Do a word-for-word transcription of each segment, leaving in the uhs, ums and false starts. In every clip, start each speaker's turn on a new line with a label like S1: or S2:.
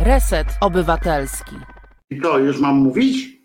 S1: Reset Obywatelski.
S2: I co, już mam mówić?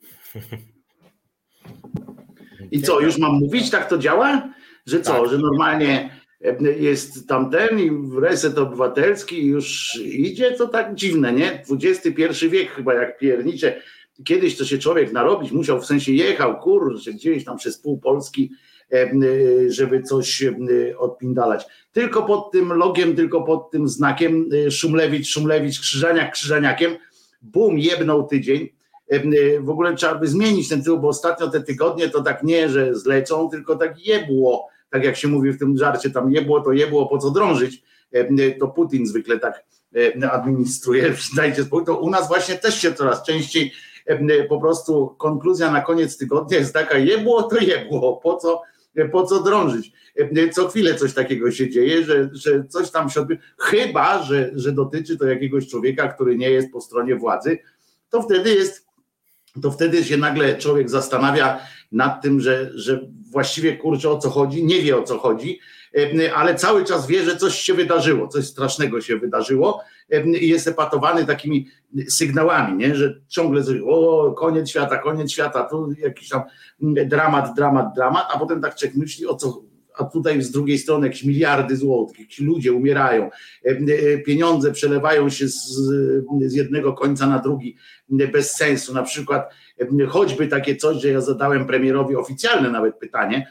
S2: I co, już mam mówić? Tak to działa? Że co, tak. Że normalnie jest tamten i Reset Obywatelski już idzie? To tak dziwne, nie? dwudziesty pierwszy wiek chyba jak piernicze. Kiedyś to się człowiek narobić musiał, w sensie jechał, kurczę, gdzieś tam przez pół Polski, żeby coś odpindalać. Tylko pod tym logiem, tylko pod tym znakiem Szumlewicz, Szumlewicz, Krzyżaniak, Krzyżaniakiem, bum, jebnął tydzień. W ogóle trzeba by zmienić ten tytuł, bo ostatnio te tygodnie to tak nie, że zlecą, tylko tak jebło, tak jak się mówi w tym żarcie, tam jebło to jebło, po co drążyć. To Putin zwykle tak administruje, dajcie spokój. To u nas właśnie też się coraz częściej po prostu konkluzja na koniec tygodnia jest taka, jebło to jebło, po co, po co drążyć. Co chwilę coś takiego się dzieje, że, że coś tam się odbywa, chyba, że, że dotyczy to jakiegoś człowieka, który nie jest po stronie władzy, to wtedy jest, to wtedy się nagle człowiek zastanawia nad tym, że, że właściwie kurczę o co chodzi, nie wie o co chodzi, ale cały czas wie, że coś się wydarzyło, coś strasznego się wydarzyło i jest epatowany takimi sygnałami, nie? Że ciągle coś, o koniec świata, koniec świata, tu jakiś tam dramat, dramat, dramat, a potem tak człowiek myśli o co, a tutaj z drugiej strony jakieś miliardy złotych, jakieś ludzie umierają, pieniądze przelewają się z, z jednego końca na drugi bez sensu, na przykład choćby takie coś, że ja zadałem premierowi oficjalne nawet pytanie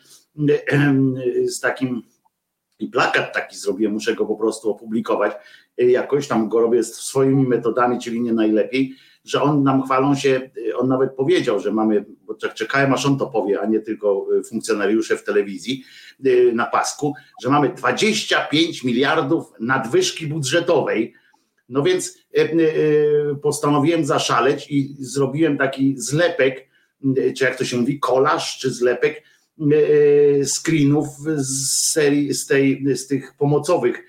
S2: z takim i plakat taki zrobiłem, muszę go po prostu opublikować, jakoś tam go robię swoimi metodami, czyli nie najlepiej, że on nam chwalą się, on nawet powiedział, że mamy, bo czekałem aż on to powie, a nie tylko funkcjonariusze w telewizji na pasku, że mamy dwadzieścia pięć miliardów nadwyżki budżetowej, no więc postanowiłem zaszaleć i zrobiłem taki zlepek, czy jak to się mówi, kolaż, czy zlepek screenów z serii, z, tej, z tych pomocowych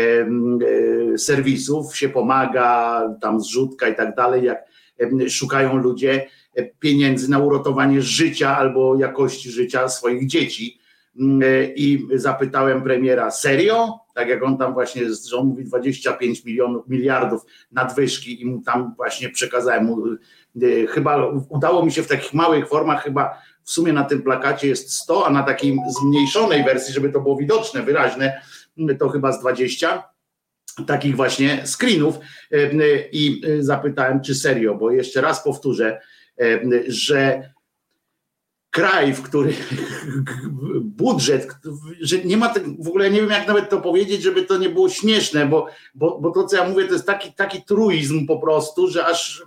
S2: serwisów, się pomaga, tam zrzutka i tak dalej, jak szukają ludzie pieniędzy na uratowanie życia albo jakości życia swoich dzieci. I zapytałem premiera, serio? Tak jak on tam właśnie, że on mówi dwadzieścia pięć milionów, miliardów nadwyżki i mu tam właśnie przekazałem mu, chyba udało mi się w takich małych formach, chyba w sumie na tym plakacie jest sto, a na takiej zmniejszonej wersji, żeby to było widoczne, wyraźne, to chyba z dwadzieścia takich właśnie screenów i zapytałem, czy serio, bo jeszcze raz powtórzę, że kraj, w którym budżet, że nie ma, w ogóle nie wiem jak nawet to powiedzieć, żeby to nie było śmieszne, bo, bo, bo to co ja mówię to jest taki, taki truizm po prostu, że aż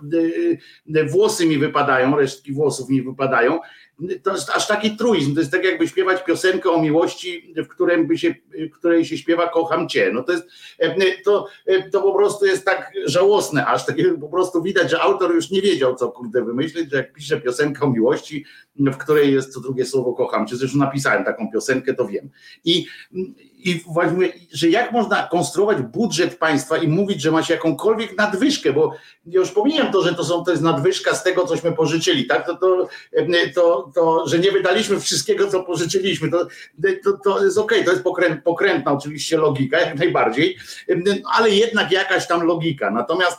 S2: włosy mi wypadają, resztki włosów mi wypadają. To jest aż taki truizm, to jest tak jakby śpiewać piosenkę o miłości, w którym by się, której się śpiewa kocham cię. No to jest, to, to po prostu jest tak żałosne, aż takie po prostu widać, że autor już nie wiedział co kurde wymyślić, że jak pisze piosenkę o miłości, w której jest co drugie słowo kocham cię, zresztą napisałem taką piosenkę, to wiem. I, i właśnie, że jak można konstruować budżet państwa i mówić, że ma się jakąkolwiek nadwyżkę, bo ja już pomijam to, że to, są, to jest nadwyżka z tego, cośmy pożyczyli, tak? To, to, to, to że nie wydaliśmy wszystkiego, co pożyczyliśmy, to, to, to jest okej, okay, to jest pokręt, pokrętna oczywiście logika, jak najbardziej, ale jednak jakaś tam logika. Natomiast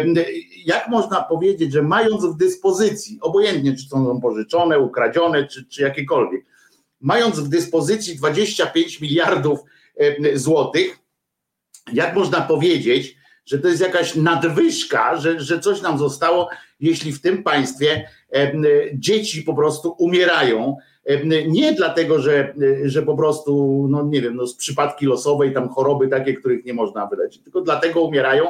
S2: jak można powiedzieć, że mając w dyspozycji, obojętnie czy są pożyczone, ukradzione, czy, czy jakiekolwiek, mając w dyspozycji dwadzieścia pięć miliardów złotych, jak można powiedzieć, że to jest jakaś nadwyżka, że, że coś nam zostało, jeśli w tym państwie dzieci po prostu umierają, nie dlatego, że, że po prostu, no nie wiem, no z przypadki losowej, tam choroby takie, których nie można wyleczyć, tylko dlatego umierają,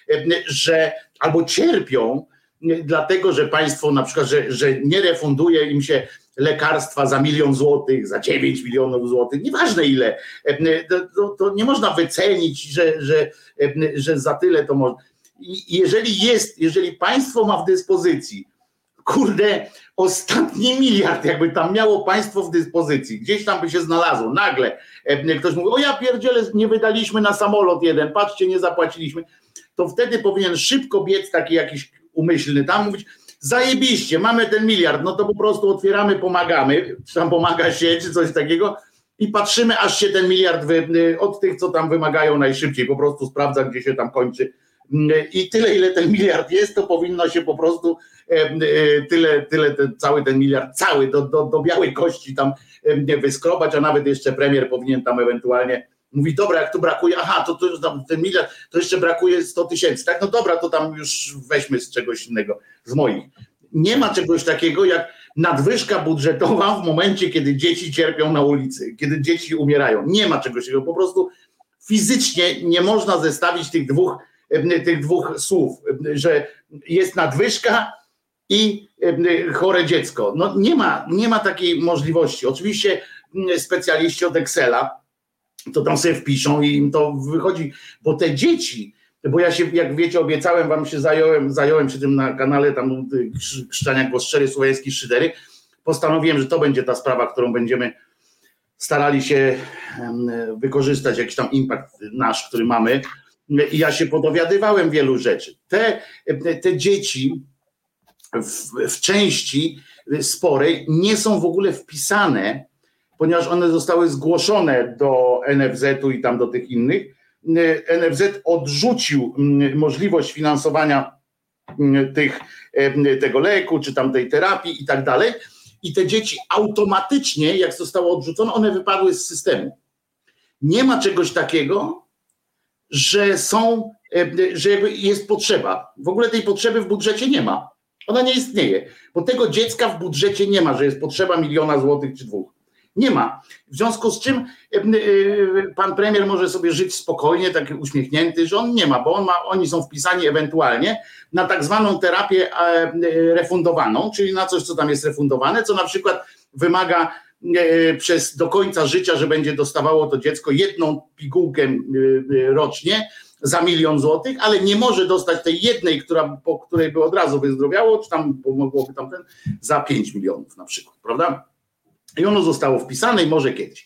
S2: że albo cierpią, dlatego, że państwo na przykład, że, że nie refunduje im się lekarstwa za milion złotych, za dziewięć milionów złotych, nieważne ile, to, to nie można wycenić, że, że, że za tyle to można. I jeżeli jest, jeżeli państwo ma w dyspozycji, kurde, ostatni miliard, jakby tam miało państwo w dyspozycji, gdzieś tam by się znalazło, nagle ktoś mówi, o ja pierdzielę, nie wydaliśmy na samolot jeden, patrzcie, nie zapłaciliśmy, to wtedy powinien szybko biec taki jakiś umyślny tam, mówić, zajebiście, mamy ten miliard, no to po prostu otwieramy, pomagamy, czy tam pomaga się, czy coś takiego i patrzymy, aż się ten miliard wy, od tych, co tam wymagają najszybciej, po prostu sprawdza, gdzie się tam kończy I tyle, ile ten miliard jest, to powinno się po prostu tyle, tyle ten, cały ten miliard, cały do, do, do białej kości tam wyskrobać, a nawet jeszcze premier powinien tam ewentualnie mówi, dobra, jak tu brakuje, aha, to, to już tam ten miliard, to jeszcze brakuje sto tysięcy, tak? No dobra, to tam już weźmy z czegoś innego, z moich. Nie ma czegoś takiego jak nadwyżka budżetowa w momencie, kiedy dzieci cierpią na ulicy, kiedy dzieci umierają. Nie ma czegoś takiego, po prostu fizycznie nie można zestawić tych dwóch, tych dwóch słów, że jest nadwyżka i chore dziecko. No nie ma, nie ma takiej możliwości. Oczywiście specjaliści od Excela to tam sobie wpiszą i im to wychodzi, bo te dzieci, bo ja się, jak wiecie, obiecałem wam się, zająłem, zająłem się tym na kanale tam Krzczaniak Głos Szczery, Słowiański Szydery, postanowiłem, że to będzie ta sprawa, którą będziemy starali się wykorzystać, jakiś tam impact nasz, który mamy, i ja się podowiadywałem wielu rzeczy. Te, te dzieci w, w części sporej nie są w ogóle wpisane, ponieważ one zostały zgłoszone do N F Z-u i tam do tych innych. N F Z odrzucił możliwość finansowania tych, tego leku, czy tam tej terapii i tak dalej. I te dzieci automatycznie, jak zostało odrzucone, one wypadły z systemu. Nie ma czegoś takiego, że są, że jakby jest potrzeba. W ogóle tej potrzeby w budżecie nie ma. Ona nie istnieje, bo tego dziecka w budżecie nie ma, że jest potrzeba miliona złotych czy dwóch. Nie ma. W związku z czym pan premier może sobie żyć spokojnie, taki uśmiechnięty, że on nie ma, bo on ma, oni są wpisani ewentualnie na tak zwaną terapię refundowaną, czyli na coś, co tam jest refundowane, co na przykład wymaga przez do końca życia, że będzie dostawało to dziecko jedną pigułkę rocznie za milion złotych, ale nie może dostać tej jednej, która, po której by od razu wyzdrowiało, czy tam pomogłoby tamten, za pięć milionów na przykład, prawda? I ono zostało wpisane i może kiedyś.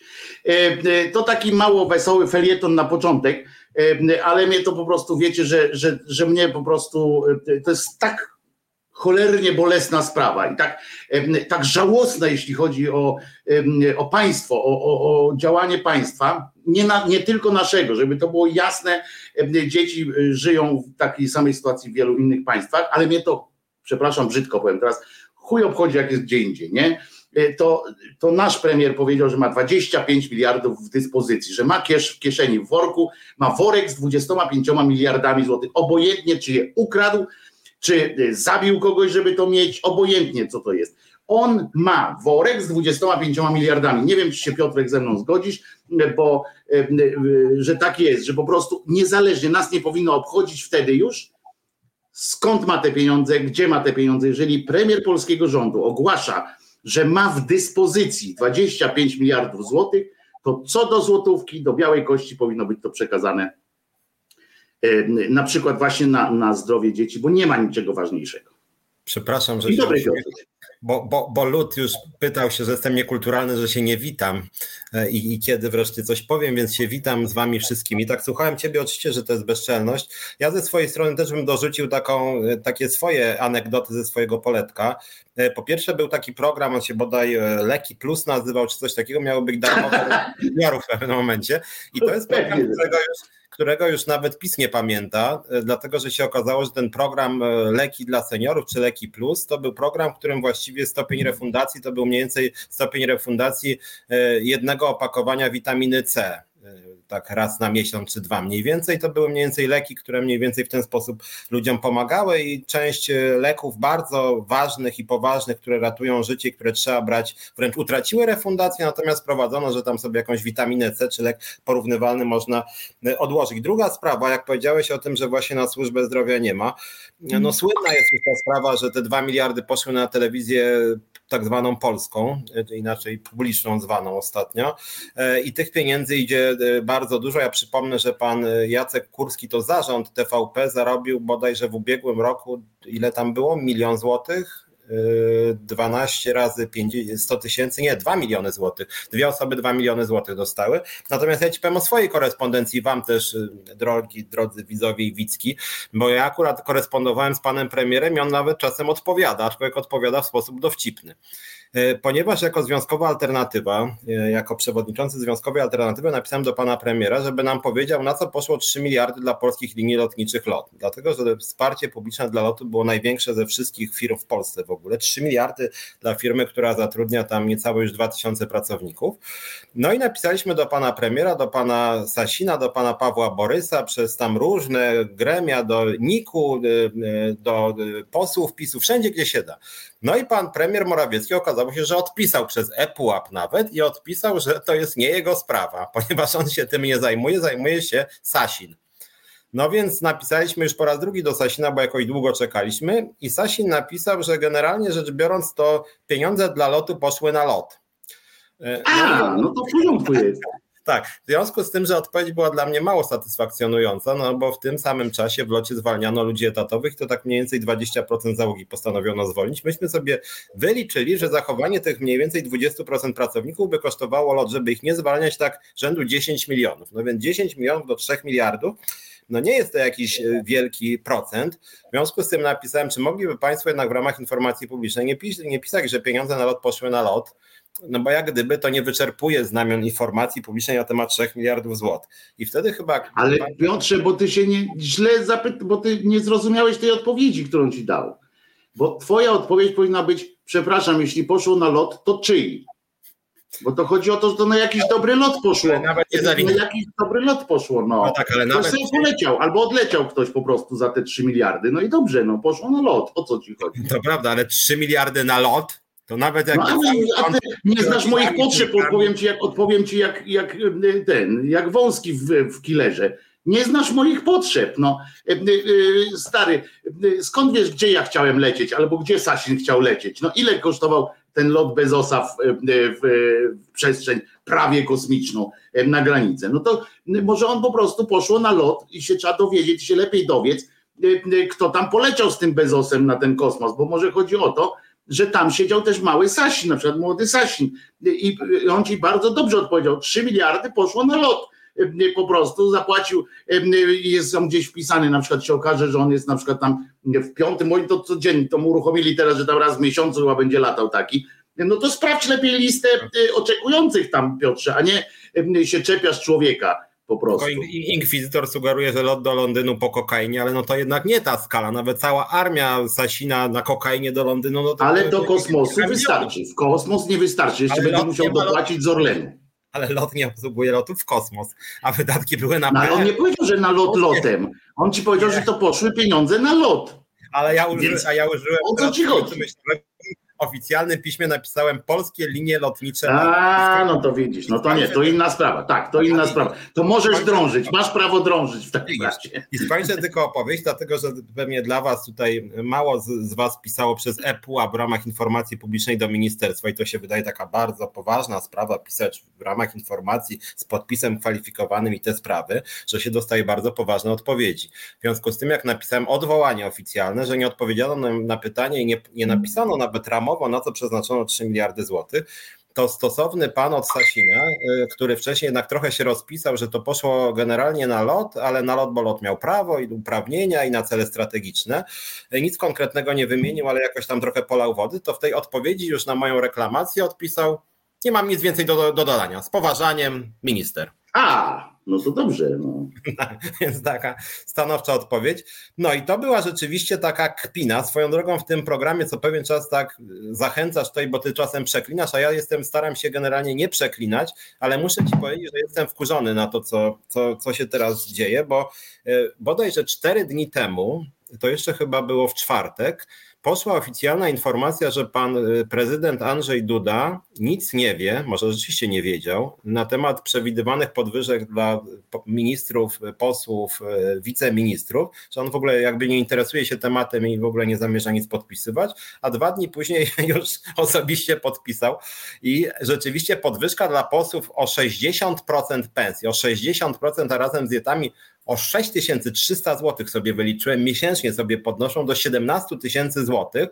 S2: To taki mało wesoły felieton na początek, ale mnie to po prostu, wiecie, że, że, że mnie po prostu, to jest tak cholernie bolesna sprawa i tak, tak żałosna, jeśli chodzi o, o państwo, o, o, o działanie państwa, nie, na, nie tylko naszego, żeby to było jasne, dzieci żyją w takiej samej sytuacji w wielu innych państwach, ale mnie to, przepraszam, brzydko powiem teraz, chuj obchodzi, jak jest gdzie indziej, nie? To, to nasz premier powiedział, że ma dwadzieścia pięć miliardów w dyspozycji, że ma kiesz, w kieszeni, w worku, ma worek z dwudziestoma pięcioma miliardami złotych, obojętnie czy je ukradł, czy zabił kogoś, żeby to mieć, obojętnie co to jest. On ma worek z dwudziestoma pięcioma miliardami. Nie wiem, czy się Piotrek ze mną zgodzisz, bo że tak jest, że po prostu niezależnie nas nie powinno obchodzić wtedy już, skąd ma te pieniądze, gdzie ma te pieniądze. Jeżeli premier polskiego rządu ogłasza, że ma w dyspozycji dwadzieścia pięć miliardów złotych, to co do złotówki, do białej kości powinno być to przekazane na przykład właśnie na, na zdrowie dzieci, bo nie ma niczego ważniejszego.
S3: Przepraszam, że się
S2: dobry,
S3: bo, bo, bo lud już pytał się, że jestem niekulturalny, że się nie witam i, i kiedy wreszcie coś powiem, więc się witam z wami wszystkimi. Tak słuchałem ciebie, oczywiście, że to jest bezczelność. Ja ze swojej strony też bym dorzucił taką, takie swoje anegdoty ze swojego poletka. Po pierwsze był taki program, on się bodaj Leki Plus nazywał, czy coś takiego, miało być darmowe dla seniorów w pewnym momencie i to jest program, którego już którego już nawet PiS nie pamięta, dlatego że się okazało, że ten program Leki dla seniorów, czy Leki Plus, to był program, w którym właściwie stopień refundacji to był mniej więcej stopień refundacji jednego opakowania witaminy C. Tak raz na miesiąc czy dwa mniej więcej, to były mniej więcej leki, które mniej więcej w ten sposób ludziom pomagały i część leków bardzo ważnych i poważnych, które ratują życie, które trzeba brać, wręcz utraciły refundację, natomiast prowadzono, że tam sobie jakąś witaminę C czy lek porównywalny można odłożyć. Druga sprawa, jak powiedziałeś o tym, że właśnie na służbę zdrowia nie ma, no słynna jest już ta sprawa, że te dwa miliardy poszły na telewizję tak zwaną polską, inaczej publiczną zwaną ostatnio i tych pieniędzy idzie bardzo dużo. Ja przypomnę, że pan Jacek Kurski, to zarząd T V P zarobił bodajże w ubiegłym roku, ile tam było? Milion złotych? dwanaście razy sto tysięcy, nie, dwa miliony złotych. Dwie osoby dwa miliony złotych dostały. Natomiast ja ci powiem o swojej korespondencji, wam też, drogi, drodzy widzowie i widzki, bo ja akurat korespondowałem z panem premierem i on nawet czasem odpowiada, aczkolwiek odpowiada w sposób dowcipny. Ponieważ jako Związkowa Alternatywa, jako przewodniczący Związkowej Alternatywy napisałem do pana premiera, żeby nam powiedział, na co poszło trzy miliardy dla polskich linii lotniczych LOT. Dlatego, że wsparcie publiczne dla lotu było największe ze wszystkich firm w Polsce w ogóle. trzy miliardy dla firmy, która zatrudnia tam niecałe już dwa tysiące pracowników. No i napisaliśmy do pana premiera, do pana Sasina, do pana Pawła Borysa, przez tam różne gremia, do niku, do posłów PiSu, wszędzie gdzie się da. No i pan premier Morawiecki okazało się, że odpisał przez ePUAP nawet i odpisał, że to jest nie jego sprawa, ponieważ on się tym nie zajmuje, zajmuje się Sasin. No więc napisaliśmy już po raz drugi do Sasina, bo jakoś długo czekaliśmy i Sasin napisał, że generalnie rzecz biorąc to pieniądze dla lotu poszły na lot.
S2: A, no to w porządku jest.
S3: Tak, w związku z tym, że odpowiedź była dla mnie mało satysfakcjonująca, no bo w tym samym czasie w locie zwalniano ludzi etatowych, to tak mniej więcej dwadzieścia procent załogi postanowiono zwolnić. Myśmy sobie wyliczyli, że zachowanie tych mniej więcej dwadzieścia procent pracowników by kosztowało lot, żeby ich nie zwalniać, tak rzędu dziesięć milionów. No więc dziesięć milionów do trzech miliardów, no nie jest to jakiś wielki procent. W związku z tym napisałem, czy mogliby państwo jednak w ramach informacji publicznej nie, pis- nie pisać, że pieniądze na lot poszły na lot, no bo jak gdyby to nie wyczerpuje znamion informacji publicznej na temat trzech miliardów złotych. I wtedy chyba...
S2: Ale Piotrze, bo ty się nie źle zapytałeś, bo ty nie zrozumiałeś tej odpowiedzi, którą ci dał. Bo twoja odpowiedź powinna być, przepraszam, jeśli poszło na lot, to czyj? Bo to chodzi o to, że to na jakiś dobry lot poszło.
S3: Nawet nie
S2: na jakiś dobry lot poszło, no.
S3: no tak, ale
S2: to
S3: nawet...
S2: sobie poleciał, albo odleciał ktoś po prostu za te trzy miliardy. No i dobrze, no poszło na lot. O co ci chodzi?
S3: To prawda, ale trzy miliardy na lot, to nawet jak...
S2: No, ale, a ty nie znasz moich potrzeb, odpowiem ci jak, odpowiem ci jak, jak ten, jak wąski w, w killerze. Nie znasz moich potrzeb, no. Stary, skąd wiesz, gdzie ja chciałem lecieć, albo gdzie Sasin chciał lecieć? No ile kosztował ten lot Bezosa w, w, w przestrzeń prawie kosmiczną na granicę? No to może on po prostu poszło na lot i się trzeba dowiedzieć, się lepiej dowiedz, kto tam poleciał z tym Bezosem na ten kosmos, bo może chodzi o to, że tam siedział też mały Sasin, na przykład młody Sasin i on ci bardzo dobrze odpowiedział, trzy miliardy poszło na lot. Po prostu zapłacił, jest tam gdzieś wpisany, na przykład się okaże, że on jest na przykład tam w piątym, oni to codziennie, to mu uruchomili teraz, że tam raz w miesiącu chyba będzie latał taki, no to sprawdź lepiej listę oczekujących tam, Piotrze, a nie się czepiasz człowieka po prostu.
S3: Inkwizytor sugeruje, że lot do Londynu po kokainie, ale no to jednak nie ta skala, nawet cała armia Sasina na kokainie do Londynu. No to
S2: ale
S3: to
S2: do kosmosu wystarczy, w kosmos nie wystarczy, jeszcze będzie musiał dopłacić z Orlenu.
S3: Ale lot nie obsługuje lotów w kosmos, a wydatki były na...
S2: No, ale on nie powiedział, że na lot lotem. On ci powiedział, nie. że to poszły pieniądze na lot.
S3: Ale ja, uży, Więc, a ja użyłem...
S2: O co ci chodzi?
S3: W oficjalnym piśmie napisałem polskie linie lotnicze.
S2: A, no to widzisz, no to nie, to inna sprawa. Tak, to inna sprawa. To możesz drążyć, masz prawo drążyć w takim razie.
S3: I skończę tylko opowieść, dlatego że pewnie dla was tutaj mało z, z was pisało przez ePUAP w ramach informacji publicznej do ministerstwa i to się wydaje taka bardzo poważna sprawa, pisać w ramach informacji z podpisem kwalifikowanym i te sprawy, że się dostaje bardzo poważne odpowiedzi. W związku z tym, jak napisałem odwołanie oficjalne, że nie odpowiedziano na, na pytanie i nie, nie napisano nawet ramowo, na co przeznaczono trzy miliardy złotych, to stosowny pan od Sasina, który wcześniej jednak trochę się rozpisał, że to poszło generalnie na lot, ale na lot, bo lot miał prawo i uprawnienia i na cele strategiczne, nic konkretnego nie wymienił, ale jakoś tam trochę polał wody, to w tej odpowiedzi już na moją reklamację odpisał, nie mam nic więcej do, do dodania, z poważaniem minister.
S2: A, no to dobrze. No.
S3: Więc taka stanowcza odpowiedź. No i to była rzeczywiście taka kpina. Swoją drogą w tym programie co pewien czas tak zachęcasz tutaj, bo ty czasem przeklinasz, a ja jestem, staram się generalnie nie przeklinać, ale muszę ci powiedzieć, że jestem wkurzony na to, co, co, co się teraz dzieje, bo bodajże cztery dni temu, to jeszcze chyba było w czwartek, poszła oficjalna informacja, że pan prezydent Andrzej Duda nic nie wie, może rzeczywiście nie wiedział, na temat przewidywanych podwyżek dla ministrów, posłów, wiceministrów, że on w ogóle jakby nie interesuje się tematem i w ogóle nie zamierza nic podpisywać, a dwa dni później już osobiście podpisał i rzeczywiście podwyżka dla posłów o sześćdziesiąt procent pensji, o sześćdziesiąt procent, a razem z dietami o sześć tysięcy trzysta złotych sobie wyliczyłem, miesięcznie sobie podnoszą do siedemnaście tysięcy złotych,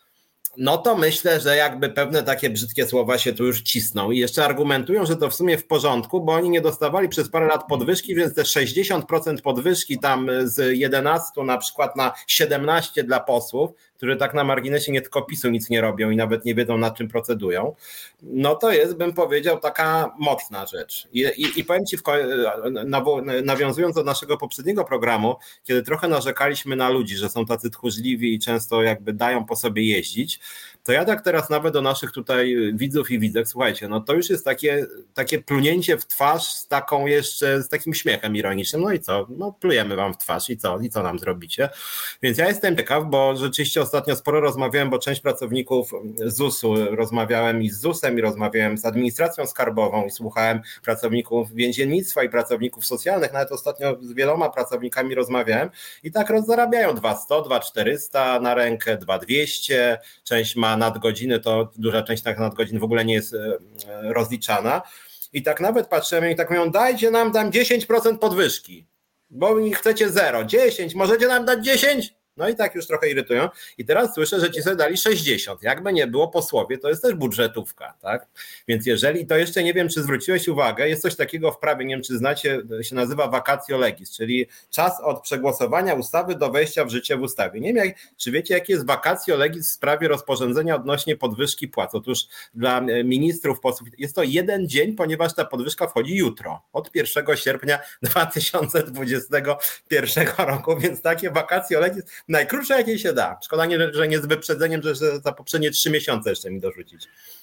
S3: no to myślę, że jakby pewne takie brzydkie słowa się tu już cisną i jeszcze argumentują, że to w sumie w porządku, bo oni nie dostawali przez parę lat podwyżki, więc te sześćdziesiąt procent podwyżki tam z jedenastu na przykład na siedemnaście dla posłów, którzy tak na marginesie nie tylko PiSu nic nie robią i nawet nie wiedzą, nad czym procedują, no to jest, bym powiedział, taka mocna rzecz. I, i, i powiem ci, w, nawiązując do naszego poprzedniego programu, kiedy trochę narzekaliśmy na ludzi, że są tacy tchórzliwi i często jakby dają po sobie jeździć, to ja tak teraz nawet do naszych tutaj widzów i widzek, słuchajcie, no to już jest takie, takie plunięcie w twarz z taką jeszcze, z takim śmiechem ironicznym, no i co, no plujemy wam w twarz i co, i co nam zrobicie? Więc ja jestem ciekaw, bo rzeczywiście ostatnio sporo rozmawiałem, bo część pracowników zusu, rozmawiałem i z zusem i rozmawiałem z administracją skarbową i słuchałem pracowników więziennictwa i pracowników socjalnych, nawet ostatnio z wieloma pracownikami rozmawiałem i tak rozzarabiają dwa sto, dwa czterysta na rękę, dwa dwieście, część ma nadgodziny, to duża część tak nadgodzin w ogóle nie jest rozliczana i tak nawet patrzymy i tak mówią, dajcie nam tam dziesięć procent podwyżki, bo chcecie zero, dziesięć, możecie nam dać dziesięć? No i tak już trochę irytują. I teraz słyszę, że ci sobie dali sześćdziesiąt. Jakby nie było posłowie, to jest też budżetówka, tak? Więc jeżeli, to jeszcze nie wiem, czy zwróciłeś uwagę, jest coś takiego w prawie, nie wiem, czy znacie, się nazywa vacatio legis, czyli czas od przegłosowania ustawy do wejścia w życie w ustawie. Nie wiem, jak, czy wiecie, jakie jest vacatio legis w sprawie rozporządzenia odnośnie podwyżki płac? Otóż dla ministrów, posłów jest to jeden dzień, ponieważ ta podwyżka wchodzi jutro, od pierwszego sierpnia dwa tysiące dwudziestego pierwszego roku, więc takie vacatio legis najkrótsze jakiej się da. Szkoda, nie, że nie z wyprzedzeniem, że za poprzednie trzy miesiące jeszcze mi dorzucić.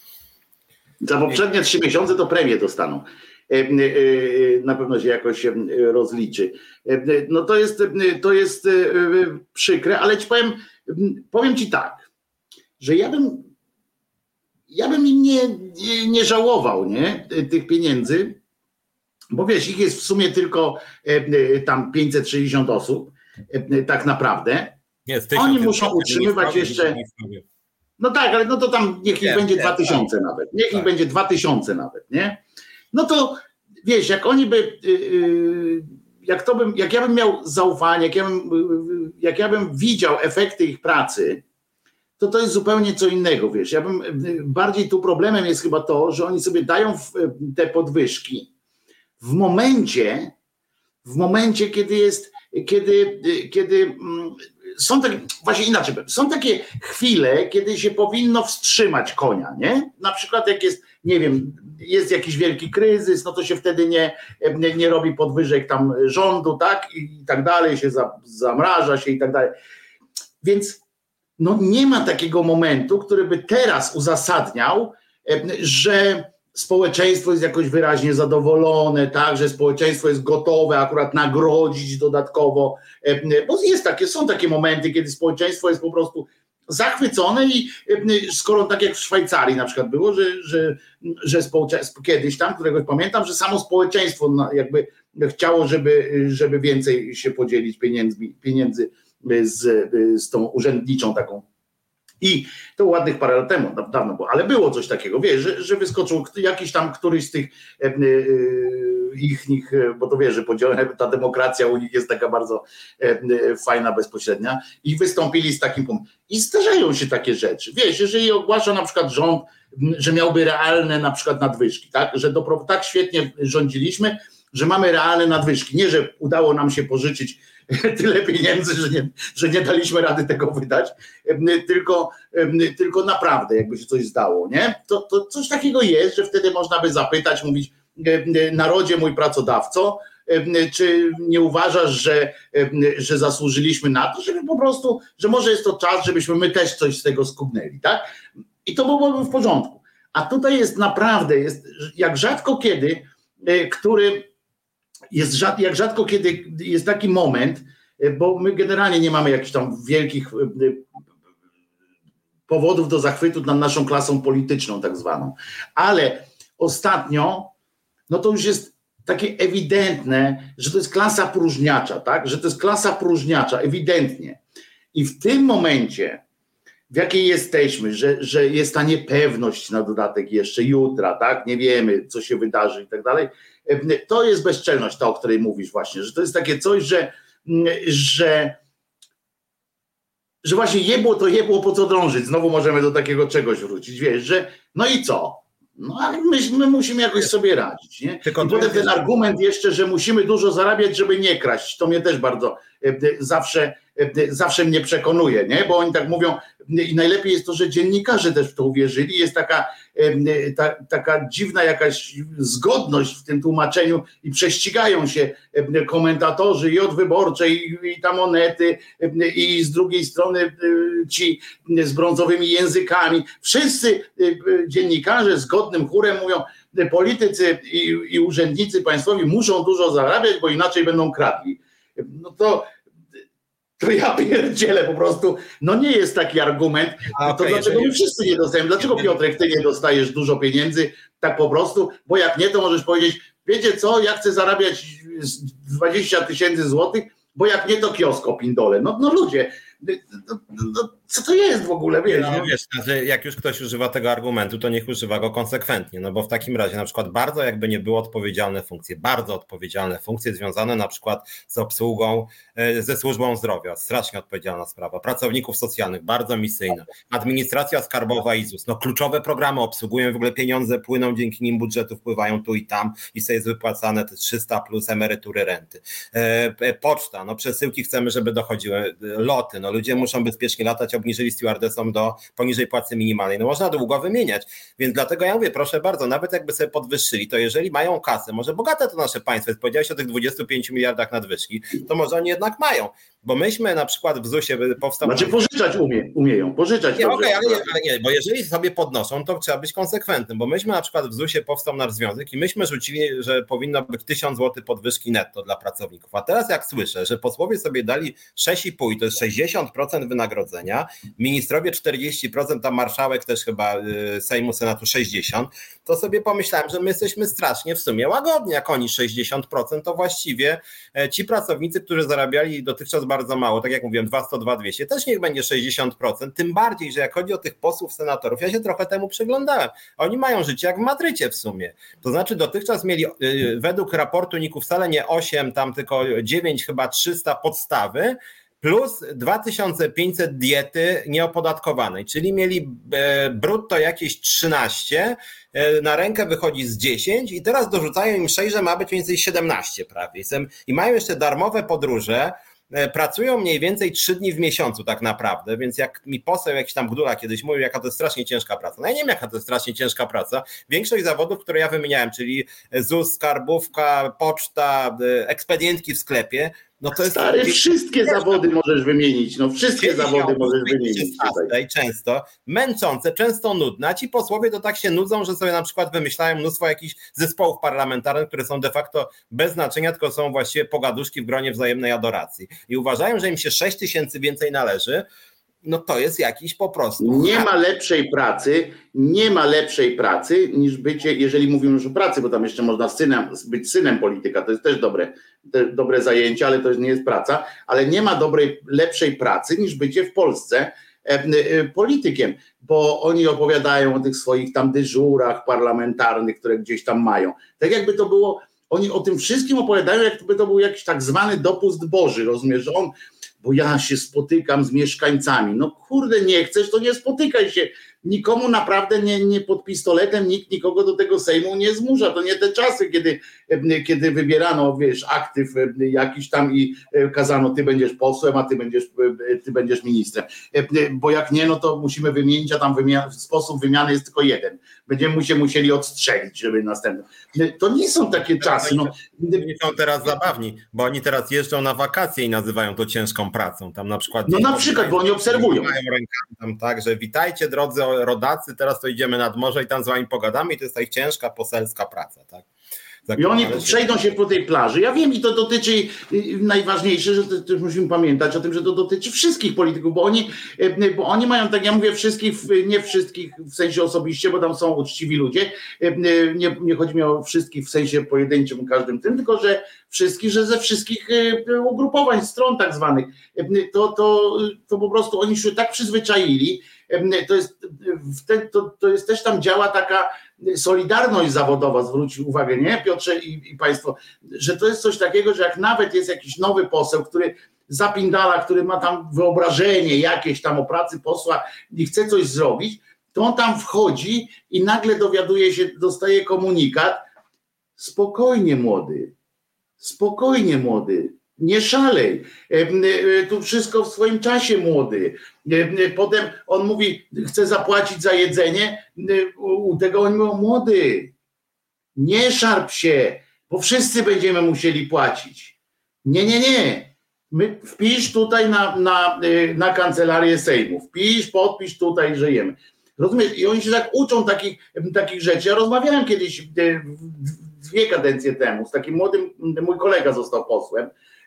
S2: Za poprzednie trzy miesiące to premię dostaną. Na pewno się jakoś rozliczy. No to jest, to jest przykre, ale ci powiem, powiem ci tak, że ja bym ja bym im nie, nie żałował, nie, tych pieniędzy, bo wiesz, ich jest w sumie tylko tam pięćset sześćdziesiąt osób, tak naprawdę.
S3: Jest,
S2: Oni muszą utrzymywać jeszcze. No tak, ale no to tam niech ich będzie dwa tysiące nawet. Niech ich będzie dwa tysiące nawet, nie? No to wiesz, jak oni by. Jak to bym, jak ja bym miał zaufanie, jak ja bym, jak ja bym widział efekty ich pracy, to to jest zupełnie co innego, wiesz. Ja bym bardziej tu problemem jest chyba to, że oni sobie dają te podwyżki w momencie, w momencie, kiedy jest. Kiedy, kiedy są takie, właśnie inaczej, są takie chwile, kiedy się powinno wstrzymać konia, nie? Na przykład jak jest, nie wiem, jest jakiś wielki kryzys, no to się wtedy nie, nie, nie robi podwyżek tam rządu, tak? I tak dalej, się za, zamraża się i tak dalej. Więc no nie ma takiego momentu, który by teraz uzasadniał, że społeczeństwo jest jakoś wyraźnie zadowolone, tak, że społeczeństwo jest gotowe akurat nagrodzić dodatkowo, bo jest takie, są takie momenty, kiedy społeczeństwo jest po prostu zachwycone i skoro tak jak w Szwajcarii na przykład było, że, że, że społeczeństwo, kiedyś tam, któregoś pamiętam, że samo społeczeństwo jakby chciało, żeby, żeby więcej się podzielić pieniędzmi, pieniędzy z, z tą urzędniczą taką. I to ładnych parę lat temu, dawno było, ale było coś takiego, wiesz, że, że wyskoczył jakiś tam któryś z tych e, e, ich, nich, bo to wiesz, że podzielone, ta demokracja u nich jest taka bardzo e, e, fajna, bezpośrednia i wystąpili z takim punktem. I zdarzają się takie rzeczy, wiesz, jeżeli ogłasza na przykład rząd, że miałby realne na przykład nadwyżki, tak, że do, tak świetnie rządziliśmy, że mamy realne nadwyżki, nie, że udało nam się pożyczyć tyle pieniędzy, że nie, że nie daliśmy rady tego wydać, tylko, tylko naprawdę jakby się coś zdało, nie? To, to coś takiego jest, że wtedy można by zapytać, mówić, narodzie mój pracodawco, czy nie uważasz, że, że zasłużyliśmy na to, żeby po prostu, że może jest to czas, żebyśmy my też coś z tego skubnęli, tak? I to byłoby w porządku. A tutaj jest naprawdę, jest jak rzadko kiedy, który jest rzad, jak rzadko kiedy jest taki moment, bo my generalnie nie mamy jakichś tam wielkich powodów do zachwytu nad naszą klasą polityczną tak zwaną, ale ostatnio no to już jest takie ewidentne, że to jest klasa próżniacza, tak? Że to jest klasa próżniacza, ewidentnie. I w tym momencie, w jakiej jesteśmy, że, że jest ta niepewność na dodatek jeszcze jutra, tak? Nie wiemy, co się wydarzy i tak dalej. To jest bezczelność, ta, o której mówisz właśnie, że to jest takie coś, że, że, że właśnie jebło to jebło, po co drążyć. Znowu możemy do takiego czegoś wrócić, wiesz, że no i co? No ale my, my musimy jakoś sobie radzić, nie? Tylko I potem ten argument jeszcze, że musimy dużo zarabiać, żeby nie kraść, to mnie też bardzo zawsze, zawsze mnie przekonuje, nie? Bo oni tak mówią i najlepiej jest to, że dziennikarze też w to uwierzyli, jest taka, ta, taka dziwna jakaś zgodność w tym tłumaczeniu i prześcigają się komentatorzy i od Wyborczej i tam Onety i z drugiej strony ci z brązowymi językami, wszyscy dziennikarze zgodnym chórem mówią, politycy i, i urzędnicy państwowi muszą dużo zarabiać, bo inaczej będą kradli. No to, to ja pierdzielę po prostu, no nie jest taki argument, A, to okay, dlaczego my wszyscy nie dostajemy, dlaczego Piotrek, ty nie dostajesz dużo pieniędzy, tak po prostu, bo jak nie, to możesz powiedzieć, wiecie co, ja chcę zarabiać dwadzieścia tysięcy złotych, bo jak nie, to kiosk opindole. No, no ludzie, no, no, co to jest w ogóle, wiesz?
S3: No, wiesz, znaczy, jak już ktoś używa tego argumentu, to niech używa go konsekwentnie, no bo w takim razie na przykład bardzo jakby nie było odpowiedzialne funkcje, bardzo odpowiedzialne funkcje związane na przykład z obsługą, ze służbą zdrowia, strasznie odpowiedzialna sprawa, pracowników socjalnych, bardzo misyjna, administracja skarbowa i ZUS, no kluczowe programy obsługują, w ogóle pieniądze płyną, dzięki nim budżety wpływają tu i tam i sobie jest wypłacane te trzysta plus emerytury, renty. Poczta, no przesyłki chcemy, żeby dochodziły, loty, no ludzie muszą bezpiecznie latać, obniżyli stewardesom do poniżej płacy minimalnej. No można długo wymieniać, więc dlatego ja mówię, proszę bardzo, nawet jakby sobie podwyższyli, to jeżeli mają kasę, może bogate to nasze państwo, jest powiedziałeś o tych dwudziestu pięciu miliardach nadwyżki, to może oni jednak mają, bo myśmy na przykład w zusie powstał...
S2: Znaczy pożyczać umie, umieją, pożyczać.
S3: Nie, okej, okay, ale, ale nie, bo jeżeli sobie podnoszą, to trzeba być konsekwentnym, bo myśmy na przykład w zusie powstał nasz związek i myśmy rzucili, że powinno być tysiąc złotych podwyżki netto dla pracowników, a teraz jak słyszę, że posłowie sobie dali sześć i pół, to jest sześćdziesiąt procent wynagrodzenia, ministrowie czterdzieści procent, a marszałek też chyba Sejmu, Senatu sześćdziesiąt procent, to sobie pomyślałem, że my jesteśmy strasznie w sumie łagodni, jak oni sześćdziesiąt procent, to właściwie ci pracownicy, którzy zarabiali dotychczas bardzo mało, tak jak mówiłem, dwieście, sto dwa, dwieście, też niech będzie sześćdziesiąt procent, tym bardziej, że jak chodzi o tych posłów, senatorów, ja się trochę temu przyglądałem, oni mają życie jak w Madrycie w sumie, to znaczy dotychczas mieli według raportu N I K-u wcale nie osiem, tam tylko dziewięć, chyba trzysta podstawy, plus dwa tysiące pięćset diety nieopodatkowanej, czyli mieli brutto jakieś trzynaście, na rękę wychodzi z dziesięć i teraz dorzucają im sześć, że ma być więcej siedemnaście prawie. I mają jeszcze darmowe podróże, pracują mniej więcej trzy dni w miesiącu tak naprawdę, więc jak mi poseł jakiś tam Gdula kiedyś mówił, jaka to jest strasznie ciężka praca. No ja nie wiem, jaka to jest strasznie ciężka praca. Większość zawodów, które ja wymieniałem, czyli ZUS, skarbówka, poczta, ekspedientki w sklepie, no to jest...
S2: Stary, wszystkie zawody możesz wymienić, no wszystkie zawody możesz wymienić.
S3: I często męczące, często nudne, a ci posłowie to tak się nudzą, że sobie na przykład wymyślają mnóstwo jakichś zespołów parlamentarnych, które są de facto bez znaczenia, tylko są właściwie pogaduszki w gronie wzajemnej adoracji. I uważają, że im się sześć tysięcy więcej należy, no to jest jakiś po prostu...
S2: Nie ma lepszej pracy, nie ma lepszej pracy niż bycie, jeżeli mówimy już o pracy, bo tam jeszcze można synem, być synem polityka, to jest też dobre, te, dobre zajęcie, ale to nie jest praca, ale nie ma dobrej, lepszej pracy niż bycie w Polsce e, e, politykiem, bo oni opowiadają o tych swoich tam dyżurach parlamentarnych, które gdzieś tam mają. Tak jakby to było, oni o tym wszystkim opowiadają, jakby to był jakiś tak zwany dopust Boży, rozumiesz, że on bo ja się spotykam z mieszkańcami. No kurde, nie chcesz, to nie spotykaj się. Nikomu naprawdę nie, nie pod pistoletem, nikt nikogo do tego Sejmu nie zmusza. To nie te czasy, kiedy, kiedy wybierano, wiesz, aktyw jakiś tam i kazano, ty będziesz posłem, a ty będziesz, ty będziesz ministrem. Bo jak nie, no to musimy wymienić, a tam wymian- sposób wymiany jest tylko jeden. Będziemy się musieli odstrzelić, żeby następny. To nie są takie czasy. No.
S3: Oni są teraz zabawni, bo oni teraz jeżdżą na wakacje i nazywają to ciężką pracą. Tam na przykład...
S2: No na przykład, bo oni obserwują.
S3: Rękami tam, tak, że witajcie drodzy rodacy, teraz to idziemy nad morze i tam z wami pogadamy i to jest tak ciężka poselska praca, tak?
S2: I oni przejdą się po tej plaży. Ja wiem i to dotyczy, najważniejsze, że to, to musimy pamiętać o tym, że to dotyczy wszystkich polityków, bo oni, bo oni mają, tak ja mówię, wszystkich, nie wszystkich w sensie osobiście, bo tam są uczciwi ludzie, nie, nie chodzi mi o wszystkich w sensie pojedynczym każdym tym, tylko że wszystkich, że ze wszystkich ugrupowań, stron tak zwanych, to, to, to po prostu oni się tak przyzwyczaili, to jest, to, to jest też tam działa taka solidarność zawodowa, zwróć uwagę, nie Piotrze i, i Państwo, że to jest coś takiego, że jak nawet jest jakiś nowy poseł, który zapindala, który ma tam wyobrażenie jakieś tam o pracy posła i chce coś zrobić, to on tam wchodzi i nagle dowiaduje się, dostaje komunikat, spokojnie młody, spokojnie młody, nie szalej, tu wszystko w swoim czasie młody. Potem on mówi, chce zapłacić za jedzenie, u tego oni mówią, młody, nie szarp się, bo wszyscy będziemy musieli płacić. Nie, nie, nie. My, wpisz tutaj na, na, na kancelarię Sejmu, wpisz, podpisz tutaj, że jemy. Rozumiesz? I oni się tak uczą takich, takich rzeczy. Ja rozmawiałem kiedyś, dwie kadencje temu, z takim młodym, mój kolega został posłem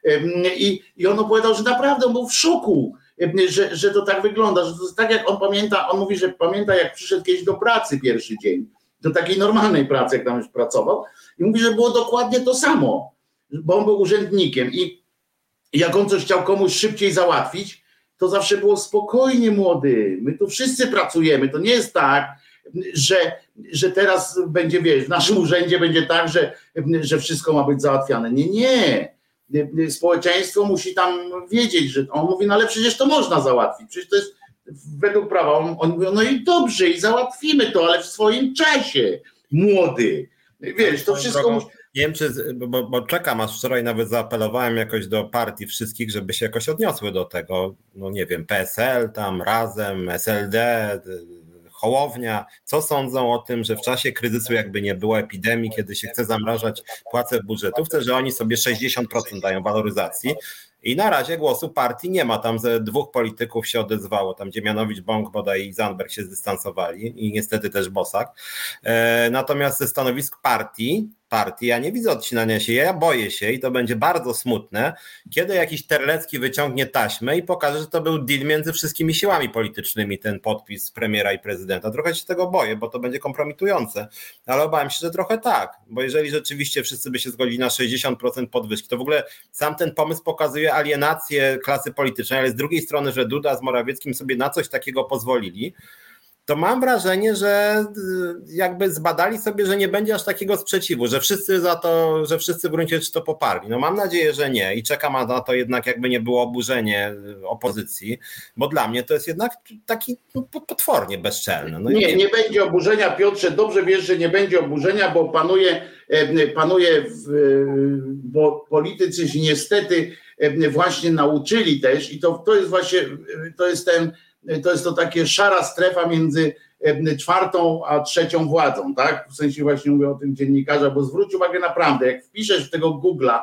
S2: i, i on opowiadał, że naprawdę on był w szoku, że, że to tak wygląda, że to jest tak jak on pamięta, on mówi, że pamięta jak przyszedł kiedyś do pracy pierwszy dzień, do takiej normalnej pracy, jak tam już pracował i mówi, że było dokładnie to samo, bo on był urzędnikiem i jak on coś chciał komuś szybciej załatwić, to zawsze było spokojnie młody, my tu wszyscy pracujemy, to nie jest tak, że, że teraz będzie, wiesz, w naszym urzędzie będzie tak, że, że wszystko ma być załatwiane. Nie, nie. Społeczeństwo musi tam wiedzieć, że on mówi, no ale przecież to można załatwić, przecież to jest według prawa. On, on mówi, no i dobrze, i załatwimy to, ale w swoim czasie, młody. Wiesz, to wszystko musi...
S3: Nie wiem, czy, bo, bo czekam, aż wczoraj nawet zaapelowałem jakoś do partii wszystkich, żeby się jakoś odniosły do tego, no nie wiem, P S L, tam Razem, S L D, Hołownia, co sądzą o tym, że w czasie kryzysu jakby nie było epidemii, kiedy się chce zamrażać płace w budżetówce, że oni sobie sześćdziesiąt procent dają waloryzacji i na razie głosu partii nie ma, tam ze dwóch polityków się odezwało, tam Dziemianowicz-Bąk bodaj i Zandberg się zdystansowali i niestety też Bosak, e, natomiast ze stanowisk partii partii, ja nie widzę odcinania się, ja boję się i to będzie bardzo smutne, kiedy jakiś Terlecki wyciągnie taśmę i pokaże, że to był deal między wszystkimi siłami politycznymi, ten podpis premiera i prezydenta. Trochę się tego boję, bo to będzie kompromitujące, ale obawiam się, że trochę tak, bo jeżeli rzeczywiście wszyscy by się zgodzili na sześćdziesiąt procent podwyżki, to w ogóle sam ten pomysł pokazuje alienację klasy politycznej, ale z drugiej strony, że Duda z Morawieckim sobie na coś takiego pozwolili, to mam wrażenie, że jakby zbadali sobie, że nie będzie aż takiego sprzeciwu, że wszyscy za to, że wszyscy w gruncie rzeczy to poparli. No mam nadzieję, że nie i czekam na to jednak, jakby nie było oburzenie opozycji, bo dla mnie to jest jednak taki no, potwornie bezczelny. No
S2: nie, nie będzie oburzenia, Piotrze, dobrze wiesz, że nie będzie oburzenia, bo panuje, panuje w, bo politycy się niestety właśnie nauczyli też i to, to jest właśnie, to jest ten to jest to takie szara strefa między czwartą a trzecią władzą, tak? W sensie właśnie mówię o tym dziennikarza, bo zwróć uwagę naprawdę, jak wpiszesz w tego Google'a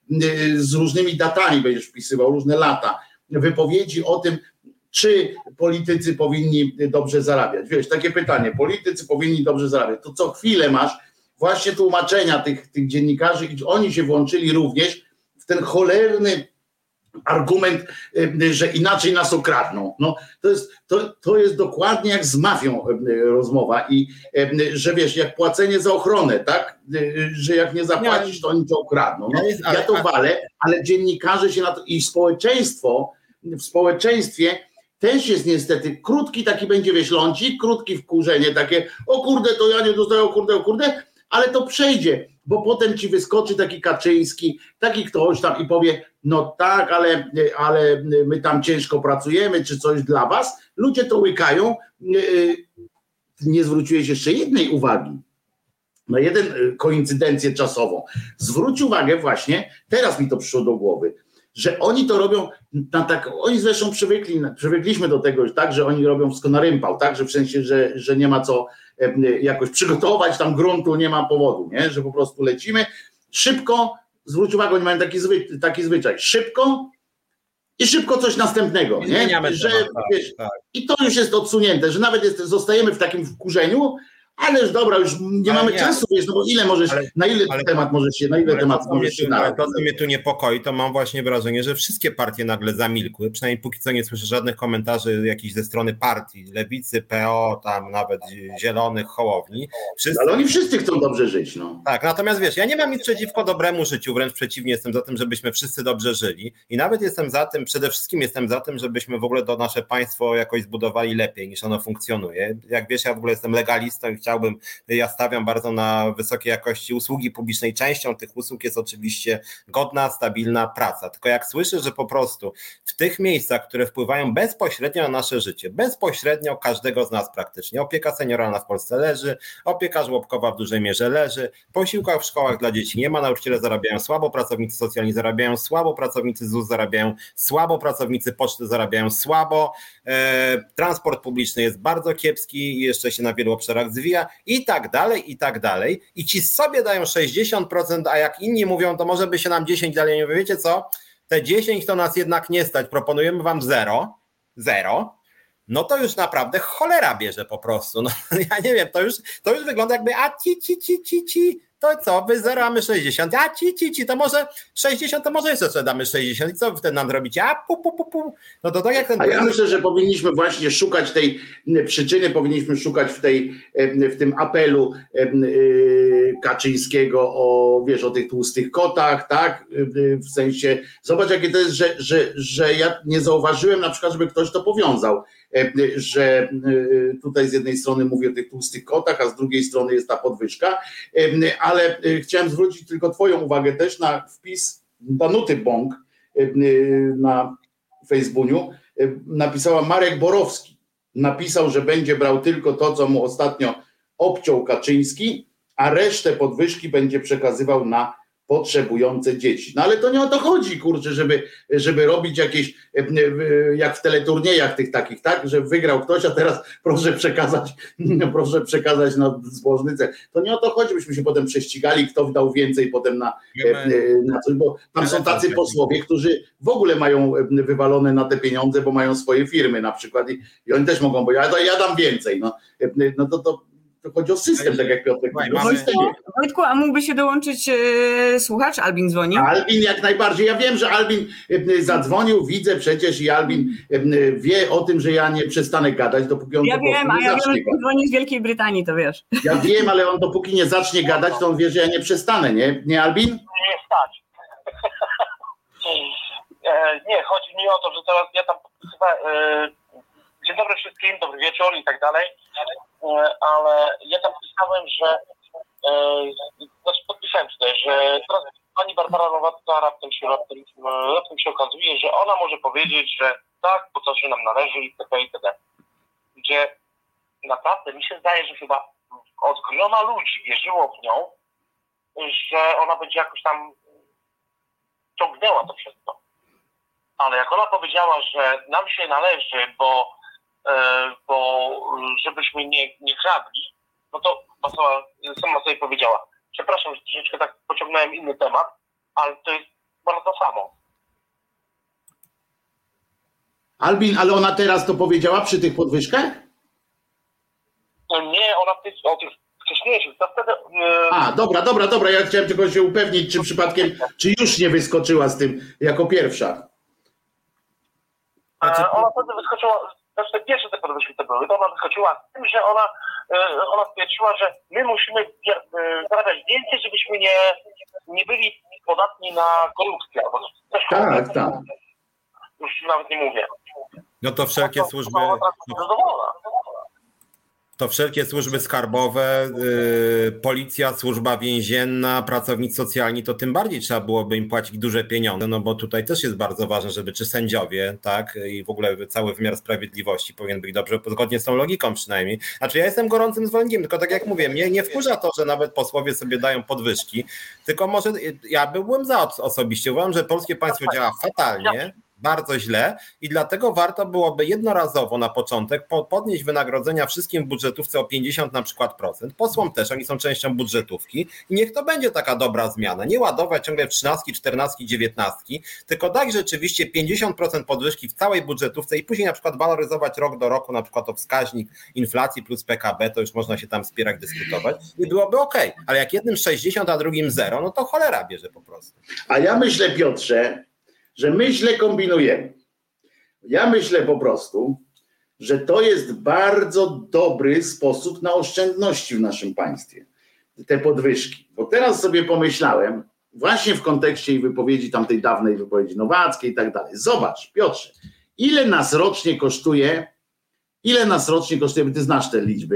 S2: z różnymi datami, będziesz wpisywał różne lata, wypowiedzi o tym, czy politycy powinni dobrze zarabiać. Wiesz, takie pytanie, politycy powinni dobrze zarabiać, to co chwilę masz właśnie tłumaczenia tych, tych dziennikarzy i oni się włączyli również w ten cholerny argument, że inaczej nas okradną. No, to, jest, to, to jest dokładnie jak z mafią rozmowa i że wiesz, jak płacenie za ochronę, tak? Że jak nie zapłacisz, to oni to okradną. No, ja to walę, ale dziennikarze się na to i społeczeństwo, w społeczeństwie też jest niestety krótki taki będzie wiesz lącik, krótki wkurzenie takie, o kurde, to ja nie dostaję, o kurde, o kurde, ale to przejdzie, bo potem ci wyskoczy taki Kaczyński, taki ktoś tam i powie, no tak, ale, ale my tam ciężko pracujemy, czy coś dla was. Ludzie to łykają. Nie zwróciłeś jeszcze jednej uwagi, na jeden koincydencję czasową. Zwróć uwagę właśnie, teraz mi to przyszło do głowy, że oni to robią na tak, oni zresztą przywykli, przywykliśmy do tego, tak, że oni robią wszystko na rympał, tak, że w sensie, że, że nie ma co jakoś przygotować tam gruntu, nie ma powodu, nie, że po prostu lecimy szybko. Zwróć uwagę, oni mają taki, zwy, taki zwyczaj. Szybko i szybko coś następnego. Nie? Że,
S3: temat,
S2: wiesz,
S3: tak.
S2: I to już jest odsunięte, że nawet jest, zostajemy w takim wkurzeniu, ale już dobra, już nie ale mamy nie. czasu, wiesz, no bo ile możesz, ale, na ile ale, temat możesz się, na ile temat
S3: to,
S2: możesz się
S3: ale to, co mnie tu niepokoi, to mam właśnie wrażenie, że wszystkie partie nagle zamilkły, przynajmniej póki co nie słyszę żadnych komentarzy jakichś ze strony partii, Lewicy, P O, tam nawet Zielonych, Hołowni. Wszyscy...
S2: Ale oni wszyscy chcą dobrze żyć, no.
S3: Tak, natomiast wiesz, ja nie mam nic przeciwko dobremu życiu, wręcz przeciwnie, jestem za tym, żebyśmy wszyscy dobrze żyli i nawet jestem za tym, przede wszystkim jestem za tym, żebyśmy w ogóle to nasze państwo jakoś zbudowali lepiej, niż ono funkcjonuje. Jak wiesz, ja w ogóle jestem legalistą i chciałbym, ja stawiam bardzo na wysokiej jakości usługi publicznej. Częścią tych usług jest oczywiście godna, stabilna praca. Tylko jak słyszę, że po prostu w tych miejscach, które wpływają bezpośrednio na nasze życie, bezpośrednio każdego z nas praktycznie, opieka senioralna w Polsce leży, opieka żłobkowa w dużej mierze leży, posiłków w szkołach dla dzieci nie ma, nauczyciele zarabiają słabo, pracownicy socjalni zarabiają słabo, pracownicy Z U S zarabiają słabo, pracownicy poczty zarabiają słabo, e, transport publiczny jest bardzo kiepski i jeszcze się na wielu obszarach zwija i tak dalej, i tak dalej. I ci sobie dają sześćdziesiąt procent, a jak inni mówią, to może by się nam dziesięć dalej nie wiecie co? Te dziesięć to nas jednak nie stać, proponujemy wam zero, zero, no to już naprawdę cholera bierze po prostu. No, ja nie wiem, to już, to już wygląda jakby a ci, ci, ci, ci, ci, to co, wy zero, a my sześćdziesiąt, a ci, ci, ci, to może sześćdziesiąt, to może jeszcze damy sześćdziesiąt i co wy wtedy nam robicie? A pu, pu, pu, pu. No to tak jak ten...
S2: A ja myślę, że powinniśmy właśnie szukać tej przyczyny, powinniśmy szukać w tej, w tym apelu Kaczyńskiego o, wiesz, o tych tłustych kotach, tak? W sensie, zobacz jakie to jest, że, że, że ja nie zauważyłem na przykład, żeby ktoś to powiązał, że tutaj z jednej strony mówię o tych tłustych kotach, a z drugiej strony jest ta podwyżka, ale chciałem zwrócić tylko twoją uwagę też na wpis Danuty Bąk na Facebooku. Napisała Marek Borowski, napisał, że będzie brał tylko to, co mu ostatnio obciął Kaczyński, a resztę podwyżki będzie przekazywał na potrzebujące dzieci. No ale to nie o to chodzi, kurczę, żeby, żeby robić jakieś, jak w teleturniejach tych takich, tak, że wygrał ktoś, a teraz proszę przekazać, proszę przekazać na zbożny cel. To nie o to chodzi, byśmy się potem prześcigali, kto wdał więcej potem na, na coś, bo tam są tacy posłowie, którzy w ogóle mają wywalone na te pieniądze, bo mają swoje firmy na przykład i, i oni też mogą, bo ja, ja dam więcej, no, no to, to To chodzi o system, tak jak Piotrek mówi.
S4: Wojtku, Wojtku, a mógłby się dołączyć e, słuchacz? Albin dzwoni?
S2: Albin jak najbardziej. Ja wiem, że Albin zadzwonił, widzę przecież i Albin wie o tym, że ja nie przestanę gadać, dopóki on
S4: ja
S2: po
S4: wiem,
S2: prostu nie
S4: a ja
S2: zacznie
S4: wiem,
S2: gadać.
S4: dzwoni z Wielkiej Brytanii, to wiesz.
S2: Ja wiem, ale on dopóki nie zacznie gadać, to on wie, że ja nie przestanę, nie? Nie, Albin?
S5: Nie stać. Nie, chodzi mi o to, że teraz ja tam chyba... Dzień dobry wszystkim, dobry wieczór i tak dalej, ale ja tam pisałem, że znaczy podpisałem tutaj, że teraz pani Barbara Nowacka raptem się, raptem, raptem się okazuje, że ona może powiedzieć, że tak, bo to się nam należy itp. itd. Gdzie naprawdę mi się zdaje, że chyba od grona ludzi wierzyło w nią, że ona będzie jakoś tam ciągnęła to wszystko. Ale jak ona powiedziała, że nam się należy, bo bo żebyśmy nie, nie kradli, no to sama, sama sobie powiedziała. Przepraszam, że troszeczkę tak pociągnąłem inny temat, ale to jest chyba to samo.
S2: Albin, ale ona teraz to powiedziała przy tych podwyżkach?
S5: Nie, ona o tych wcześniejszych, to wtedy... Yy...
S2: A, dobra, dobra, dobra, ja chciałem tylko się upewnić, czy przypadkiem, czy już nie wyskoczyła z tym jako pierwsza.
S5: Znaczy... Ona wtedy wyskoczyła... Znaczy te pierwsze te podwyżki to były, to ona wyskoczyła z tym, że ona, ona stwierdziła, że my musimy zarabiać więcej, żebyśmy nie, nie byli podatni na korupcję. Albo coś
S2: tak, tak.
S5: Już nawet nie mówię.
S3: No to wszelkie
S5: to,
S3: służby...
S5: To, to,
S3: To wszelkie służby skarbowe, yy, policja, służba więzienna, pracownicy socjalni, to tym bardziej trzeba byłoby im płacić duże pieniądze, no bo tutaj też jest bardzo ważne, żeby czy sędziowie, tak, i w ogóle cały wymiar sprawiedliwości powinien być dobrze, zgodnie z tą logiką przynajmniej. Znaczy ja jestem gorącym zwolennikiem, tylko tak jak mówię, mnie nie wkurza to, że nawet posłowie sobie dają podwyżki, tylko może ja byłem za osobiście, uważam, że polskie państwo działa fatalnie, bardzo źle i dlatego warto byłoby jednorazowo na początek podnieść wynagrodzenia wszystkim w budżetówce o pięćdziesiąt na przykład procent, posłom też, oni są częścią budżetówki i niech to będzie taka dobra zmiana, nie ładować ciągle w trzynastki, czternastki, dziewiętnastki, tylko dać rzeczywiście pięćdziesiąt procent podwyżki w całej budżetówce i później na przykład waloryzować rok do roku, na przykład o wskaźnik inflacji plus P K B, to już można się tam spierać, dyskutować i byłoby okej, okay. Ale jak jednym sześćdziesiąt, a drugim zero, no to cholera bierze po prostu.
S2: A ja myślę, Piotrze, że my źle kombinujemy. Ja myślę po prostu, że to jest bardzo dobry sposób na oszczędności w naszym państwie. Te podwyżki. Bo teraz sobie pomyślałem, właśnie w kontekście i wypowiedzi tamtej dawnej wypowiedzi Nowackiej i tak dalej. Zobacz, Piotrze, ile nas rocznie kosztuje, ile nas rocznie kosztuje, ty znasz te liczby,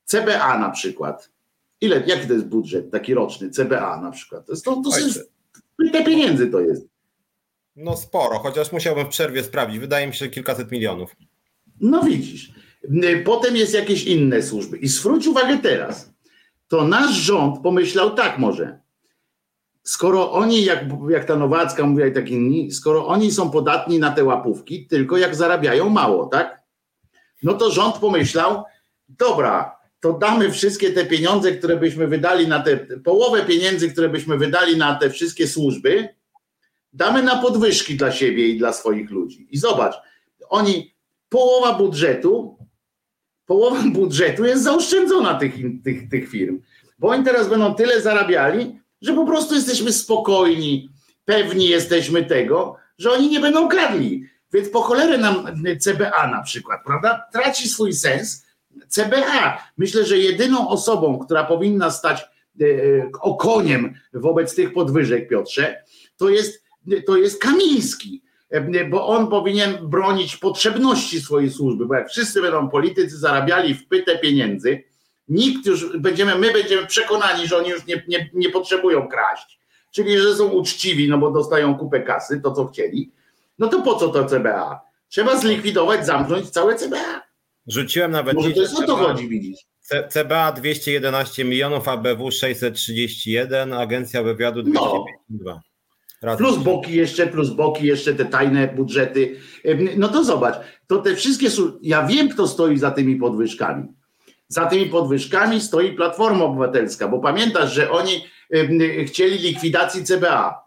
S2: C B A na przykład. Ile, jaki to jest budżet taki roczny, C B A na przykład? To jest, to, to jest, te pieniędzy to jest.
S3: No sporo, chociaż musiałbym w przerwie sprawdzić. Wydaje mi się, że kilkaset milionów.
S2: No widzisz. Potem jest jakieś inne służby. I zwróć uwagę teraz. To nasz rząd pomyślał tak może. Skoro oni, jak, jak ta Nowacka mówiła i tak inni, skoro oni są podatni na te łapówki, tylko jak zarabiają mało, tak? No to rząd pomyślał, dobra, to damy wszystkie te pieniądze, które byśmy wydali na te, połowę pieniędzy, które byśmy wydali na te wszystkie służby, damy na podwyżki dla siebie i dla swoich ludzi. I zobacz, oni, połowa budżetu, połowa budżetu jest zaoszczędzona tych, tych, tych firm, bo oni teraz będą tyle zarabiali, że po prostu jesteśmy spokojni, pewni jesteśmy tego, że oni nie będą kradli. Więc po cholerę nam C B A na przykład, prawda, traci swój sens. C B A, myślę, że jedyną osobą, która powinna stać e, okoniem wobec tych podwyżek, Piotrze, to jest, to jest Kamiński, e, bo on powinien bronić potrzebności swojej służby, bo jak wszyscy będą politycy zarabiali w pytę pieniędzy, nikt już, będziemy, my będziemy przekonani, że oni już nie, nie, nie potrzebują kraść, czyli że są uczciwi, no bo dostają kupę kasy, to co chcieli, no to po co to C B A? Trzeba zlikwidować, zamknąć całe C B A.
S3: Rzuciłem nawet...
S2: Może to jest o to chodzi, widzisz.
S3: C B A dwieście jedenaście milionów, A B W sześćset trzydzieści jeden, Agencja Wywiadu dwieście pięćdziesiąt dwa.
S2: No. Plus boki jeszcze, plus boki jeszcze, te tajne budżety. No to zobacz, to te wszystkie... Ja wiem, kto stoi za tymi podwyżkami. Za tymi podwyżkami stoi Platforma Obywatelska, bo pamiętasz, że oni chcieli likwidacji C B A.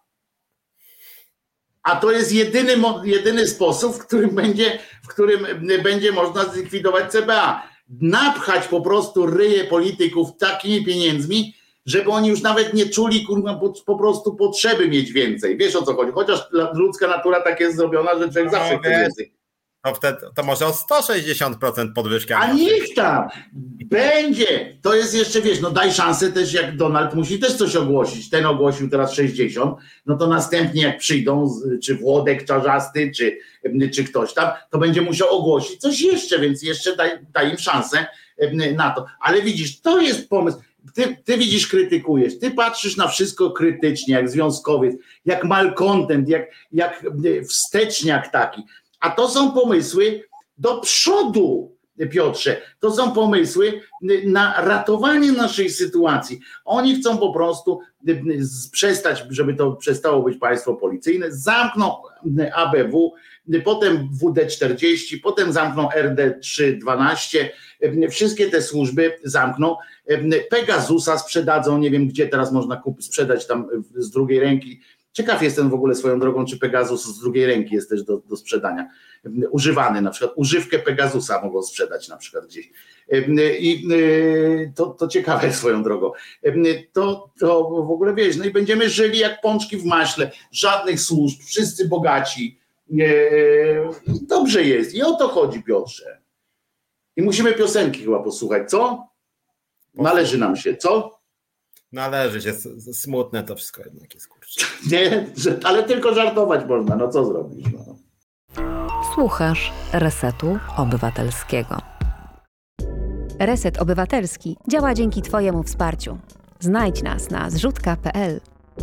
S2: A to jest jedyny, jedyny sposób, w którym będzie, w którym będzie można zlikwidować C B A. Napchać po prostu ryje polityków takimi pieniędzmi, żeby oni już nawet nie czuli kurwa, po prostu potrzeby mieć więcej. Wiesz, o co chodzi? Chociaż ludzka natura tak jest zrobiona, że człowiek zawsze chce więcej.
S3: To, wtedy, to może o sto sześćdziesiąt procent podwyżki.
S2: A niech tam będzie. To jest jeszcze, wiesz, no daj szansę też, jak Donald musi też coś ogłosić. Ten ogłosił teraz sześćdziesiąt, no to następnie jak przyjdą, czy Włodek Czarzasty, czy, czy ktoś tam, to będzie musiał ogłosić coś jeszcze, więc jeszcze daj, daj im szansę na to. Ale widzisz, to jest pomysł. Ty, ty widzisz, krytykujesz, ty patrzysz na wszystko krytycznie, jak związkowiec, jak malkontent, jak, jak wsteczniak taki. A to są pomysły do przodu, Piotrze. To są pomysły na ratowanie naszej sytuacji. Oni chcą po prostu przestać, żeby to przestało być państwo policyjne, zamkną A B W, potem W D czterdzieści, potem zamkną R D trzysta dwanaście, wszystkie te służby zamkną, Pegasusa sprzedadzą, nie wiem gdzie teraz można kupić, sprzedać tam z drugiej ręki. Ciekaw jestem w ogóle swoją drogą, czy Pegasus z drugiej ręki jest też do, do sprzedania. Używany, na przykład używkę Pegasusa mogą sprzedać na przykład gdzieś. I to, to ciekawe swoją drogą. To, to w ogóle wiesz, no i będziemy żyli jak pączki w maśle, żadnych służb, wszyscy bogaci. Dobrze jest i o to chodzi, Piotrze. I musimy piosenki chyba posłuchać, co? Należy nam się, co?
S3: Należy się, smutne to wszystko jednak jest, kurczę.
S2: Nie, ale tylko żartować można, no co zrobisz? No.
S6: Słuchasz Resetu Obywatelskiego. Reset Obywatelski działa dzięki Twojemu wsparciu. Znajdź nas na zrzutka kropka pe el.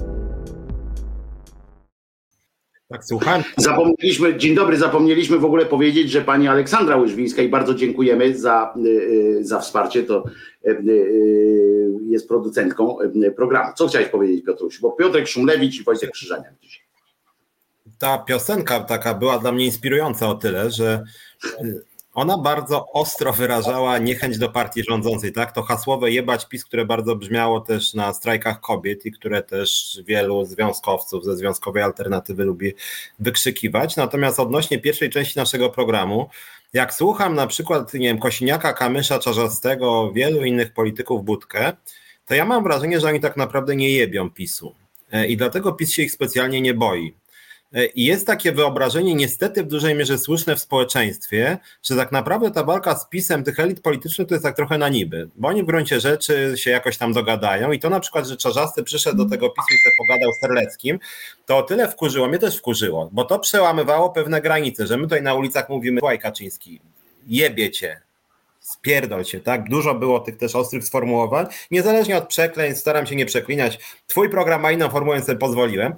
S3: Tak, słucham.
S2: Zapomnieliśmy, dzień dobry, zapomnieliśmy w ogóle powiedzieć, że pani Aleksandra Łyżwińska i bardzo dziękujemy za, za wsparcie, to jest producentką programu. Co chciałeś powiedzieć, Piotruś? Bo Piotrek Szumlewicz i Wojciech Krzyżaniak dzisiaj.
S3: Ta piosenka taka była dla mnie inspirująca o tyle, że ona bardzo ostro wyrażała niechęć do partii rządzącej, tak? To hasłowe jebać PiS, które bardzo brzmiało też na strajkach kobiet i które też wielu związkowców ze Związkowej Alternatywy lubi wykrzykiwać. Natomiast odnośnie pierwszej części naszego programu, jak słucham na przykład, nie wiem, Kosiniaka, Kamysza, Czarzastego, wielu innych polityków Budkę, to ja mam wrażenie, że oni tak naprawdę nie jebią PiSu. I dlatego PiS się ich specjalnie nie boi. I jest takie wyobrażenie, niestety w dużej mierze słuszne w społeczeństwie, że tak naprawdę ta walka z PiS-em tych elit politycznych to jest tak trochę na niby, bo oni w gruncie rzeczy się jakoś tam dogadają i to na przykład, że Czarzasty przyszedł do tego PiS-u i sobie pogadał z Terleckim, to o tyle wkurzyło, mnie też wkurzyło, bo to przełamywało pewne granice, że my tutaj na ulicach mówimy, słuchaj Kaczyński, jebie cię, spierdol się, tak? Dużo było tych też ostrych sformułowań, niezależnie od przekleństw, staram się nie przeklinać. Twój program ma inną formułę, więc sobie pozwoliłem,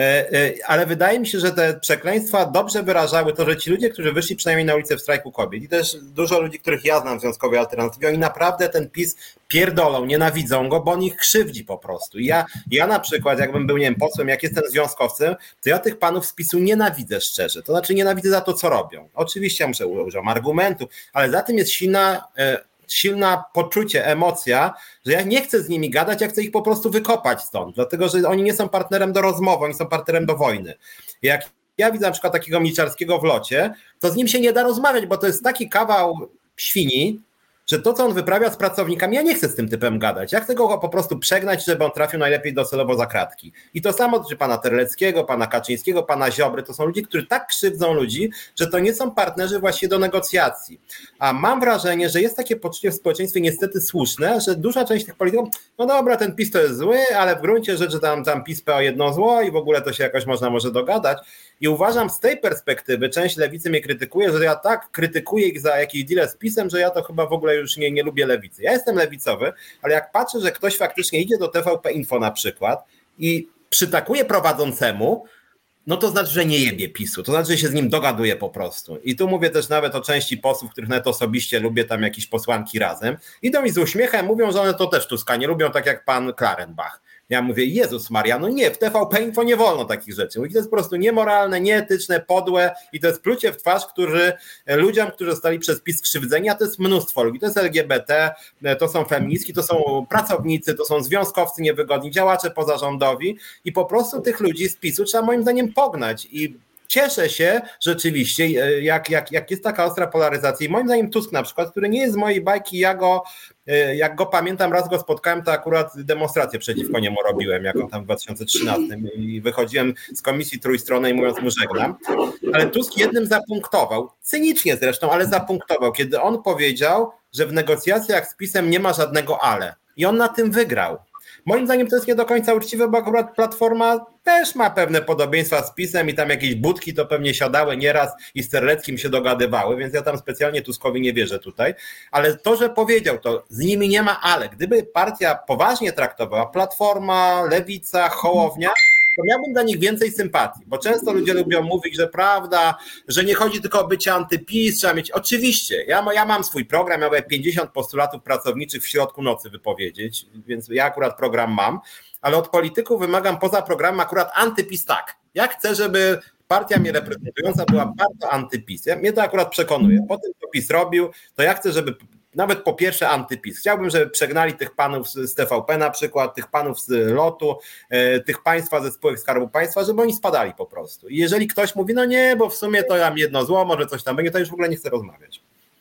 S3: ale wydaje mi się, że te przekleństwa dobrze wyrażały to, że ci ludzie, którzy wyszli przynajmniej na ulicę w strajku kobiet i też dużo ludzi, których ja znam w Związkowej Alternatywie, oni naprawdę ten PiS pierdolą, nienawidzą go, bo on ich krzywdzi po prostu. I ja, ja na przykład, jakbym był, nie wiem, posłem, jak jestem związkowcem, to ja tych panów z PiSu nienawidzę szczerze. To znaczy nienawidzę za to, co robią. Oczywiście muszę użyć argumentu, ale za tym jest silna, silna poczucie, emocja, że ja nie chcę z nimi gadać, ja chcę ich po prostu wykopać stąd, dlatego, że oni nie są partnerem do rozmowy, oni są partnerem do wojny. Jak ja widzę na przykład takiego Milczarskiego w locie, to z nim się nie da rozmawiać, bo to jest taki kawał świni, że to, co on wyprawia z pracownikami, ja nie chcę z tym typem gadać. Ja chcę go po prostu przegnać, żeby on trafił najlepiej docelowo za kratki. I to samo dotyczy pana Terleckiego, pana Kaczyńskiego, pana Ziobry. To są ludzie, którzy tak krzywdzą ludzi, że to nie są partnerzy właściwie do negocjacji. A mam wrażenie, że jest takie poczucie w społeczeństwie niestety słuszne, że duża część tych polityków, no dobra, ten PiS to jest zły, ale w gruncie rzeczy tam, tam PiS P O jedno zło i w ogóle to się jakoś można może dogadać. I uważam z tej perspektywy, część lewicy mnie krytykuje, że ja tak krytykuję ich za jakiś deal z PiS-em, że ja to chyba w ogóle już nie, nie lubię lewicy. Ja jestem lewicowy, ale jak patrzę, że ktoś faktycznie idzie do T V P Info na przykład i przytakuje prowadzącemu, no to znaczy, że nie jebie PiSu, to znaczy, że się z nim dogaduje po prostu. I tu mówię też nawet o części posłów, których nawet osobiście lubię, tam jakieś posłanki razem. Idą mi z uśmiechem, mówią, że one to też Tuska nie lubią, tak jak pan Klarenbach. Ja mówię, Jezus Maria, no nie, w T V P Info nie wolno takich rzeczy. Mówi, to jest po prostu niemoralne, nieetyczne, podłe i to jest plucie w twarz, którzy, ludziom, którzy zostali przez PiS skrzywdzeni, a to jest mnóstwo ludzi. To jest L G B T, to są feministki, to są pracownicy, to są związkowcy niewygodni, działacze pozarządowi i po prostu tych ludzi z PiSu trzeba moim zdaniem pognać i cieszę się rzeczywiście, jak, jak, jak jest taka ostra polaryzacja i moim zdaniem Tusk na przykład, który nie jest z mojej bajki, ja go, jak go pamiętam, raz go spotkałem, to akurat demonstrację przeciwko niemu robiłem, jak on tam w dwa tysiące trzynastym i wychodziłem z komisji trójstronnej mówiąc mu żegnam, ale Tusk jednym zapunktował, cynicznie zresztą, ale zapunktował, kiedy on powiedział, że w negocjacjach z PiS-em nie ma żadnego ale i on na tym wygrał. Moim zdaniem to jest nie do końca uczciwe, bo akurat Platforma też ma pewne podobieństwa z PiS-em i tam jakieś budki to pewnie siadały nieraz i z Terleckim się dogadywały, więc ja tam specjalnie Tuskowi nie wierzę tutaj, ale to, że powiedział to, z nimi nie ma ale. Gdyby partia poważnie traktowała, Platforma, Lewica, Hołownia, to miałbym dla nich więcej sympatii, bo często ludzie lubią mówić, że prawda, że nie chodzi tylko o bycie antyPiS, trzeba mieć, oczywiście, ja, ja mam swój program, ja mogę pięćdziesiąt postulatów pracowniczych w środku nocy wypowiedzieć, więc ja akurat program mam, ale od polityków wymagam poza programem akurat antyPiS tak. Ja chcę, żeby partia mnie reprezentująca była bardzo antyPiS. Ja, mnie to akurat przekonuje. Po tym, co PiS robił, to ja chcę, żeby nawet po pierwsze antyPiS. Chciałbym, żeby przegnali tych panów z T V P na przykład, tych panów z lotu, tych państwa ze spółek Skarbu Państwa, żeby oni spadali po prostu. I jeżeli ktoś mówi, no nie, bo w sumie to ja mam jedno zło, może coś tam będzie, to już w ogóle nie chcę rozmawiać.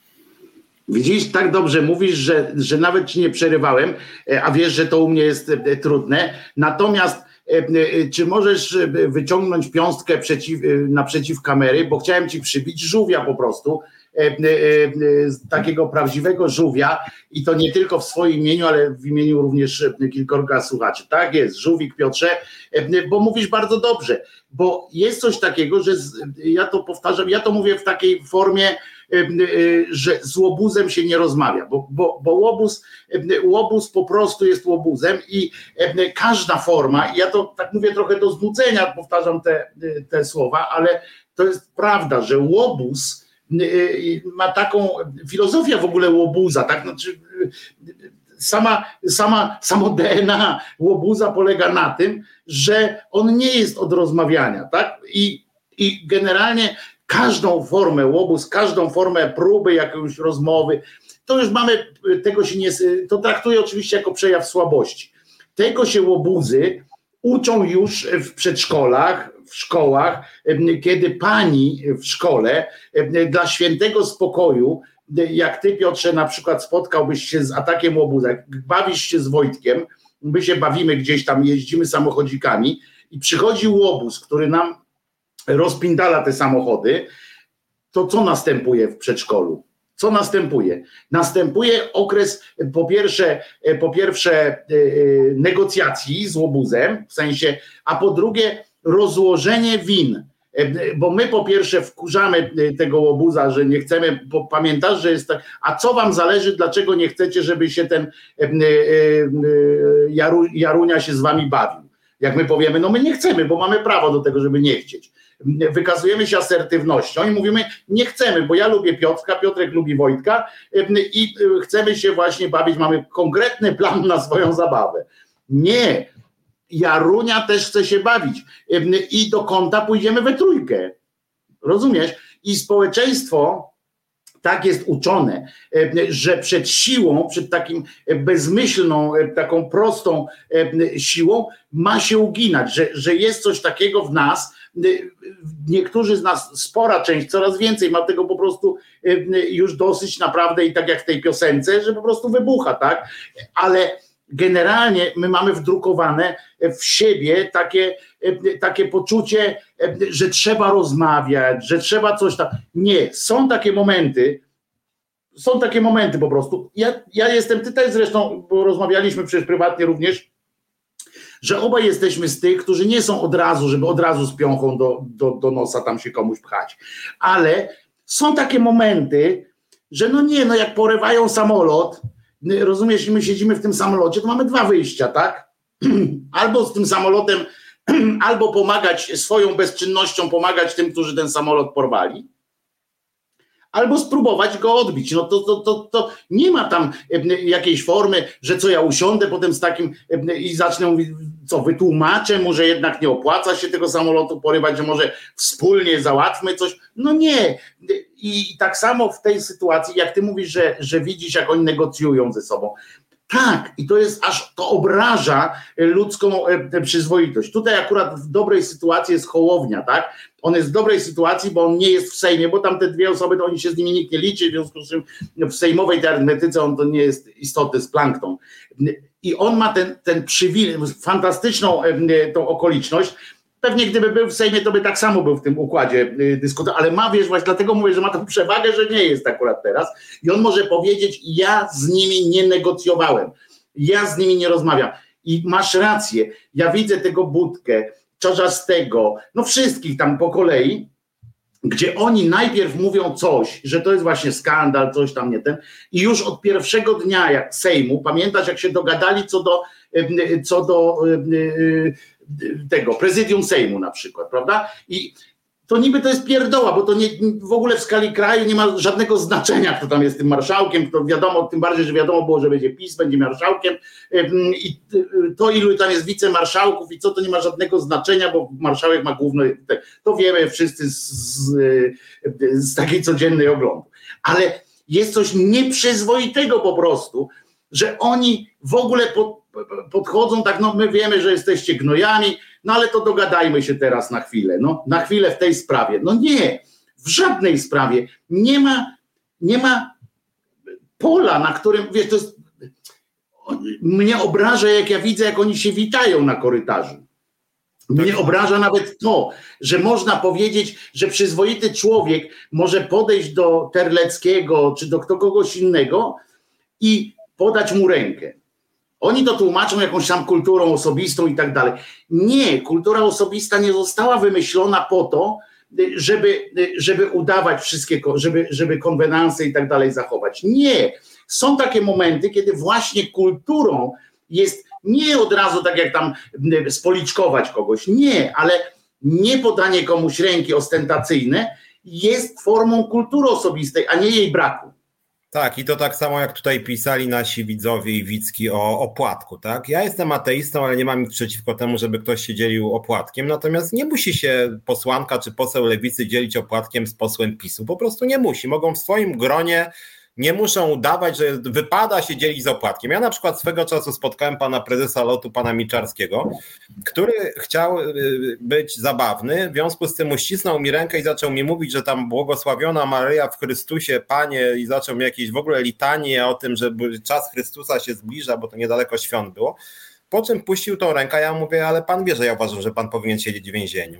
S2: Widzisz, tak dobrze mówisz, że, że nawet ci nie przerywałem, a wiesz, że to u mnie jest trudne. Natomiast czy możesz wyciągnąć piąstkę przeciw, naprzeciw kamery, bo chciałem ci przybić żółwia po prostu, takiego prawdziwego żółwia i to nie tylko w swoim imieniu, ale w imieniu również kilkorga słuchaczy. Tak jest, żółwik Piotrze, bo mówisz bardzo dobrze, bo jest coś takiego, że z, ja to powtarzam, ja to mówię w takiej formie, że z łobuzem się nie rozmawia, bo, bo, bo łobuz, łobuz po prostu jest łobuzem i każda forma, ja to tak mówię trochę do znudzenia, powtarzam te, te słowa, ale to jest prawda, że łobuz ma taką filozofię w ogóle łobuza, tak? Znaczy, sama, sama, samo D N A łobuza polega na tym, że on nie jest od rozmawiania, tak? I, i generalnie każdą formę łobuz, każdą formę próby jakiejś rozmowy, to już mamy, tego się nie, to traktuję oczywiście jako przejaw słabości. Tego się łobuzy uczą już w przedszkolach, w szkołach, kiedy pani w szkole dla świętego spokoju, jak ty, Piotrze, na przykład spotkałbyś się z atakiem łobuza, jak bawisz się z Wojtkiem, my się bawimy gdzieś tam, jeździmy samochodzikami i przychodzi łobuz, który nam rozpindala te samochody, to co następuje w przedszkolu? Co następuje? Następuje okres po pierwsze, po pierwsze negocjacji z łobuzem, w sensie, a po drugie rozłożenie win. Bo my po pierwsze wkurzamy tego łobuza, że nie chcemy, bo pamiętasz, że jest tak, a co wam zależy, dlaczego nie chcecie, żeby się ten Jaru, Jarunia się z wami bawił? Jak my powiemy, no my nie chcemy, bo mamy prawo do tego, żeby nie chcieć. Wykazujemy się asertywnością i mówimy, nie chcemy, bo ja lubię Piotrka, Piotrek lubi Wojtka i chcemy się właśnie bawić, mamy konkretny plan na swoją zabawę. Nie, Jarunia też chce się bawić i do kąta pójdziemy we trójkę. Rozumiesz? I społeczeństwo tak jest uczone, że przed siłą, przed takim bezmyślną, taką prostą siłą ma się uginać, że, że jest coś takiego w nas. Niektórzy z nas, spora część, coraz więcej ma tego po prostu już dosyć naprawdę i tak jak w tej piosence, że po prostu wybucha, tak? Ale generalnie my mamy wdrukowane w siebie takie, takie poczucie, że trzeba rozmawiać, że trzeba coś tam. Nie, są takie momenty, są takie momenty po prostu. Ja, ja jestem, ty też zresztą, bo rozmawialiśmy przecież prywatnie również, że obaj jesteśmy z tych, którzy nie są od razu, żeby od razu z piąchą do, do, do nosa tam się komuś pchać. Ale są takie momenty, że no nie, no jak porywają samolot, rozumiesz, i my siedzimy w tym samolocie, to mamy dwa wyjścia, tak? Albo z tym samolotem, albo pomagać swoją bezczynnością, pomagać tym, którzy ten samolot porwali, albo spróbować go odbić. No to, to, to, to nie ma tam jakiejś formy, że co ja usiądę potem z takim i zacznę mówić, co wytłumaczę mu, że jednak nie opłaca się tego samolotu porywać, że może wspólnie załatwmy coś. No nie. I tak samo w tej sytuacji, jak ty mówisz, że, że widzisz, jak oni negocjują ze sobą. Tak, i to jest aż, to obraża ludzką przyzwoitość. Tutaj akurat w dobrej sytuacji jest Hołownia, tak? On jest w dobrej sytuacji, bo on nie jest w Sejmie, bo tam te dwie osoby, to oni się z nimi nikt nie liczy, w związku z czym w sejmowej tej arytmetyce on to nie jest istotny z plankton. I on ma ten, ten przywilej, fantastyczną tą okoliczność. Pewnie gdyby był w Sejmie, to by tak samo był w tym układzie dyskutował, ale ma, wiesz, właśnie dlatego mówię, że ma tą przewagę, że nie jest akurat teraz i on może powiedzieć, ja z nimi nie negocjowałem, ja z nimi nie rozmawiam i masz rację, ja widzę tego Budkę, Czarzastego, no wszystkich tam po kolei, gdzie oni najpierw mówią coś, że to jest właśnie skandal, coś tam nie ten i już od pierwszego dnia jak Sejmu, pamiętasz jak się dogadali co do co do tego prezydium Sejmu na przykład, prawda? I to niby to jest pierdoła, bo to nie, w ogóle w skali kraju nie ma żadnego znaczenia, kto tam jest tym marszałkiem, to wiadomo, tym bardziej, że wiadomo było, że będzie PiS, będzie marszałkiem i to ilu tam jest wicemarszałków i co, to nie ma żadnego znaczenia, bo marszałek ma główne, to wiemy wszyscy z, z, z takiej codziennej oglądu. Ale jest coś nieprzyzwoitego po prostu, że oni w ogóle pod, podchodzą tak, no my wiemy, że jesteście gnojami, no ale to dogadajmy się teraz na chwilę, no na chwilę w tej sprawie. No nie, w żadnej sprawie nie ma, nie ma pola, na którym, wiesz, to jest, mnie obraża, jak ja widzę, jak oni się witają na korytarzu. Mnie obraża nawet to, że można powiedzieć, że przyzwoity człowiek może podejść do Terleckiego czy do kogoś innego i podać mu rękę. Oni to tłumaczą jakąś tam kulturą osobistą i tak dalej. Nie, kultura osobista nie została wymyślona po to, żeby, żeby udawać wszystkie, żeby, żeby konwenanse i tak dalej zachować. Nie. Są takie momenty, kiedy właśnie kulturą jest nie od razu tak jak tam spoliczkować kogoś. Nie, ale nie podanie komuś ręki ostentacyjne jest formą kultury osobistej, a nie jej braku.
S3: Tak, i to tak samo jak tutaj pisali nasi widzowie i widzki o opłatku, tak? Ja jestem ateistą, ale nie mam nic przeciwko temu, żeby ktoś się dzielił opłatkiem, natomiast nie musi się posłanka czy poseł Lewicy dzielić opłatkiem z posłem PiSu, po prostu nie musi, mogą w swoim gronie, nie muszą udawać, że wypada się dzielić z opłatkiem. Ja na przykład swego czasu spotkałem pana prezesa lotu, pana Milczarskiego, który chciał być zabawny, w związku z tym uścisnął mi rękę i zaczął mi mówić, że tam błogosławiona Maryja w Chrystusie, Panie, i zaczął mi jakieś w ogóle litanie o tym, że czas Chrystusa się zbliża, bo to niedaleko świąt było. Po czym puścił tą rękę, ja mówię, ale pan wie, że ja uważam, że pan powinien siedzieć w więzieniu.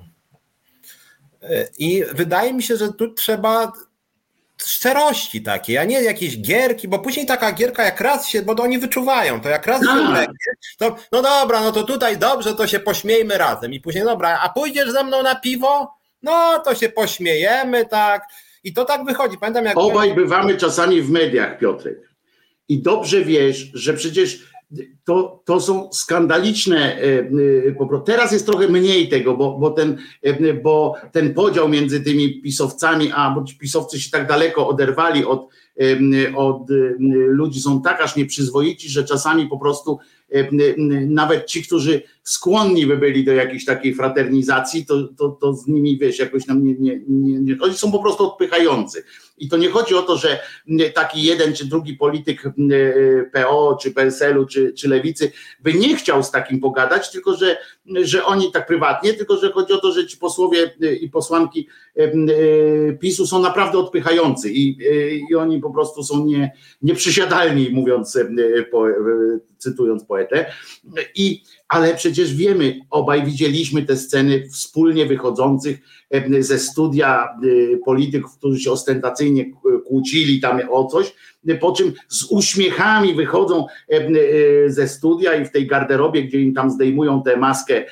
S3: I wydaje mi się, że tu trzeba szczerości takiej, a nie jakieś gierki, bo później taka gierka jak raz się, bo to oni wyczuwają, to jak raz się ulegnie, to no dobra, no to tutaj dobrze, to się pośmiejmy razem i później dobra, a pójdziesz ze mną na piwo? no to się pośmiejemy, tak, i to tak wychodzi. Pamiętam, jak...
S2: Obaj bywamy czasami w mediach, Piotrek, i dobrze wiesz, że przecież to, to są skandaliczne, teraz jest trochę mniej tego, bo, bo, ten, bo ten podział między tymi pisowcami, a bo ci pisowcy się tak daleko oderwali od, od ludzi, są tak aż nieprzyzwoici, że czasami po prostu nawet ci, którzy skłonni by byli do jakiejś takiej fraternizacji, to, to, to z nimi, wiesz, jakoś nam nie, nie, nie, nie, oni są po prostu odpychający. I to nie chodzi o to, że taki jeden czy drugi polityk P O, czy P S L-u, czy, czy Lewicy by nie chciał z takim pogadać, tylko że, że oni tak prywatnie, tylko że chodzi o to, że ci posłowie i posłanki PiS-u są naprawdę odpychający i, i oni po prostu są nie, nieprzysiadalni, mówiąc, po, cytując poetę. I, ale przecież wiemy, obaj widzieliśmy te sceny wspólnie wychodzących ze studia polityków, którzy się ostentacyjnie kłócili tam o coś, po czym z uśmiechami wychodzą ze studia i w tej garderobie, gdzie im tam zdejmują tę maskę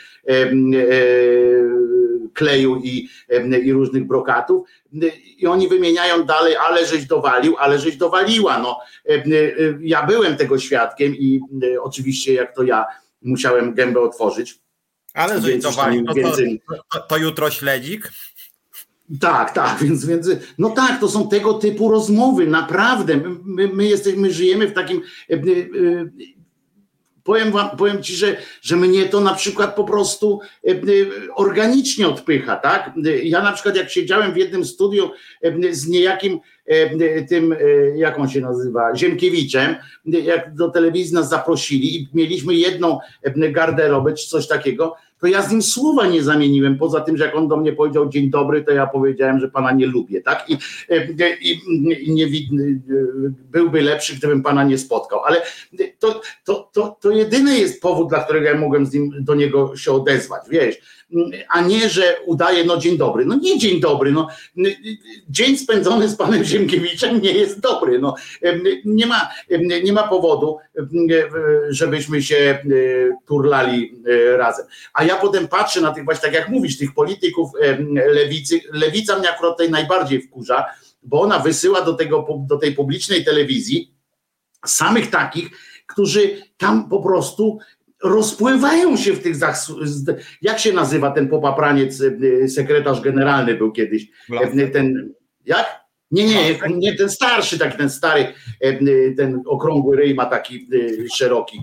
S2: kleju i, i różnych brokatów i oni wymieniają dalej, ale żeś dowalił, ale żeś dowaliła. No, ja byłem tego świadkiem i oczywiście jak to ja musiałem gębę otworzyć.
S3: Ale żeś dowalił, to, więcej... to, to, to jutro śledzik?
S2: Tak, tak, więc, więc no tak, to są tego typu rozmowy, naprawdę. My, my jesteśmy, my żyjemy w takim... Yy, yy, Powiem wam, powiem ci, że, że mnie to na przykład po prostu organicznie odpycha, tak? Ja na przykład jak siedziałem w jednym studiu z niejakim tym, jak on się nazywa, Ziemkiewiczem, jak do telewizji nas zaprosili i mieliśmy jedną garderobę czy coś takiego, to ja z nim słowa nie zamieniłem, poza tym, że jak on do mnie powiedział dzień dobry, to ja powiedziałem, że pana nie lubię, tak? I, i, i nie, byłby lepszy, gdybym pana nie spotkał, ale to, to, to, to jedyny jest powód, dla którego ja mogłem z nim, do niego się odezwać, wiesz, a nie, że udaje, no dzień dobry, no nie dzień dobry, no dzień spędzony z panem Ziemkiewiczem nie jest dobry, no nie ma, nie ma powodu, żebyśmy się turlali razem, a ja potem patrzę na tych właśnie, tak jak mówisz, tych polityków lewicy, lewica mnie akurat tutaj najbardziej wkurza, bo ona wysyła do, tego, do tej publicznej telewizji samych takich, którzy tam po prostu rozpływają się w tych, jak się nazywa ten popapraniec, sekretarz generalny był kiedyś, ten, jak? Nie, nie, nie, ten starszy, taki ten stary, ten okrągły ryj ma taki szeroki.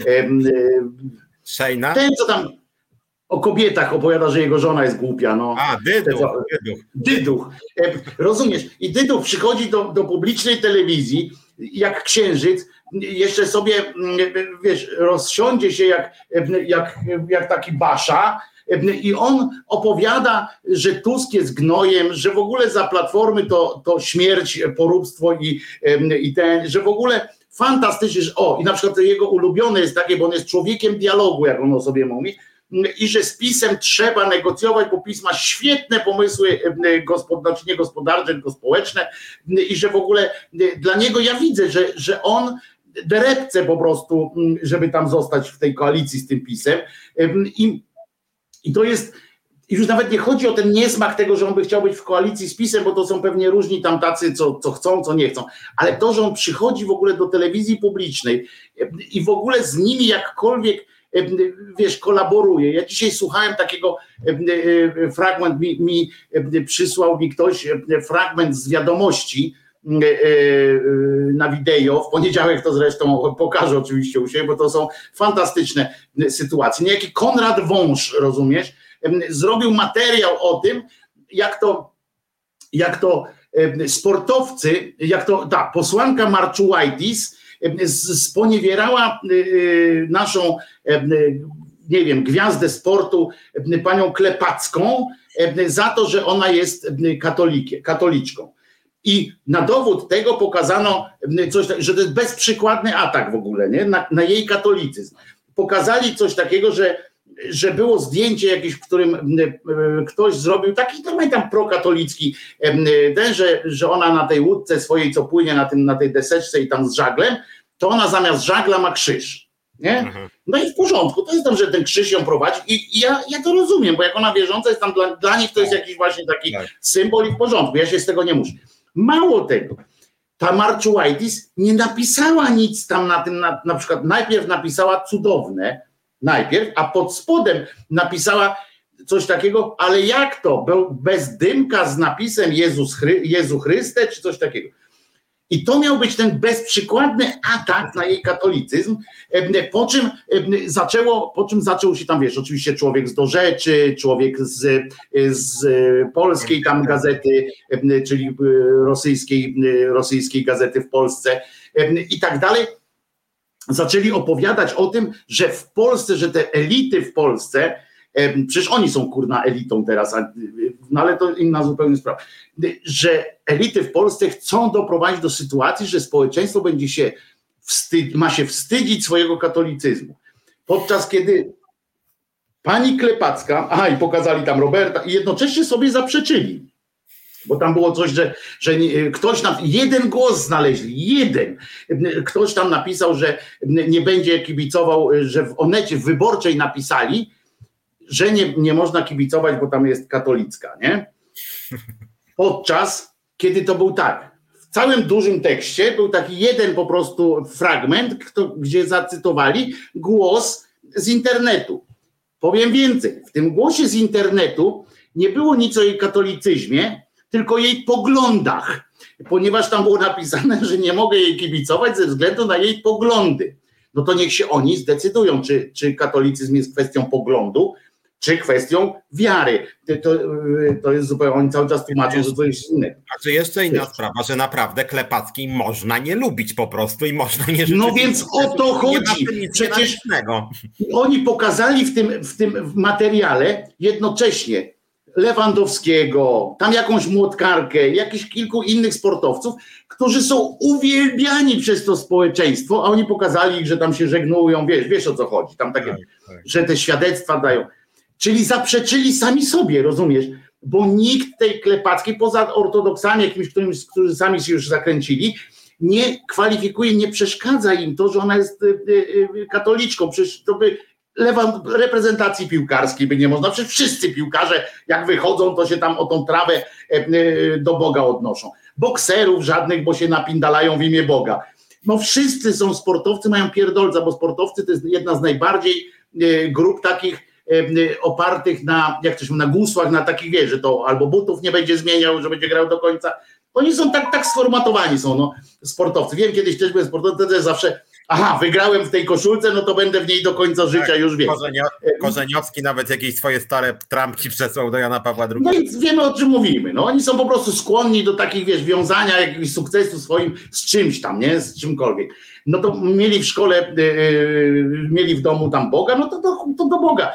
S3: Szejna?
S2: Ten, co tam o kobietach opowiada, że jego żona jest głupia. No.
S3: A, Dyduch. Dyduch.
S2: Dyduch. Rozumiesz? I Dyduch przychodzi do, do publicznej telewizji, jak księżyc, jeszcze sobie, wiesz, rozsiądzie się jak, jak, jak taki basza i on opowiada, że Tusk jest gnojem, że w ogóle za Platformy to, to śmierć, poróbstwo i, i ten, że w ogóle fantastycznie, że, o, i na przykład jego ulubione jest takie, bo on jest człowiekiem dialogu, jak on o sobie mówi, i że z PiS-em trzeba negocjować, bo PiS ma świetne pomysły, znaczy nie gospodarcze, tylko społeczne i że w ogóle dla niego ja widzę, że, że on drepce po prostu, żeby tam zostać w tej koalicji z tym PiS-em i, i to jest, już nawet nie chodzi o ten niesmak tego, że on by chciał być w koalicji z PiS-em, bo to są pewnie różni tam tacy, co, co chcą, co nie chcą, ale to, że on przychodzi w ogóle do telewizji publicznej i w ogóle z nimi jakkolwiek, wiesz, kolaboruje. Ja dzisiaj słuchałem takiego fragment, mi, mi przysłał mi ktoś fragment z wiadomości na wideo, w poniedziałek to zresztą pokażę oczywiście u siebie, bo to są fantastyczne sytuacje. Niejaki Konrad Wąż, rozumiesz, zrobił materiał o tym, jak to, jak to sportowcy, jak to ta posłanka Marczułajtis sponiewierała naszą, nie wiem, gwiazdę sportu, panią Klepacką, za to, że ona jest katolikiem, katoliczką. I na dowód tego pokazano coś, że to jest bezprzykładny atak w ogóle, nie? Na, na jej katolicyzm. Pokazali coś takiego, że, że było zdjęcie jakieś, w którym ktoś zrobił taki, no pamiętam, prokatolicki, ten, że, że ona na tej łódce swojej, co płynie na, tym, na tej deseczce i tam z żaglem, to ona zamiast żagla ma krzyż. Nie? Mhm. No i w porządku, to jest tam, że ten krzyż ją prowadzi i, i ja, ja to rozumiem, bo jak ona wierząca jest tam, dla, dla nich to jest jakiś właśnie taki tak. symbol i w porządku, ja się z tego nie muszę. Mało tego, ta Marczułajtis nie napisała nic tam na tym, na, na przykład najpierw napisała cudowne, najpierw, a pod spodem napisała coś takiego, ale jak to? Bez dymka z napisem Jezus Chry, Jezu Chryste, czy coś takiego. I to miał być ten bezprzykładny atak na jej katolicyzm, po czym zaczęło, po czym zaczął się tam, wiesz, oczywiście Człowiek z Do Rzeczy, człowiek z, z polskiej tam gazety, czyli rosyjskiej, rosyjskiej gazety w Polsce i tak dalej. Zaczęli opowiadać o tym, że w Polsce, że te elity w Polsce, przecież oni są kurna elitą teraz, no ale to inna zupełnie sprawa, że elity w Polsce chcą doprowadzić do sytuacji, że społeczeństwo będzie się wstyd, ma się wstydzić swojego katolicyzmu. Podczas kiedy pani Klepacka, aha i pokazali tam Roberta i jednocześnie sobie zaprzeczyli, bo tam było coś, że, że nie, ktoś nam, jeden głos znaleźli, jeden, ktoś tam napisał, że nie będzie kibicował, że w Onecie w Wyborczej napisali, że nie, nie można kibicować, bo tam jest katolicka, nie? Podczas, kiedy to był tak, w całym dużym tekście był taki jeden po prostu fragment, kto, gdzie zacytowali głos z internetu. Powiem więcej, w tym głosie z internetu nie było nic o jej katolicyzmie, tylko jej poglądach, ponieważ tam było napisane, że nie mogę jej kibicować ze względu na jej poglądy. No to niech się oni zdecydują, czy, czy katolicyzm jest kwestią poglądu, czy kwestią wiary. To, to jest zupełnie, oni cały czas tłumaczą, że to jest innego.
S3: A czy jeszcze inna sprawa, że naprawdę Klepackiej można nie lubić po prostu i można nie życzyć.
S2: No więc o to chodzi. Przecież oni pokazali w tym, w tym materiale jednocześnie Lewandowskiego, tam jakąś młotkarkę, jakichś kilku innych sportowców, którzy są uwielbiani przez to społeczeństwo, a oni pokazali ich, że tam się żegnują, wiesz, wiesz o co chodzi, tam takie, tak, tak. że te świadectwa dają. Czyli zaprzeczyli sami sobie, rozumiesz? Bo nikt tej Klepackiej, poza ortodoksami jakimiś, którymi, którzy sami się już zakręcili, nie kwalifikuje, nie przeszkadza im to, że ona jest y, y, katoliczką. Przecież to by lewa, reprezentacji piłkarskiej by nie można. Przecież wszyscy piłkarze, jak wychodzą, to się tam o tą trawę y, y, do Boga odnoszą. Bokserów żadnych, bo się napindalają w imię Boga. No wszyscy są sportowcy, mają pierdolca, bo sportowcy to jest jedna z najbardziej y, grup takich opartych na, jak to się na gusłach, na takich, wiesz, że to albo butów nie będzie zmieniał, że będzie grał do końca. Oni są tak, tak sformatowani są, no, sportowcy. Wiem, kiedyś też byłem sportowcem, też zawsze, aha, wygrałem w tej koszulce, no to będę w niej do końca życia, tak, już wiem.
S3: Korzenio, Korzeniowski nawet jakieś swoje stare trampki przesłał do Jana Pawła drugiego.
S2: No i wiemy, o czym mówimy. No, oni są po prostu skłonni do takich, wiesz, wiązania jakiegoś sukcesu swoim z czymś tam, nie? Z czymkolwiek. No to mieli w szkole, yy, mieli w domu tam Boga, no to, to, to do Boga.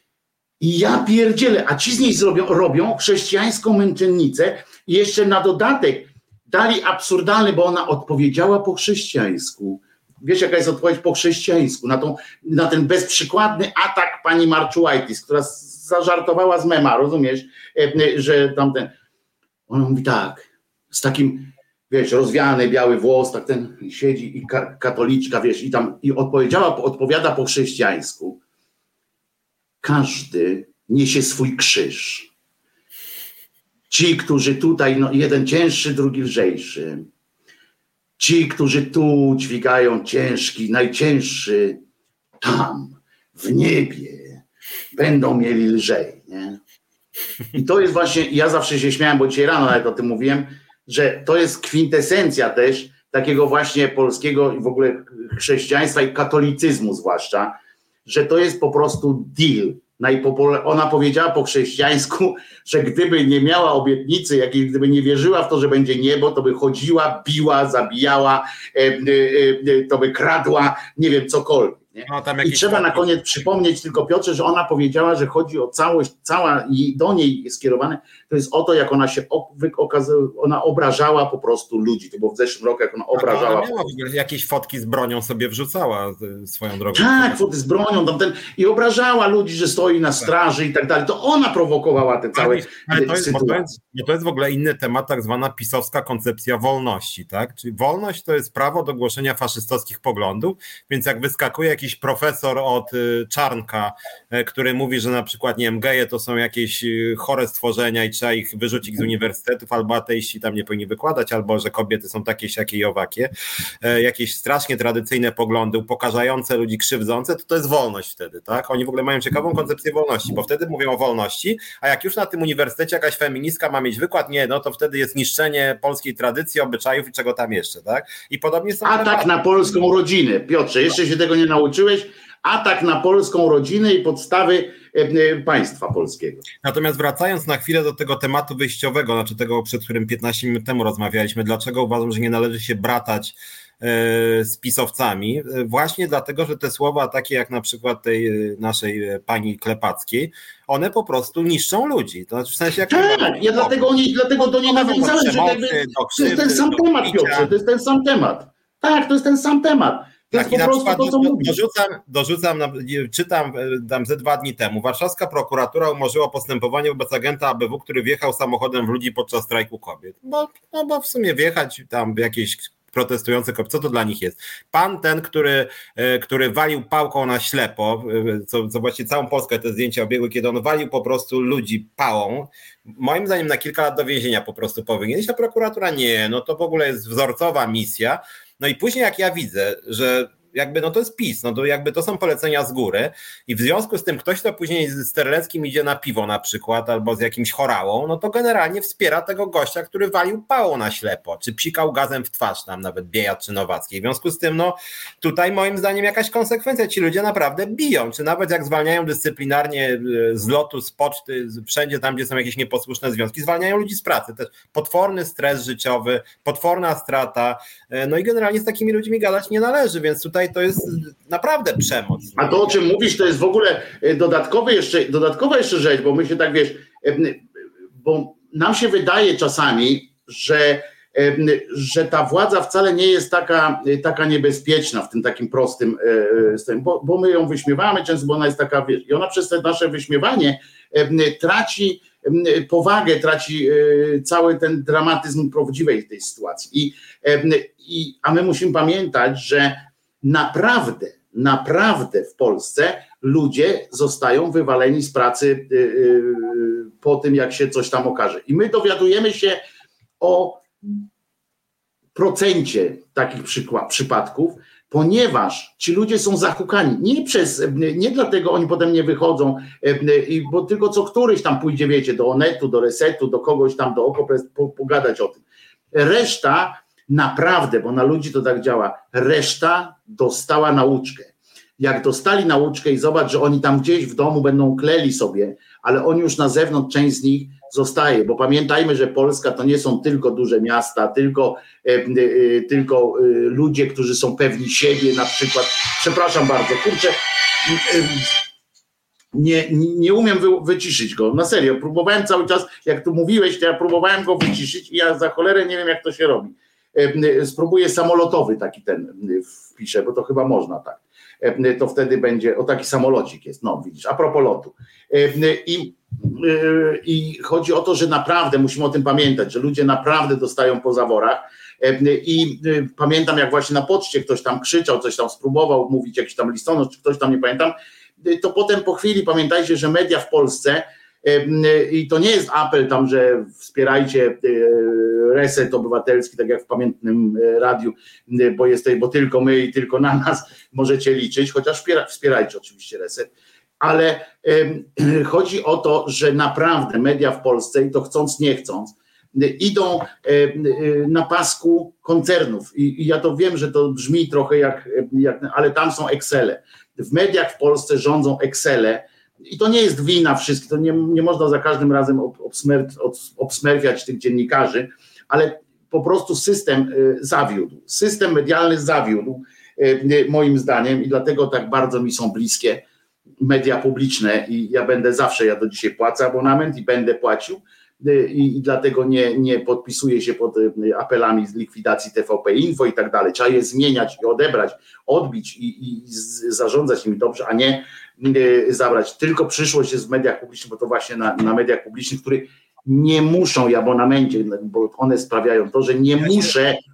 S2: I ja pierdzielę, a ci z niej zrobią, robią chrześcijańską męczennicę i jeszcze na dodatek dali absurdalny, bo ona odpowiedziała po chrześcijańsku. Wiesz, jaka jest odpowiedź po chrześcijańsku na, tą, na ten bezprzykładny atak pani Marczułajtis, która zażartowała z mema, rozumiesz, że tamten, ona mówi tak, z takim, wiesz, rozwiany biały włos, tak ten siedzi i ka- katoliczka, wiesz, i tam i odpowiedziała, odpowiada po chrześcijańsku. Każdy niesie swój krzyż. Ci, którzy tutaj, no jeden cięższy, drugi lżejszy. Ci, którzy tu dźwigają ciężki, najcięższy, tam, w niebie, będą mieli lżej. Nie? I to jest właśnie, ja zawsze się śmiałem, bo dzisiaj rano nawet o tym mówiłem, że to jest kwintesencja też takiego właśnie polskiego i w ogóle chrześcijaństwa i katolicyzmu zwłaszcza, że to jest po prostu deal. Ona powiedziała po chrześcijańsku, że gdyby nie miała obietnicy, jakiej, gdyby nie wierzyła w to, że będzie niebo, to by chodziła, biła, zabijała, e, e, e, to by kradła, nie wiem, cokolwiek. Nie? No, i trzeba na koniec przypomnieć tylko Piotrze, że ona powiedziała, że chodzi o całość, cała i do niej skierowane, to jest o to, jak ona się okazała, ona obrażała po prostu ludzi. To było w zeszłym roku, jak ona obrażała.
S3: Ona miała jakieś fotki z bronią sobie wrzucała swoją drogą.
S2: Tak, foty z bronią tamten, i obrażała ludzi, że stoi na straży i tak dalej. To ona prowokowała te całe
S3: ale to jest, sytuacje. To jest, to jest w ogóle inny temat, tak zwana pisowska koncepcja wolności, tak? Czyli wolność to jest prawo do głoszenia faszystowskich poglądów, więc jak wyskakuje jakiś profesor od Czarnka, który mówi, że na przykład, nie wiem, geje to są jakieś chore stworzenia i trzeba ich wyrzucić z uniwersytetów, albo ateiści tam nie powinni wykładać, albo że kobiety są takie, siakie i owakie, jakieś strasznie tradycyjne poglądy, upokarzające ludzi, krzywdzące, to to jest wolność wtedy, tak? Oni w ogóle mają ciekawą koncepcję wolności, bo wtedy mówią o wolności, a jak już na tym uniwersytecie jakaś feministka ma mieć wykład, nie, no to wtedy jest niszczenie polskiej tradycji, obyczajów i czego tam jeszcze, tak? I podobnie są
S2: atak na polską rodzinę. Piotrze, jeszcze się tego nie nauczyłeś? Atak na polską rodzinę i podstawy państwa polskiego.
S3: Natomiast wracając na chwilę do tego tematu wyjściowego, znaczy tego, przed którym piętnaście minut temu rozmawialiśmy, dlaczego uważam, że nie należy się bratać z pisowcami? Właśnie dlatego, że te słowa takie jak na przykład tej naszej pani Klepackiej, one po prostu niszczą ludzi. To znaczy w sensie jak
S2: tak, ja dlatego, oni, dlatego do niej nawiązałem, że jakby, to jest ten sam temat, Piotrze, to jest ten sam temat. Tak, to jest ten sam temat. To
S3: tak,
S2: jest po
S3: i na przykład
S2: to, co
S3: dorzucam, dorzucam, czytam tam ze dwa dni temu, warszawska prokuratura umorzyła postępowanie wobec agenta A B W, który wjechał samochodem w ludzi podczas strajku kobiet. Bo, no bo w sumie wjechać tam w jakieś protestujące kobiety, co to dla nich jest? Pan ten, który, który walił pałką na ślepo, co, co właściwie całą Polskę te zdjęcia obiegły, kiedy on walił po prostu ludzi pałą, moim zdaniem na kilka lat do więzienia po prostu powinien iść, a prokuratura nie, no to w ogóle jest wzorcowa misja. No i później jak ja widzę, że jakby no to jest PiS, no to jakby to są polecenia z góry i w związku z tym ktoś, kto później z Terleckim idzie na piwo na przykład albo z jakimś chorałą, no to generalnie wspiera tego gościa, który walił pałą na ślepo, czy psikał gazem w twarz tam nawet Biejat czy Nowackiej. W związku z tym no tutaj moim zdaniem jakaś konsekwencja, ci ludzie naprawdę biją, czy nawet jak zwalniają dyscyplinarnie z lotu, z poczty, wszędzie tam, gdzie są jakieś nieposłuszne związki, zwalniają ludzi z pracy. Też potworny stres życiowy, potworna strata, no i generalnie z takimi ludźmi gadać nie należy, więc tutaj to jest naprawdę przemoc.
S2: A to, o czym mówisz, to jest w ogóle dodatkowy jeszcze, dodatkowa jeszcze rzecz, bo my się tak, wiesz, bo nam się wydaje czasami, że, że ta władza wcale nie jest taka, taka niebezpieczna w tym takim prostym, bo, bo my ją wyśmiewamy często, bo ona jest taka, wiesz, i ona przez to nasze wyśmiewanie traci powagę, traci cały ten dramatyzm prawdziwej tej sytuacji. I, i, a my musimy pamiętać, że naprawdę, naprawdę w Polsce ludzie zostają wywaleni z pracy po tym, jak się coś tam okaże. I my dowiadujemy się o procencie takich przypadków, ponieważ ci ludzie są zahukani. Nie przez, nie dlatego oni potem nie wychodzą, bo tylko co któryś tam pójdzie, wiecie, do Onetu, do Resetu, do kogoś tam, do Okopres, pogadać o tym. Reszta naprawdę, bo na ludzi to tak działa, reszta dostała nauczkę. Jak dostali nauczkę i zobacz, że oni tam gdzieś w domu będą kleli sobie, ale oni już na zewnątrz, część z nich zostaje, bo pamiętajmy, że Polska to nie są tylko duże miasta, tylko, e, e, tylko e, ludzie, którzy są pewni siebie na przykład. Przepraszam bardzo, kurczę, e, nie, nie umiem wy, wyciszyć go, na serio, próbowałem cały czas, jak tu mówiłeś, to ja próbowałem go wyciszyć i ja za cholerę nie wiem, jak to się robi. Spróbuję samolotowy taki ten wpiszę, bo to chyba można tak. To wtedy będzie, o taki samolocik jest, no widzisz, a propos lotu. I, i chodzi o to, że naprawdę musimy o tym pamiętać, że ludzie naprawdę dostają po zaworach i pamiętam, jak właśnie na poczcie ktoś tam krzyczał, coś tam spróbował mówić, jakiś tam listonosz, czy ktoś tam, nie pamiętam, to potem po chwili pamiętajcie, że media w Polsce, i to nie jest apel tam, że wspierajcie Reset Obywatelski, tak jak w pamiętnym radiu, bo jesteś, bo tylko my i tylko na nas możecie liczyć, chociaż wspiera, wspierajcie oczywiście Reset, ale e, chodzi o to, że naprawdę media w Polsce, i to chcąc nie chcąc, idą e, na pasku koncernów I, i ja to wiem, że to brzmi trochę jak, jak, ale tam są Excele. W mediach w Polsce rządzą Excele. I to nie jest wina wszystkich, to nie, nie można za każdym razem obsmer, obsmerwiać tych dziennikarzy, ale po prostu system zawiódł. System medialny zawiódł moim zdaniem i dlatego tak bardzo mi są bliskie media publiczne i ja będę zawsze, ja do dzisiaj płacę abonament i będę płacił i, i dlatego nie, nie podpisuję się pod apelami z likwidacji T V P Info i tak dalej. Trzeba je zmieniać i odebrać, odbić i, i zarządzać nimi dobrze, a nie zabrać. Tylko przyszłość jest w mediach publicznych, bo to właśnie na, na mediach publicznych, które nie muszą i abonamencie, bo one sprawiają to, że nie muszę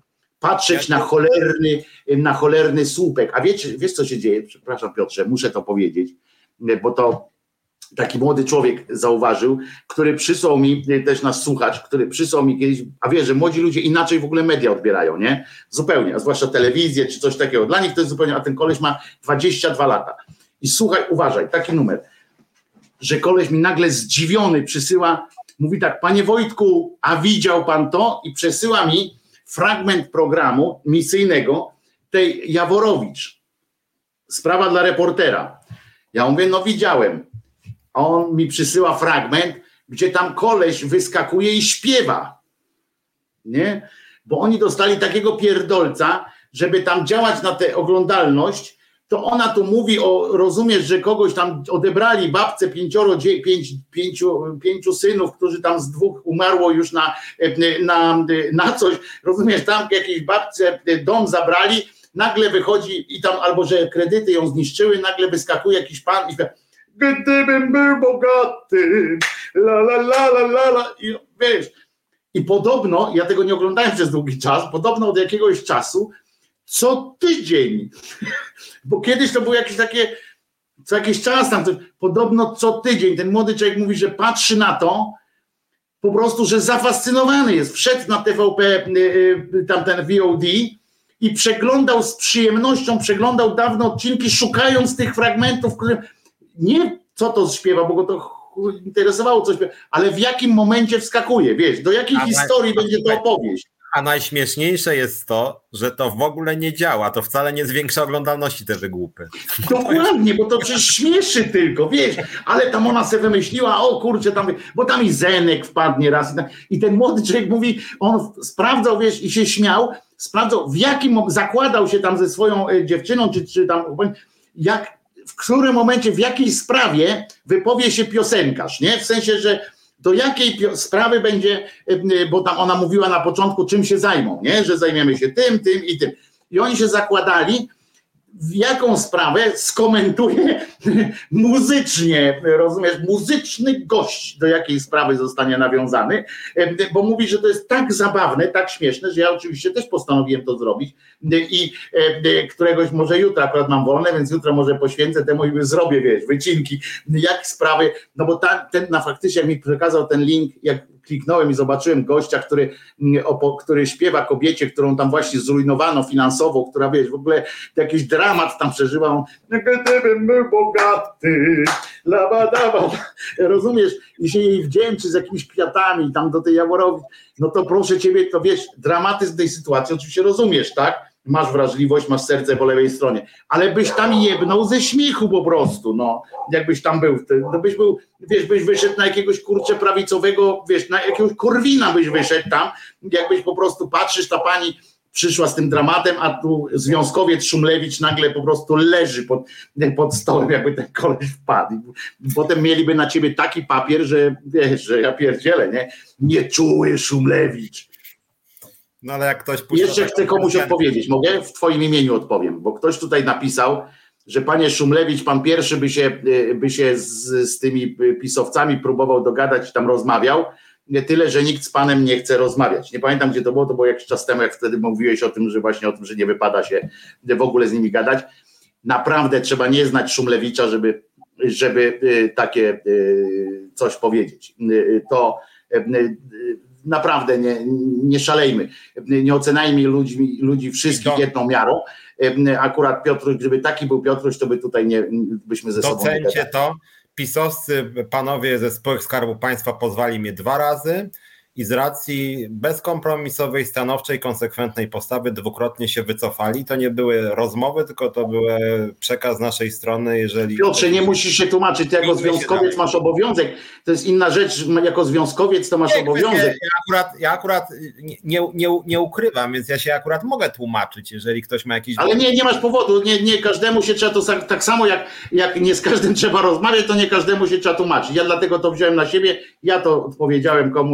S2: patrzeć na cholerny, na cholerny słupek. A wiecie, wiesz co się dzieje? Przepraszam Piotrze, muszę to powiedzieć, bo to taki młody człowiek zauważył, który przysłał mi, też nasz słuchacz, który przysłał mi kiedyś, a wiesz, że młodzi ludzie inaczej w ogóle media odbierają, nie? Zupełnie, a zwłaszcza telewizję czy coś takiego. Dla nich to jest zupełnie, a ten koleś ma dwadzieścia dwa lata. I słuchaj, uważaj, taki numer, że koleś mi nagle zdziwiony przysyła, mówi tak, panie Wojtku, a widział pan to? I przesyła mi fragment programu misyjnego tej Jaworowicz. Sprawa dla reportera. Ja mówię, no widziałem. On mi przysyła fragment, gdzie tam koleś wyskakuje i śpiewa. Nie? Bo oni dostali takiego pierdolca, żeby tam działać na tę oglądalność, to ona tu mówi o, rozumiesz, że kogoś tam odebrali babce pięcioro, pięć, pięciu, pięciu synów, którzy tam z dwóch umarło już na, na, na coś, rozumiesz, tam jakiejś babce dom zabrali, nagle wychodzi i tam, albo że kredyty ją zniszczyły, nagle wyskakuje jakiś pan i gdybym był bogaty, la la la la la la, i wiesz, i podobno, ja tego nie oglądałem przez długi czas, podobno od jakiegoś czasu, co tydzień, bo kiedyś to było jakieś takie, co jakiś czas tam, coś, podobno co tydzień, ten młody człowiek mówi, że patrzy na to, po prostu, że zafascynowany jest, wszedł na T V P, tamten V O D i przeglądał z przyjemnością, przeglądał dawne odcinki, szukając tych fragmentów, które nie co to śpiewa, bo go to interesowało coś, ale w jakim momencie wskakuje, wiesz, do jakiej a historii naj... będzie to opowieść.
S3: A najśmieszniejsze jest to, że to w ogóle nie działa, to wcale nie zwiększa oglądalności te wygłupy.
S2: Dokładnie, bo to przecież śmieszy tylko, wiesz, ale tam ona sobie wymyśliła, o kurczę, tam, bo tam i Zenek wpadnie raz i ten młody człowiek mówi, on sprawdzał, wiesz, i się śmiał, sprawdzał w jakim, zakładał się tam ze swoją dziewczyną, czy, czy tam, jak, w którym momencie, w jakiej sprawie wypowie się piosenkarz, nie? W sensie, że do jakiej sprawy będzie, bo tam ona mówiła na początku, czym się zajmą, nie? Że zajmiemy się tym, tym i tym. I oni się zakładali, w jaką sprawę skomentuje muzycznie, rozumiesz, muzyczny gość, do jakiej sprawy zostanie nawiązany, bo mówi, że to jest tak zabawne, tak śmieszne, że ja oczywiście też postanowiłem to zrobić i któregoś, może jutro akurat mam wolne, więc jutro może poświęcę temu i zrobię, wiesz, wycinki, jak sprawy, no bo ta, ten na faktycznie, jak mi przekazał ten link, jak kliknąłem i zobaczyłem gościa, który, który śpiewa kobiecie, którą tam właśnie zrujnowano finansowo, która, wiesz, w ogóle jakiś dramat tam przeżywa, gdybym był bogaty, labadaba, rozumiesz, i się jej wdzięczy z jakimiś kwiatami tam do tej Jaworowicz, no to proszę ciebie, to wiesz, dramatyzm tej sytuacji oczywiście rozumiesz, tak? Masz wrażliwość, masz serce po lewej stronie, ale byś tam jebnął ze śmiechu po prostu, no, jakbyś tam był, to byś był, wiesz, byś wyszedł na jakiegoś kurczę prawicowego, wiesz, na jakiegoś Korwina byś wyszedł tam, jakbyś po prostu patrzysz, ta pani przyszła z tym dramatem, a tu związkowiec Szumlewicz nagle po prostu leży pod, pod stołem, jakby ten koleś wpadł. Potem mieliby na ciebie taki papier, że wiesz, że ja pierdzielę, nie? Nieczuły Szumlewicz.
S3: No ale jak ktoś puszcza.
S2: Jeszcze chcę komuś odpowiedzieć, mogę? W twoim imieniu odpowiem, bo ktoś tutaj napisał, że panie Szumlewicz, pan pierwszy by się, by się z, z tymi pisowcami próbował dogadać, tam rozmawiał, nie tyle, że nikt z panem nie chce rozmawiać. Nie pamiętam, gdzie to było, to było jakiś czas temu, jak wtedy mówiłeś o tym, że właśnie o tym, że nie wypada się w ogóle z nimi gadać. Naprawdę trzeba nie znać Szumlewicza, żeby, żeby takie coś powiedzieć. To naprawdę nie, nie szalejmy, nie oceniajmy ludzi, ludzi wszystkich jedną miarą. Akurat Piotruś, gdyby taki był Piotruś, to by tutaj nie byśmy ze sobą nie gadali.
S3: Docencie to. Pisowscy panowie ze spółek Skarbu Państwa pozwali mnie dwa razy i z racji bezkompromisowej, stanowczej, konsekwentnej postawy dwukrotnie się wycofali. To nie były rozmowy, tylko to był przekaz naszej strony. Jeżeli
S2: Piotrze, nie musisz się tłumaczyć, ty jako związkowiec masz obowiązek. To jest inna rzecz, jako związkowiec to masz nie, obowiązek.
S3: Ja akurat, ja akurat nie, nie, nie ukrywam, więc ja się akurat mogę tłumaczyć, jeżeli ktoś ma jakiś...
S2: Ale nie, nie masz powodu, nie, nie każdemu się trzeba, to tak samo jak, jak nie z każdym trzeba rozmawiać, to nie każdemu się trzeba tłumaczyć. Ja dlatego to wziąłem na siebie, ja to odpowiedziałem komuś,
S3: Natomiast
S2: że...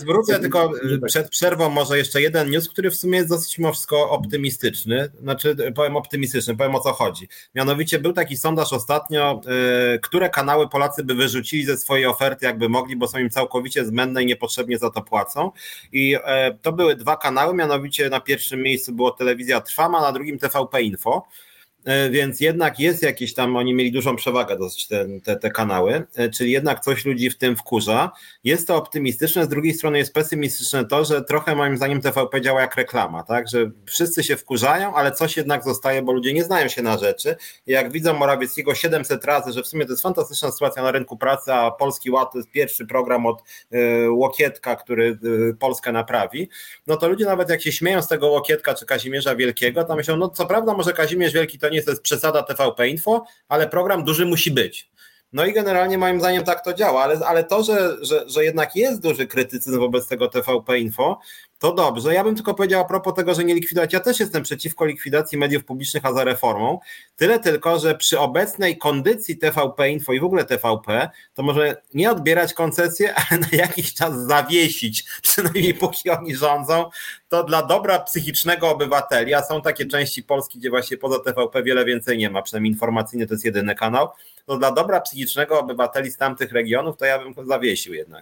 S3: wrócę tylko przed przerwą może jeszcze jeden news, który w sumie jest dosyć mimo wszystko optymistyczny, znaczy powiem optymistyczny, powiem o co chodzi. Mianowicie był taki sondaż ostatnio, yy, które kanały Polacy by wyrzucili ze swojej oferty jakby mogli, bo są im całkowicie zbędne i niepotrzebnie za to płacą i yy, to były dwa kanały, mianowicie na pierwszym miejscu było Telewizja Trwam, a na drugim T V P Info. Więc jednak jest jakieś tam, oni mieli dużą przewagę dosyć te, te, te kanały, czyli jednak coś ludzi w tym wkurza. Jest to optymistyczne, z drugiej strony jest pesymistyczne to, że trochę moim zdaniem T V P działa jak reklama, tak, że wszyscy się wkurzają, ale coś jednak zostaje, bo ludzie nie znają się na rzeczy i jak widzą Morawieckiego siedemset razy, że w sumie to jest fantastyczna sytuacja na rynku pracy, a Polski Ład to jest pierwszy program od y, Łokietka, który y, Polskę naprawi, no to ludzie nawet jak się śmieją z tego Łokietka czy Kazimierza Wielkiego, to myślą, no co prawda może Kazimierz Wielki to nie to jest przesada T V P Info, ale program duży musi być. No i generalnie moim zdaniem tak to działa, ale, ale to, że, że, że jednak jest duży krytycyzm wobec tego T V P Info, to dobrze. Ja bym tylko powiedział a propos tego, że nie likwidować. Ja też jestem przeciwko likwidacji mediów publicznych, a za reformą. Tyle tylko, że przy obecnej kondycji T V P Info i w ogóle T V P, to może nie odbierać koncesję, ale na jakiś czas zawiesić, przynajmniej póki oni rządzą, to dla dobra psychicznego obywateli, a są takie części Polski, gdzie właśnie poza T V P wiele więcej nie ma, przynajmniej informacyjnie to jest jedyny kanał, to dla dobra psychicznego obywateli z tamtych regionów, to ja bym zawiesił jednak.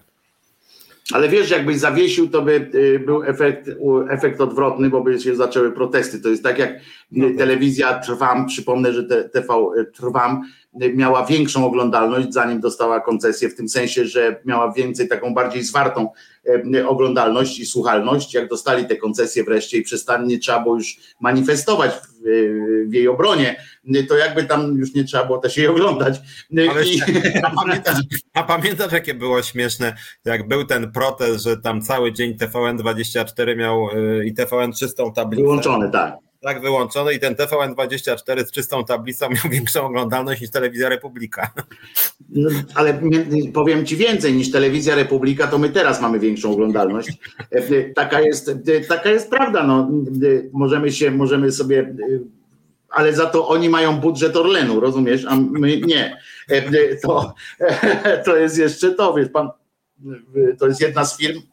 S2: Ale wiesz, jakbyś zawiesił, to by był efekt, efekt odwrotny, bo by się zaczęły protesty. To jest tak jak no tak. Telewizja Trwam, przypomnę, że T V Trwam miała większą oglądalność, zanim dostała koncesję, w tym sensie, że miała więcej, taką bardziej zwartą oglądalność i słuchalność. Jak dostali te koncesje wreszcie i przestanie, nie trzeba było już manifestować w, w jej obronie, to jakby tam już nie trzeba było też jej oglądać.
S3: Ale
S2: I...
S3: a, pamiętasz, a pamiętasz, jakie było śmieszne, jak był ten protest, że tam cały dzień T V N dwadzieścia cztery miał i T V N czystą tablicę.
S2: Wyłączony, tak.
S3: Tak, wyłączony i ten T V N dwadzieścia cztery z czystą tablicą miał większą oglądalność niż Telewizja Republika.
S2: No, ale powiem ci więcej niż Telewizja Republika, to my teraz mamy większą oglądalność. Taka jest, taka jest prawda. No, możemy się, możemy sobie, ale za to oni mają budżet Orlenu, rozumiesz, a my nie. To, to jest jeszcze to, wiesz, pan, to jest jedna z firm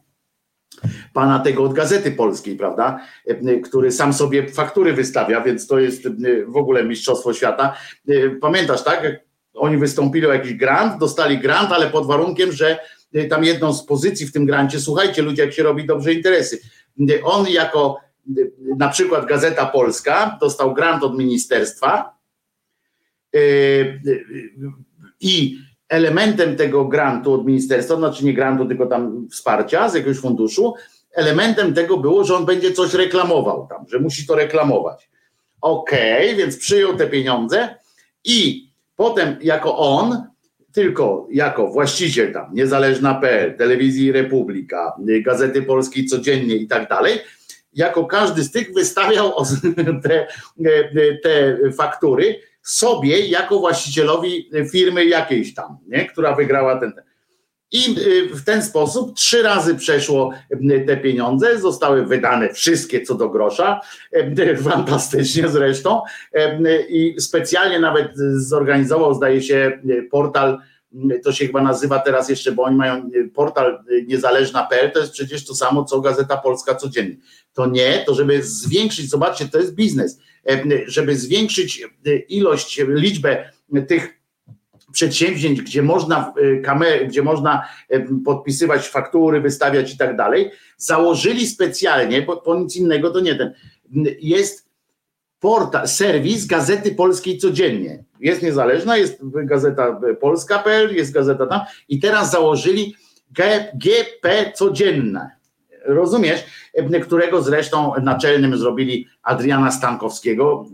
S2: pana tego od Gazety Polskiej, prawda, który sam sobie faktury wystawia, więc to jest w ogóle mistrzostwo świata. Pamiętasz, tak? Oni wystąpili o jakiś grant, dostali grant, ale pod warunkiem, że tam jedną z pozycji w tym grancie, słuchajcie ludzie, jak się robi dobrze interesy. On jako na przykład Gazeta Polska dostał grant od ministerstwa i elementem tego grantu od ministerstwa, znaczy nie grantu, tylko tam wsparcia z jakiegoś funduszu, elementem tego było, że on będzie coś reklamował tam, że musi to reklamować. Okej, okay, więc przyjął te pieniądze i potem jako on, tylko jako właściciel tam, Niezależna kropka p l, Telewizji Republika, Gazety Polskiej Codziennie i tak dalej, jako każdy z tych wystawiał te, te faktury sobie jako właścicielowi firmy jakiejś tam, nie? Która wygrała ten, ten. I w ten sposób trzy razy przeszło te pieniądze, zostały wydane wszystkie co do grosza, fantastycznie zresztą, i specjalnie nawet zorganizował, zdaje się, portal, to się chyba nazywa teraz jeszcze, bo oni mają portal Niezależna kropka p l, to jest przecież to samo co Gazeta Polska Codziennie. To nie, to żeby zwiększyć, zobaczcie, to jest biznes, żeby zwiększyć ilość, liczbę tych przedsięwzięć, gdzie można kamery, gdzie można podpisywać faktury, wystawiać i tak dalej, założyli specjalnie, bo po nic innego to nie ten, jest portal, serwis Gazety Polskiej Codziennie. Jest niezależna, jest Gazeta Polska kropka p l, jest gazeta tam i teraz założyli G P Codzienne. Rozumiesz? Którego zresztą naczelnym zrobili Adriana Stankowskiego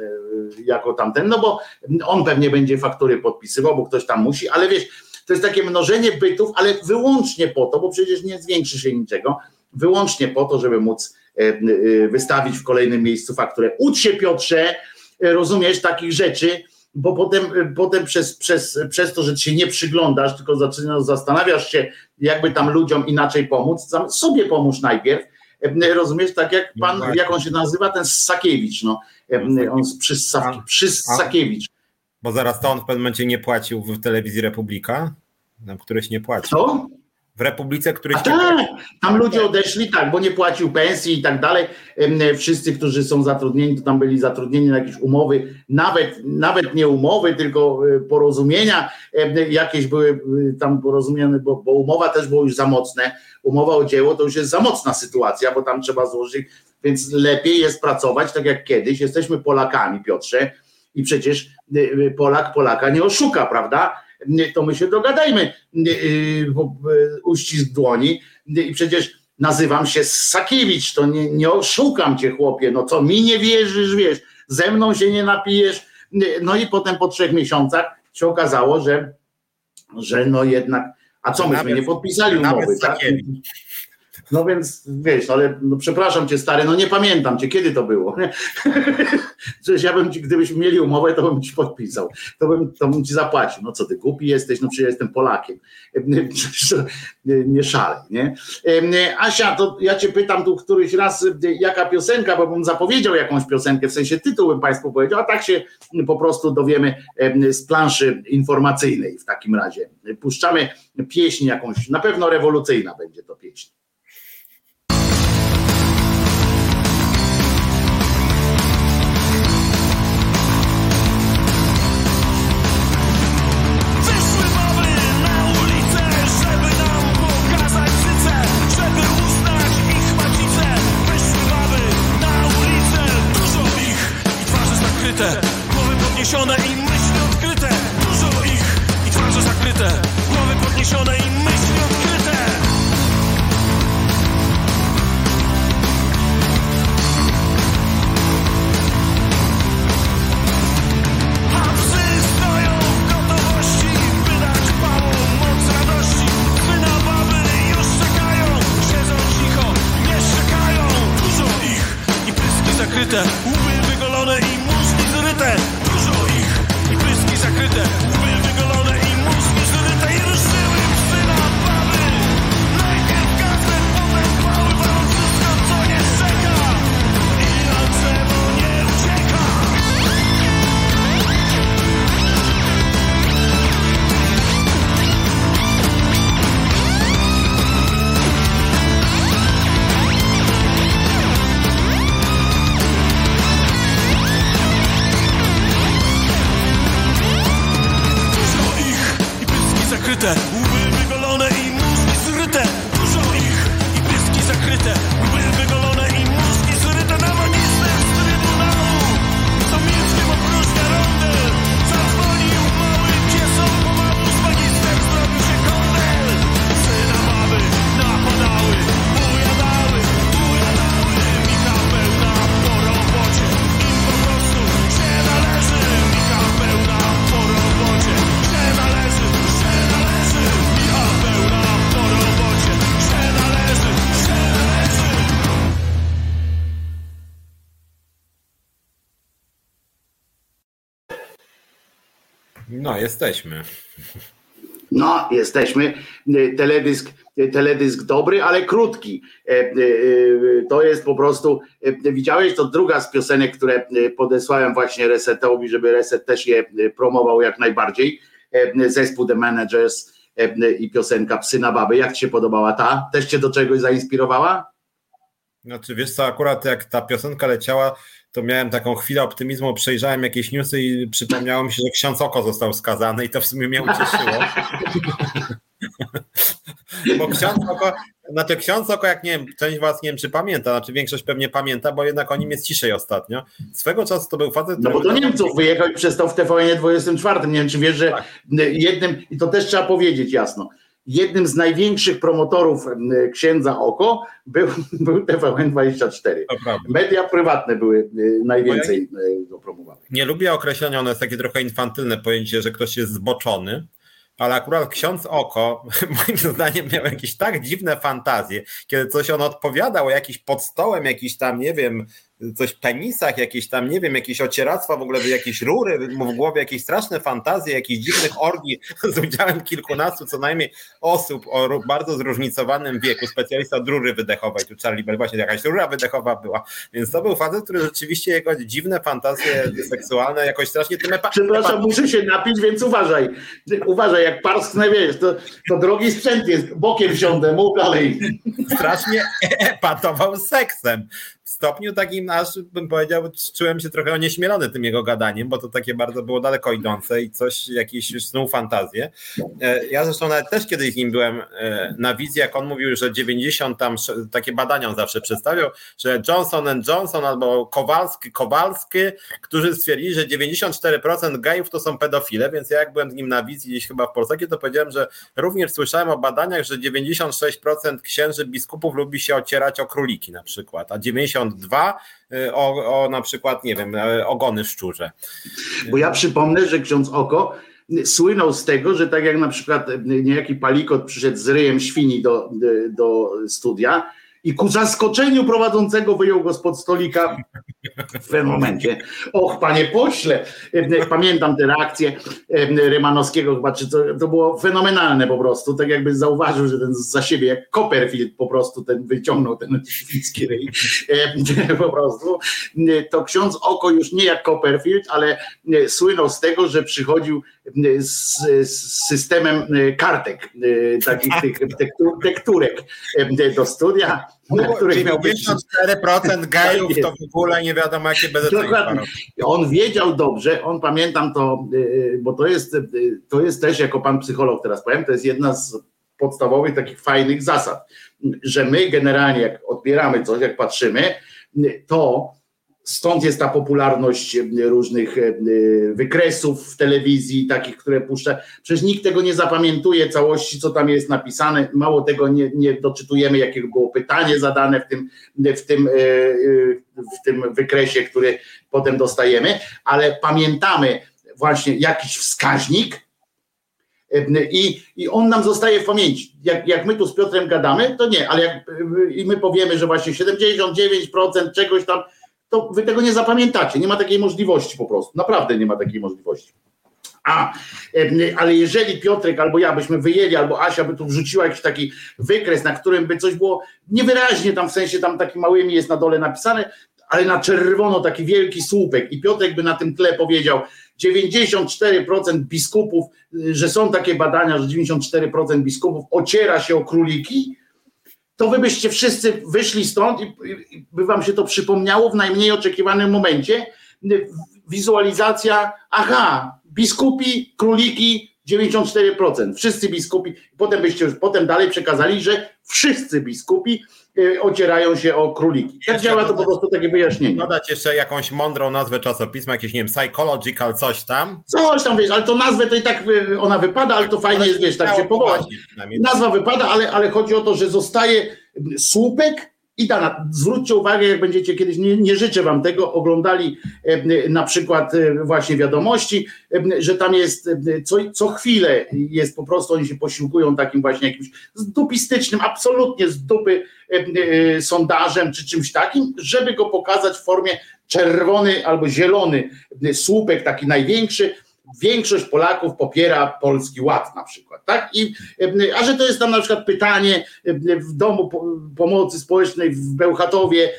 S2: jako tamten, no bo on pewnie będzie faktury podpisywał, bo ktoś tam musi, ale wiesz, to jest takie mnożenie bytów, ale wyłącznie po to, bo przecież nie zwiększy się niczego, wyłącznie po to, żeby móc wystawić w kolejnym miejscu fakturę. Ucz się, Piotrze, rozumiesz, takich rzeczy, bo potem, potem przez, przez, przez to, że się nie przyglądasz, tylko zaczynasz, zastanawiasz się, jakby tam ludziom inaczej pomóc, sobie pomóż najpierw, rozumiesz, tak jak pan, no jak on się nazywa, ten Ssakiewicz, no, on Przyssakiewicz.
S3: Bo zaraz to on w pewnym momencie nie płacił w Telewizji Republika, nam któreś nie płacił.
S2: Co?
S3: w republice, których...
S2: A tak, tam ludzie odeszli, tak, bo nie płacił pensji i tak dalej. Wszyscy, którzy są zatrudnieni, to tam byli zatrudnieni na jakieś umowy, nawet, nawet nie umowy, tylko porozumienia jakieś były tam porozumiane, bo, bo umowa też było już za mocne. Umowa o dzieło to już jest za mocna sytuacja, bo tam trzeba złożyć, więc lepiej jest pracować tak jak kiedyś. Jesteśmy Polakami, Piotrze, i przecież Polak Polaka nie oszuka, prawda? To my się dogadajmy, uścisk dłoni, i przecież nazywam się Ssakiewicz, to nie, nie oszukam cię, chłopie, no co, mi nie wierzysz, wiesz, ze mną się nie napijesz, no i potem po trzech miesiącach się okazało, że, że no jednak, a co, myśmy nie podpisali umowy, tak? No więc wiesz, ale no przepraszam cię, stary, no nie pamiętam cię, kiedy to było. Przecież ja bym ci, gdybyśmy mieli umowę, to bym ci podpisał, to bym, to bym ci zapłacił. No co ty, głupi jesteś, no przecież jestem Polakiem. Nie szalej, nie? Asia, to ja cię pytam tu któryś raz, jaka piosenka, bo bym zapowiedział jakąś piosenkę, w sensie tytuł bym państwu powiedział, a tak się po prostu dowiemy z planszy informacyjnej w takim razie. Puszczamy pieśń jakąś, na pewno rewolucyjna będzie to pieśń.
S7: Głowy podniesione i myśli odkryte. Dużo ich i twarze zakryte. Głowy podniesione i myśli odkryte. A psy stoją w gotowości, by dać pałom moc radości. Syna baby już czekają, siedzą cicho, nie szczekają. Dużo ich i pyski zakryte, łby wygolone i dużo ich i pyski zakryte, łby wygolone i mózgi zryte. I ruszyły psy na baby. Najpierw gazet, potem pały, walą wszystko, co nie czeka i na drzewo nie ucieka. Zakryte, łby wygolone i mózgi zryte. Dużo ich i pyski zakryte, łby wygolone i mózgi zryte. Na magister z trybunału, co mieckiem opróżnia rondę. Zadzwonił mały piesą pomału, z magister zrobił się kondel. Syna baby napadały, ujadały, ujadały. Micha pełna po robocie, im po prostu się należy. Micha pełna po robocie, się należy.
S3: No, jesteśmy.
S2: No, jesteśmy. Teledysk, teledysk dobry, ale krótki. To jest po prostu, widziałeś, to druga z piosenek, które podesłałem właśnie Resetowi, żeby Reset też je promował jak najbardziej. Zespół The Managers i piosenka Psy na baby. Jak ci się podobała ta? Też cię do czegoś zainspirowała?
S3: Znaczy wiesz co, akurat jak ta piosenka leciała, to miałem taką chwilę optymizmu, przejrzałem jakieś newsy i przypomniało mi się, że ksiądz Oko został skazany i to w sumie mnie ucieszyło. Bo ksiądz Oko, znaczy ksiądz Oko, jak nie wiem, część was nie wiem czy pamięta, znaczy większość pewnie pamięta, bo jednak o nim jest ciszej ostatnio. Swego czasu to był facet...
S2: No bo do Niemców wyjechał i przestał w T V N dwudziestym czwartym. Nie wiem, czy wiesz, że tak. jednym, i to też trzeba powiedzieć jasno, jednym z największych promotorów księdza Oko był, był T V N dwadzieścia cztery. Media prywatne były najwięcej ja go promowały.
S3: Nie lubię określenia, ono jest takie trochę infantylne pojęcie, że ktoś jest zboczony, ale akurat ksiądz Oko moim zdaniem miał jakieś tak dziwne fantazje, kiedy coś on odpowiadał jakiś pod stołem, jakiś tam, nie wiem, coś penisach, jakieś tam, nie wiem, jakieś ocieractwa, w ogóle jakieś rury, w głowie jakieś straszne fantazje, jakichś dziwnych orgii z udziałem kilkunastu co najmniej osób o bardzo zróżnicowanym wieku, specjalista od rury wydechowej, tu Charlie Bell właśnie jakaś rura wydechowa była, więc to był facet, który rzeczywiście jego dziwne fantazje seksualne jakoś strasznie tym epa-
S2: Przepraszam, muszę się napić, więc uważaj. Uważaj, jak parsknę, wiesz, to, to drogi sprzęt jest, bokiem wsiądę, mów dalej.
S3: strasznie epatował seksem. W stopniu takim, aż bym powiedział, czułem się trochę onieśmielony tym jego gadaniem, bo to takie bardzo było daleko idące i coś, jakieś już snuł fantazję. Ja zresztą nawet też kiedyś z nim byłem na wizji, jak on mówił, że dziewięćdziesiąt tam, takie badania on zawsze przedstawiał, że Johnson and Johnson albo Kowalski, Kowalski, którzy stwierdzili, że dziewięćdziesiąt cztery procent gejów to są pedofile, więc ja jak byłem z nim na wizji gdzieś chyba w Polsce, to powiedziałem, że również słyszałem o badaniach, że dziewięćdziesiąt sześć procent księży biskupów lubi się ocierać o króliki na przykład, a dziewięćdziesiąt dwa o, o na przykład, nie wiem, ogony szczurze.
S2: Bo ja przypomnę, że ksiądz Oko słynął z tego, że tak jak na przykład niejaki Palikot przyszedł z ryjem świni do, do studia i ku zaskoczeniu prowadzącego wyjął go spod stolika w pewnym momencie. Och, panie pośle, pamiętam te reakcje Rymanowskiego chyba, czy to, to było fenomenalne po prostu, tak jakby zauważył, że ten za siebie, jak Copperfield po prostu ten wyciągnął ten świński ryj, po prostu. To ksiądz Oko już nie jak Copperfield, ale słynął z tego, że przychodził z, z systemem kartek, takich tych tektur, tekturek do studia, na których miał być
S3: dziewięćdziesiąt cztery procent gejów to w ogóle nie wiadomo jakie
S2: Dokładnie. On wiedział dobrze, on pamiętam to, bo to jest, to jest też jako pan psycholog teraz powiem, to jest jedna z podstawowych takich fajnych zasad, że my generalnie jak odbieramy coś, jak patrzymy, to stąd jest ta popularność różnych wykresów w telewizji, takich, które puszcza. Przecież nikt tego nie zapamiętuje całości, co tam jest napisane. Mało tego nie, nie doczytujemy, jakie było pytanie zadane w tym, w tym, w tym wykresie, który potem dostajemy, ale pamiętamy właśnie jakiś wskaźnik i, i on nam zostaje w pamięci. Jak, jak my tu z Piotrem gadamy, to nie, ale jak i my powiemy, że właśnie siedemdziesiąt dziewięć procent czegoś tam, to wy tego nie zapamiętacie, nie ma takiej możliwości po prostu, naprawdę nie ma takiej możliwości. A, ale jeżeli Piotrek albo ja byśmy wyjęli, albo Asia by tu wrzuciła jakiś taki wykres, na którym by coś było niewyraźnie tam w sensie tam takimi małymi jest na dole napisane, ale na czerwono taki wielki słupek i Piotrek by na tym tle powiedział dziewięćdziesiąt cztery procent biskupów, że są takie badania, że dziewięćdziesiąt cztery procent biskupów ociera się o króliki, to wy byście wszyscy wyszli stąd i, i by wam się to przypomniało w najmniej oczekiwanym momencie. Wizualizacja, aha, biskupi, króliki, dziewięćdziesiąt cztery procent, wszyscy biskupi. Potem byście już potem dalej przekazali, że wszyscy biskupi y, ocierają się o króliki. Tak jeszcze działa to po prostu takie wyjaśnienie.
S3: Dodać jeszcze jakąś mądrą nazwę czasopisma, jakieś, nie wiem, psychological, coś tam.
S2: Coś tam, wiesz, ale to nazwę to i tak ona wypada, ale to fajnie ale jest, wiesz, tak się powołać. Nazwa wypada, ale, ale chodzi o to, że zostaje słupek i dana. Zwróćcie uwagę, jak będziecie kiedyś, nie, nie życzę wam tego, oglądali e, na przykład e, właśnie wiadomości, e, że tam jest e, co, co chwilę jest po prostu, oni się posiłkują takim właśnie jakimś zdupistycznym, absolutnie z dupy e, e, sondażem czy czymś takim, żeby go pokazać w formie czerwony albo zielony słupek, taki największy. Większość Polaków popiera Polski Ład na przykład, tak? I, a że to jest tam na przykład pytanie w domu pomocy społecznej w Bełchatowie,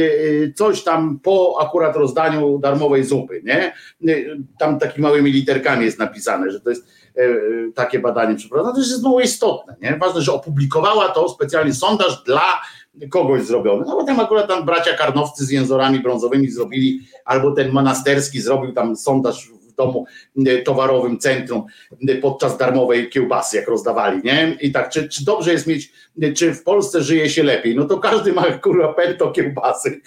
S2: coś tam po akurat rozdaniu darmowej zupy, nie? Tam takimi małymi literkami jest napisane, że to jest takie badanie przeprowadzone, to jest mało istotne, nie? Ważne, że opublikowała to specjalny sondaż dla kogoś zrobiony, no bo tam akurat tam bracia Karnowscy z jęzorami brązowymi zrobili, albo ten Monasterski zrobił tam sondaż w domu towarowym centrum podczas darmowej kiełbasy, jak rozdawali, nie? I tak, czy, czy dobrze jest mieć, czy w Polsce żyje się lepiej? No to każdy ma kurwa pęto kiełbasy.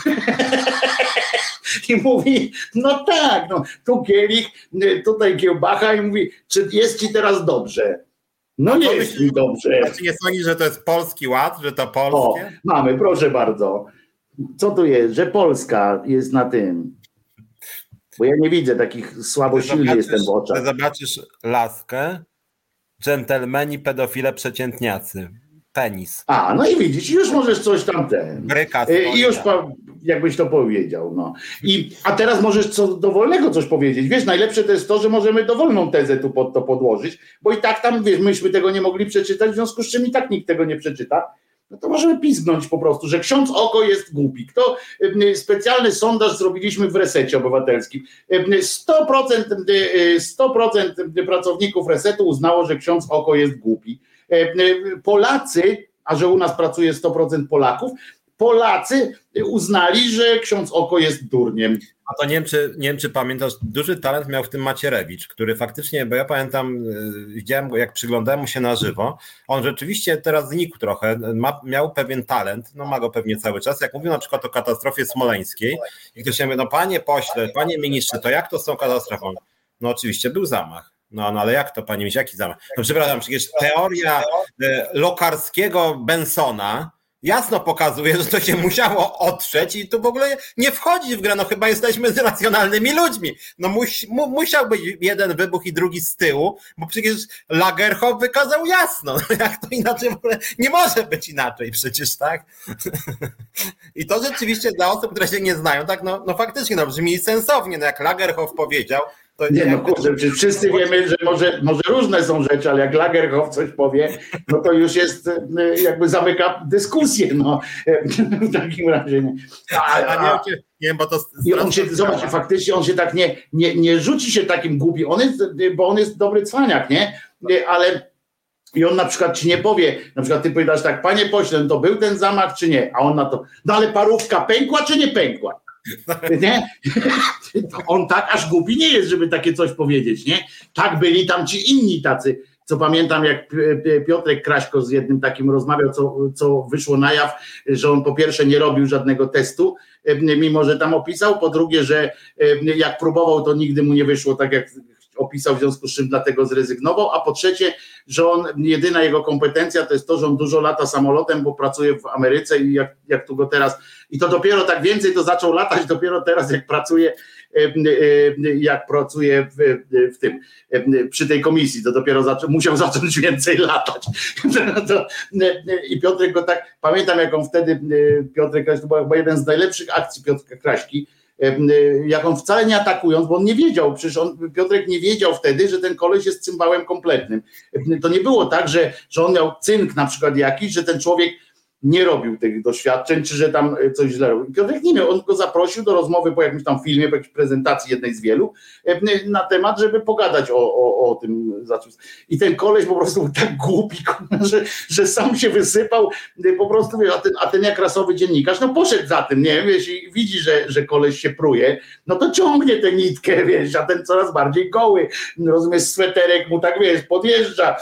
S2: I mówi, no tak, no tu kielich, tutaj kiełbacha i mówi, czy jest ci teraz dobrze? No nie jest mi dobrze.
S3: A czy nie sądzisz, że to jest Polski Ład, że to polskie?
S2: O, mamy, proszę bardzo. Co tu jest? Że Polska jest na tym. Bo ja nie widzę takich słabo silny jestem w oczach.
S3: Zobaczysz laskę, dżentelmeni, pedofile, przeciętniacy. Penis.
S2: A, no i widzisz, już możesz coś tam ten.
S3: Bryka
S2: I już pa, jakbyś to powiedział. No. I, a teraz możesz co dowolnego coś powiedzieć. Wiesz, najlepsze to jest to, że możemy dowolną tezę tu pod to podłożyć, bo i tak tam, wiesz, myśmy tego nie mogli przeczytać, w związku z czym i tak nikt tego nie przeczyta. No to możemy pizgnąć po prostu, że ksiądz Oko jest głupi. Kto, specjalny sondaż zrobiliśmy w Resecie Obywatelskim. sto procent, sto procent pracowników Resetu uznało, że ksiądz Oko jest głupi. Polacy, a że u nas pracuje sto procent Polaków, Polacy uznali, że ksiądz Oko jest durniem.
S3: A to nie wiem, czy, nie wiem, czy pamiętasz, duży talent miał w tym Macierewicz, który faktycznie, bo ja pamiętam, widziałem go, jak przyglądałem mu się na żywo, on rzeczywiście teraz znikł trochę, ma, miał pewien talent, no ma go pewnie cały czas, jak mówił na przykład o katastrofie smoleńskiej i ktoś się mówi, no panie pośle, panie ministrze, to jak to z tą katastrofą? No oczywiście był zamach. No, no ale jak to, panie ministrze, jaki zamach? No przepraszam, przecież teoria Lokarskiego Bensona jasno pokazuje, że to się musiało otrzeć i tu w ogóle nie wchodzi w grę, no chyba jesteśmy racjonalnymi ludźmi. No musi, mu, musiał być jeden wybuch i drugi z tyłu, bo przecież Lagerhof wykazał jasno, no jak to inaczej w ogóle nie może być inaczej przecież, tak? I to rzeczywiście dla osób, które się nie znają, tak, no, no faktycznie, no brzmi sensownie, no jak Lagerhof powiedział, to
S2: nie, no kurczę, wszyscy wiemy, że może, może różne są rzeczy, ale jak Lagerhof coś powie, no to już jest, jakby zamyka dyskusję, no w takim razie. Nie. A, a,
S3: a, nie, nie, bo to
S2: I on się, zobacz, faktycznie on się tak nie, nie, nie rzuci się takim głupi, on jest, bo on jest dobry cwaniak, nie? Ale i on na przykład ci nie powie, na przykład ty powiadasz tak, panie pośle, to był ten zamach czy nie? A on na to, no ale parówka pękła czy nie pękła? Nie? On tak aż głupi nie jest, żeby takie coś powiedzieć, nie? Tak byli tam ci inni tacy, co pamiętam, jak Piotrek Kraśko z jednym takim rozmawiał, co, co wyszło na jaw, że on po pierwsze nie robił żadnego testu, mimo że tam opisał, po drugie, że jak próbował, to nigdy mu nie wyszło tak, jak opisał, w związku z czym dlatego zrezygnował, a po trzecie, że on, jedyna jego kompetencja to jest to, że on dużo lata samolotem, bo pracuje w Ameryce i jak, jak tu go teraz, i to dopiero tak więcej to zaczął latać dopiero teraz, jak pracuje jak pracuje w, w tym, przy tej komisji, to dopiero zaczął, musiał zacząć więcej latać. To, i Piotrek go tak, pamiętam jak on wtedy, Piotrek Kraś, to był chyba jeden z najlepszych akcji Piotrka Kraśki, jak on wcale nie atakując, bo on nie wiedział, przecież on, Piotrek nie wiedział wtedy, że ten koleś jest cymbałem kompletnym. To nie było tak, że, że on miał cynk na przykład jakiś, że ten człowiek nie robił tych doświadczeń, czy że tam coś źle robił. Piotrek nie miał, on go zaprosił do rozmowy po jakimś tam filmie, po jakiejś prezentacji jednej z wielu, na temat, żeby pogadać o, o, o tym. I ten koleś po prostu był tak głupi, że, że sam się wysypał, po prostu, a ten, a ten jak rasowy dziennikarz, no poszedł za tym, nie, wiesz, i widzi, że, że koleś się pruje, no to ciągnie tę nitkę, wiesz, a ten coraz bardziej goły, rozumiesz, sweterek mu tak, wiesz, podjeżdża,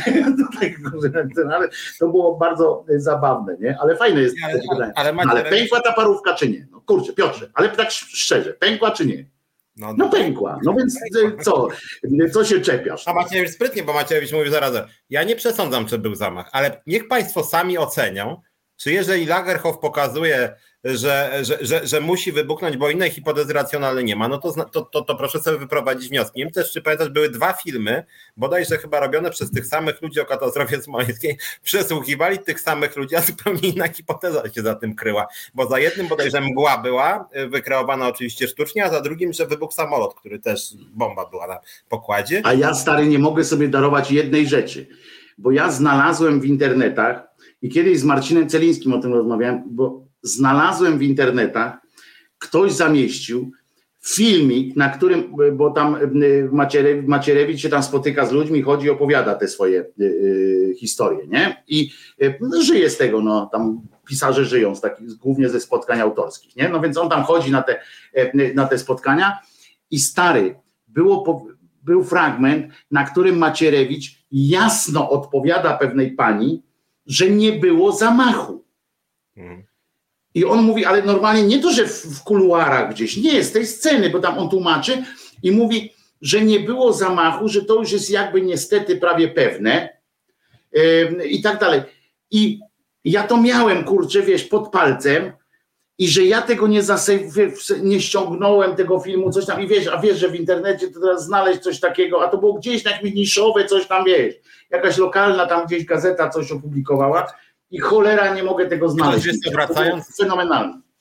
S2: ale to było bardzo zabawne. Nie? Ale fajne jest
S3: ale,
S2: pytanie.
S3: Ale, ale,
S2: ale pękła ta parówka czy nie? No kurczę, Piotrze, ale tak szczerze, pękła czy nie? No, no pękła, no więc co? Co się czepiasz?
S3: A Macierewicz sprytnie, bo Macierewicz mówi zaraz, ja nie przesądzam, czy był zamach, ale niech państwo sami ocenią, czy jeżeli Lagerhof pokazuje, że, że, że, że musi wybuchnąć, bo innej hipotezy racjonalnej nie ma, no to, to, to, to proszę sobie wyprowadzić wnioski. Nie wiem też, czy pamiętasz, były dwa filmy, bodajże chyba robione przez tych samych ludzi o katastrofie smoleńskiej, przesłuchiwali tych samych ludzi, a zupełnie inna hipoteza się za tym kryła, bo za jednym bodajże mgła była, wykreowana oczywiście sztucznie, a za drugim, że wybuchł samolot, który też, bomba była na pokładzie.
S2: A ja, stary, nie mogę sobie darować jednej rzeczy, bo ja znalazłem w internetach i kiedyś z Marcinem Celińskim o tym rozmawiałem, bo znalazłem w internetach, ktoś zamieścił filmik, na którym, bo tam Macierewicz, Macierewicz się tam spotyka z ludźmi, chodzi i opowiada te swoje y, historie, nie? I y, żyje z tego, no tam pisarze żyją z takich, głównie ze spotkań autorskich, nie? No więc on tam chodzi na te, y, na te spotkania i stary, było po, był fragment, na którym Macierewicz jasno odpowiada pewnej pani, że nie było zamachu. Hmm. I on mówi, ale normalnie nie to, że w, w kuluarach gdzieś, nie, z tej sceny, bo tam on tłumaczy i mówi, że nie było zamachu, że to już jest jakby niestety prawie pewne yy, i tak dalej. I ja to miałem, kurczę, wiesz, pod palcem i że ja tego nie zasejwuję, nie ściągnąłem tego filmu, coś tam i wiesz, a wiesz, że w internecie to teraz znaleźć coś takiego, a to było gdzieś na jakimś niszowe, coś tam, wiesz, jakaś lokalna tam gdzieś gazeta coś opublikowała. I cholera, nie mogę tego znaleźć.
S3: Wracając,
S2: fenomenalne.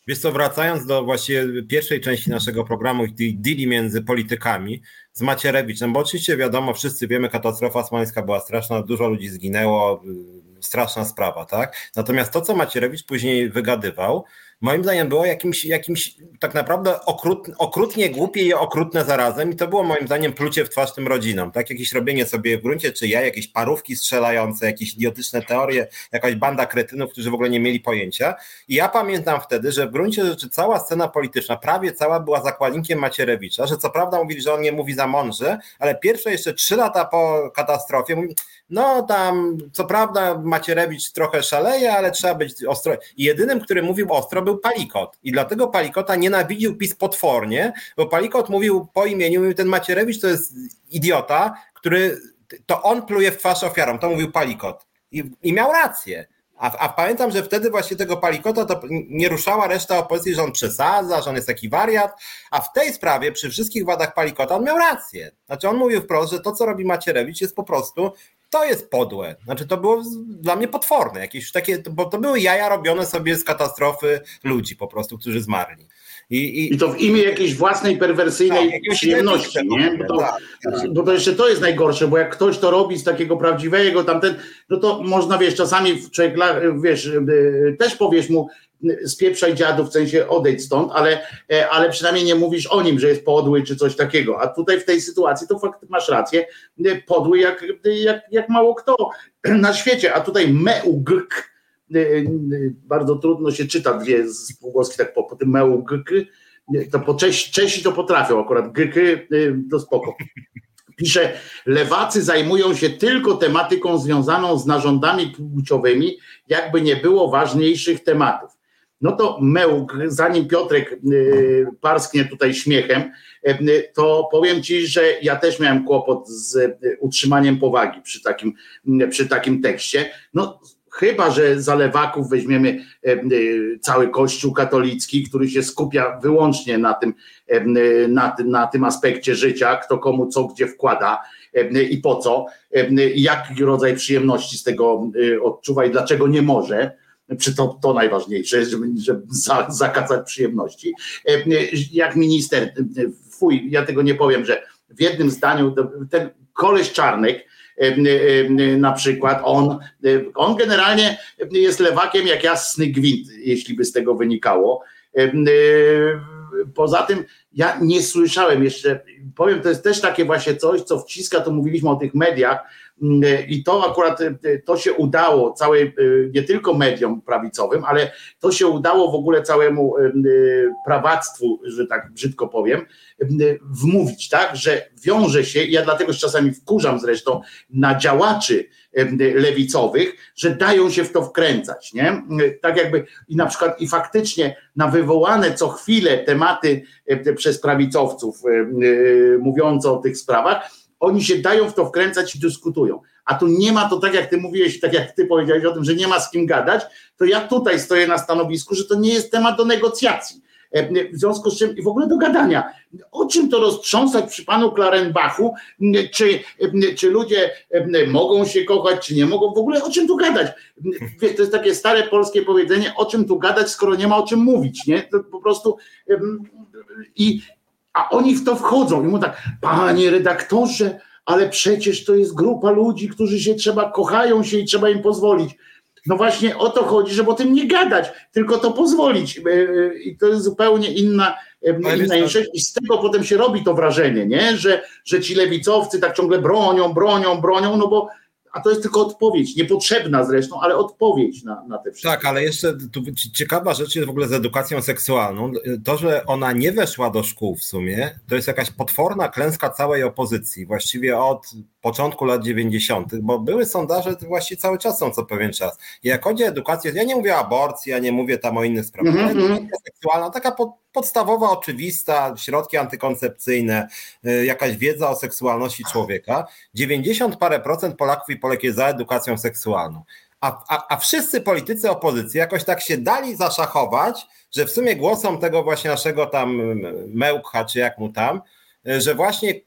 S3: Wiesz co, wracając do właściwie pierwszej części naszego programu i tej deali między politykami z Macierewiczem, bo oczywiście wiadomo, wszyscy wiemy, katastrofa smoleńska była straszna, dużo ludzi zginęło, straszna sprawa, tak? Natomiast to, co Macierewicz później wygadywał, moim zdaniem było jakimś, jakimś tak naprawdę okrut, okrutnie głupie i okrutne zarazem i to było moim zdaniem plucie w twarz tym rodzinom, tak? Jakieś robienie sobie w gruncie czy ja, jakieś parówki strzelające, jakieś idiotyczne teorie, jakaś banda kretynów, którzy w ogóle nie mieli pojęcia i ja pamiętam wtedy, że w gruncie rzeczy cała scena polityczna, prawie cała była zakładnikiem Macierewicza, że co prawda mówili, że on nie mówi za mądrze, ale pierwsze jeszcze trzy lata po katastrofie mówi, no tam co prawda Macierewicz trochę szaleje, ale trzeba być ostro. I jedynym, który mówił ostro, był Palikot. I dlatego Palikota nienawidził PiS potwornie, bo Palikot mówił po imieniu, mówił, ten Macierewicz to jest idiota, który, to on pluje w twarz ofiarom. To mówił Palikot. I, i miał rację. A, a pamiętam, że wtedy właśnie tego Palikota to nie ruszała reszta opozycji, że on przesadza, że on jest taki wariat, a w tej sprawie przy wszystkich wadach Palikota on miał rację. Znaczy on mówił wprost, że to, co robi Macierewicz jest po prostu, to jest podłe. Znaczy to było dla mnie potworne, jakieś takie, bo to były jaja robione sobie z katastrofy ludzi po prostu, którzy zmarli. I, i,
S2: I to w imię jakiejś własnej perwersyjnej tak, przyjemności, nie? Bo to, tak, tak. bo to jeszcze to jest najgorsze, bo jak ktoś to robi z takiego prawdziwego tamten, no to można, wiesz, czasami człowiek, wiesz, też powiesz mu spieprzaj dziadów, w sensie odejdź stąd, ale, ale przynajmniej nie mówisz o nim, że jest podły czy coś takiego, a tutaj w tej sytuacji to fakt masz rację, podły jak, jak, jak mało kto na świecie, a tutaj meugk, bardzo trudno się czyta dwie spółgłoski tak po, po tym meugk, to po Czesi, Czesi to potrafią akurat, gyky to spoko. Pisze, lewacy zajmują się tylko tematyką związaną z narządami płciowymi, jakby nie było ważniejszych tematów. No to mełk, zanim Piotrek y, parsknie tutaj śmiechem, y, to powiem ci, że ja też miałem kłopot z y, utrzymaniem powagi przy takim, y, przy takim tekście. No chyba że za lewaków weźmiemy y, y, cały Kościół katolicki, który się skupia wyłącznie na tym, y, na, tym, na tym aspekcie życia, kto komu co gdzie wkłada y, i po co, y, jaki rodzaj przyjemności z tego y, odczuwa i dlaczego nie może. Czy to, to najważniejsze, żeby, żeby za, zakazać przyjemności. Jak minister, fuj, ja tego nie powiem, że w jednym zdaniu ten koleś Czarnek na przykład, on, on generalnie jest lewakiem jak jasny gwint, jeśli by z tego wynikało. Poza tym ja nie słyszałem jeszcze, powiem, to jest też takie właśnie coś, co wciska, to mówiliśmy o tych mediach, i to akurat to się udało całej, nie tylko mediom prawicowym, ale to się udało w ogóle całemu prawactwu, że tak brzydko powiem, wmówić, tak, że wiąże się, ja dlatego się czasami wkurzam zresztą na działaczy lewicowych, że dają się w to wkręcać, nie? Tak jakby i na przykład i faktycznie na wywołane co chwilę tematy przez prawicowców mówiące o tych sprawach, oni się dają w to wkręcać i dyskutują. A tu nie ma to, tak jak ty mówiłeś, tak jak ty powiedziałeś o tym, że nie ma z kim gadać, to ja tutaj stoję na stanowisku, że to nie jest temat do negocjacji. W związku z czym i w ogóle do gadania. O czym to roztrząsać przy panu Klarenbachu? Czy, czy ludzie mogą się kochać, czy nie mogą? W ogóle o czym tu gadać? Wiesz, to jest takie stare polskie powiedzenie, o czym tu gadać, skoro nie ma o czym mówić, nie? To po prostu i a oni w to wchodzą i mówią tak, panie redaktorze, ale przecież to jest grupa ludzi, którzy się trzeba, kochają się i trzeba im pozwolić. No właśnie o to chodzi, żeby o tym nie gadać, tylko to pozwolić. I to jest zupełnie inna, inna rzecz. I z tego potem się robi to wrażenie, nie? Że, że ci lewicowcy tak ciągle bronią, bronią, bronią, no bo a to jest tylko odpowiedź, niepotrzebna zresztą, ale odpowiedź na, na te wszystkie.
S3: Tak, ale jeszcze tu ciekawa rzecz jest w ogóle z edukacją seksualną. To, że ona nie weszła do szkół w sumie, to jest jakaś potworna klęska całej opozycji, właściwie od początku lat dziewięćdziesiątych, bo były sondaże, właściwie cały czas są co pewien czas. I jak chodzi o edukację, ja nie mówię o aborcji, ja nie mówię tam o innych sprawach, mm-hmm. ale edukacja seksualna, taka pod, podstawowa, oczywista, środki antykoncepcyjne, y, jakaś wiedza o seksualności człowieka, dziewięćdziesiąt parę procent Polaków i Polek jest za edukacją seksualną. A, a, a wszyscy politycy opozycji jakoś tak się dali zaszachować, że w sumie głosom tego właśnie naszego tam Mełkcha, czy jak mu tam, że właśnie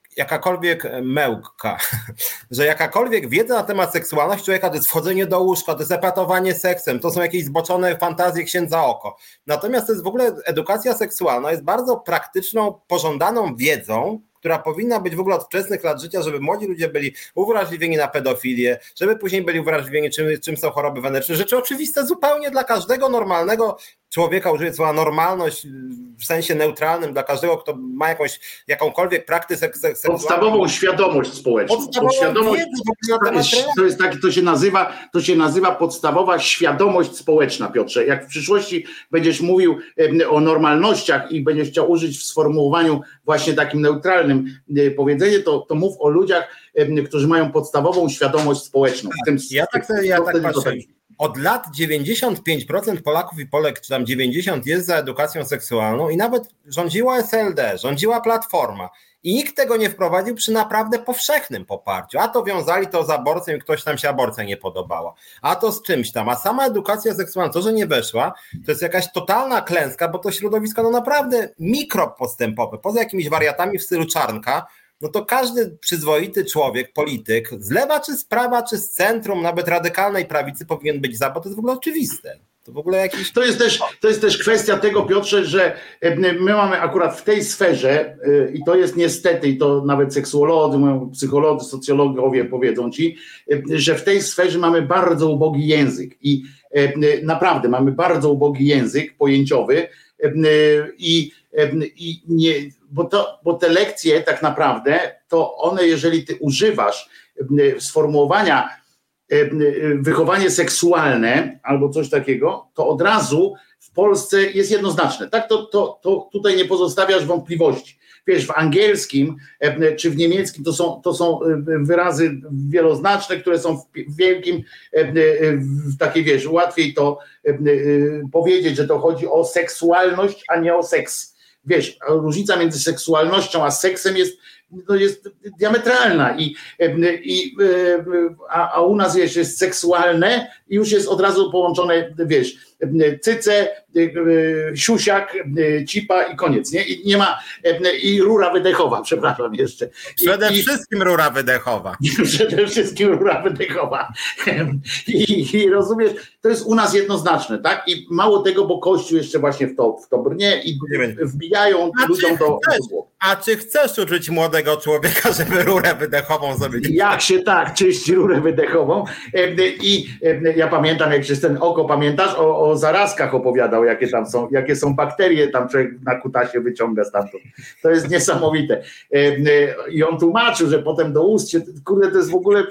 S3: jakakolwiek mełka, że jakakolwiek wiedza na temat seksualności człowieka to jest wchodzenie do łóżka, to jest epatowanie seksem, to są jakieś zboczone fantazje księdza oko. Natomiast to jest w ogóle edukacja seksualna, jest bardzo praktyczną, pożądaną wiedzą, która powinna być w ogóle od wczesnych lat życia, żeby młodzi ludzie byli uwrażliwieni na pedofilię, żeby później byli uwrażliwieni, czym, czym są choroby weneryczne. Rzeczy oczywiste zupełnie dla każdego normalnego człowieka, użyję słowa normalność w sensie neutralnym, dla każdego, kto ma jakąś, jakąkolwiek praktykę seksualną.
S2: Podstawową świadomość społeczną.
S3: Podstawową
S2: świadomość,
S3: wiedzę na temat
S2: to jest tak, to się nazywa, to się nazywa podstawowa świadomość społeczna, Piotrze. Jak w przyszłości będziesz mówił o normalnościach i będziesz chciał użyć w sformułowaniu właśnie takim neutralnym powiedzenie, to, to mów o ludziach, którzy mają podstawową świadomość społeczną.
S3: Tak,
S2: w tym,
S3: ja tak, ja tak patrzę.
S2: To...
S3: Od lat dziewięćdziesiąt pięć procent Polaków i Polek, czy tam dziewięćdziesiąt procent jest za edukacją seksualną i nawet rządziła S L D, rządziła Platforma i nikt tego nie wprowadził przy naprawdę powszechnym poparciu. A to wiązali to z aborcją i ktoś tam się aborcja nie podobała. A to z czymś tam. A sama edukacja seksualna, to, że nie weszła, to jest jakaś totalna klęska, bo to środowisko no naprawdę mikropostępowe, poza jakimiś wariatami w stylu Czarnka, no to każdy przyzwoity człowiek, polityk, z lewa czy z prawa, czy z centrum, nawet radykalnej prawicy powinien być za, bo to jest w ogóle oczywiste. To w ogóle jakiś...
S2: To jest też, to jest też kwestia tego, Piotrze, że my mamy akurat w tej sferze, i to jest niestety, i to nawet seksuolodzy, psycholodzy, socjologowie powiedzą ci, że w tej sferze mamy bardzo ubogi język i naprawdę mamy bardzo ubogi język pojęciowy i, i nie, bo, to, bo te lekcje tak naprawdę, to one, jeżeli ty używasz sformułowania wychowanie seksualne albo coś takiego, to od razu w Polsce jest jednoznaczne. Tak, to, to, to tutaj nie pozostawiasz wątpliwości. Wiesz, w angielskim czy w niemieckim to są, to są wyrazy wieloznaczne, które są w wielkim, w takiej, wiesz, łatwiej to powiedzieć, że to chodzi o seksualność, a nie o seks. Wiesz, różnica między seksualnością a seksem jest, no jest diametralna i, i a, a u nas wiesz, jest seksualne i już jest od razu połączone, wiesz, cyce, siusiak, cipa i koniec, nie? I nie ma, i rura wydechowa, przepraszam jeszcze.
S3: Przede
S2: I,
S3: wszystkim rura wydechowa.
S2: Przede wszystkim rura wydechowa. I, I rozumiesz, to jest u nas jednoznaczne, tak? I mało tego, bo Kościół jeszcze właśnie w to, w to brnie i wbijają
S3: a
S2: ludziom do,
S3: chcesz,
S2: do
S3: A czy chcesz uczyć młodego człowieka, żeby rurę wydechową sobie...
S2: Jak się tak czyści rurę wydechową. I ja pamiętam, jak się ten Oko, pamiętasz, o, o zarazkach opowiadał, jakie tam są, jakie są bakterie, tam człowiek na kutasie wyciąga stamtąd. To jest niesamowite. I on tłumaczył, że potem do ust się, kurde, to jest w ogóle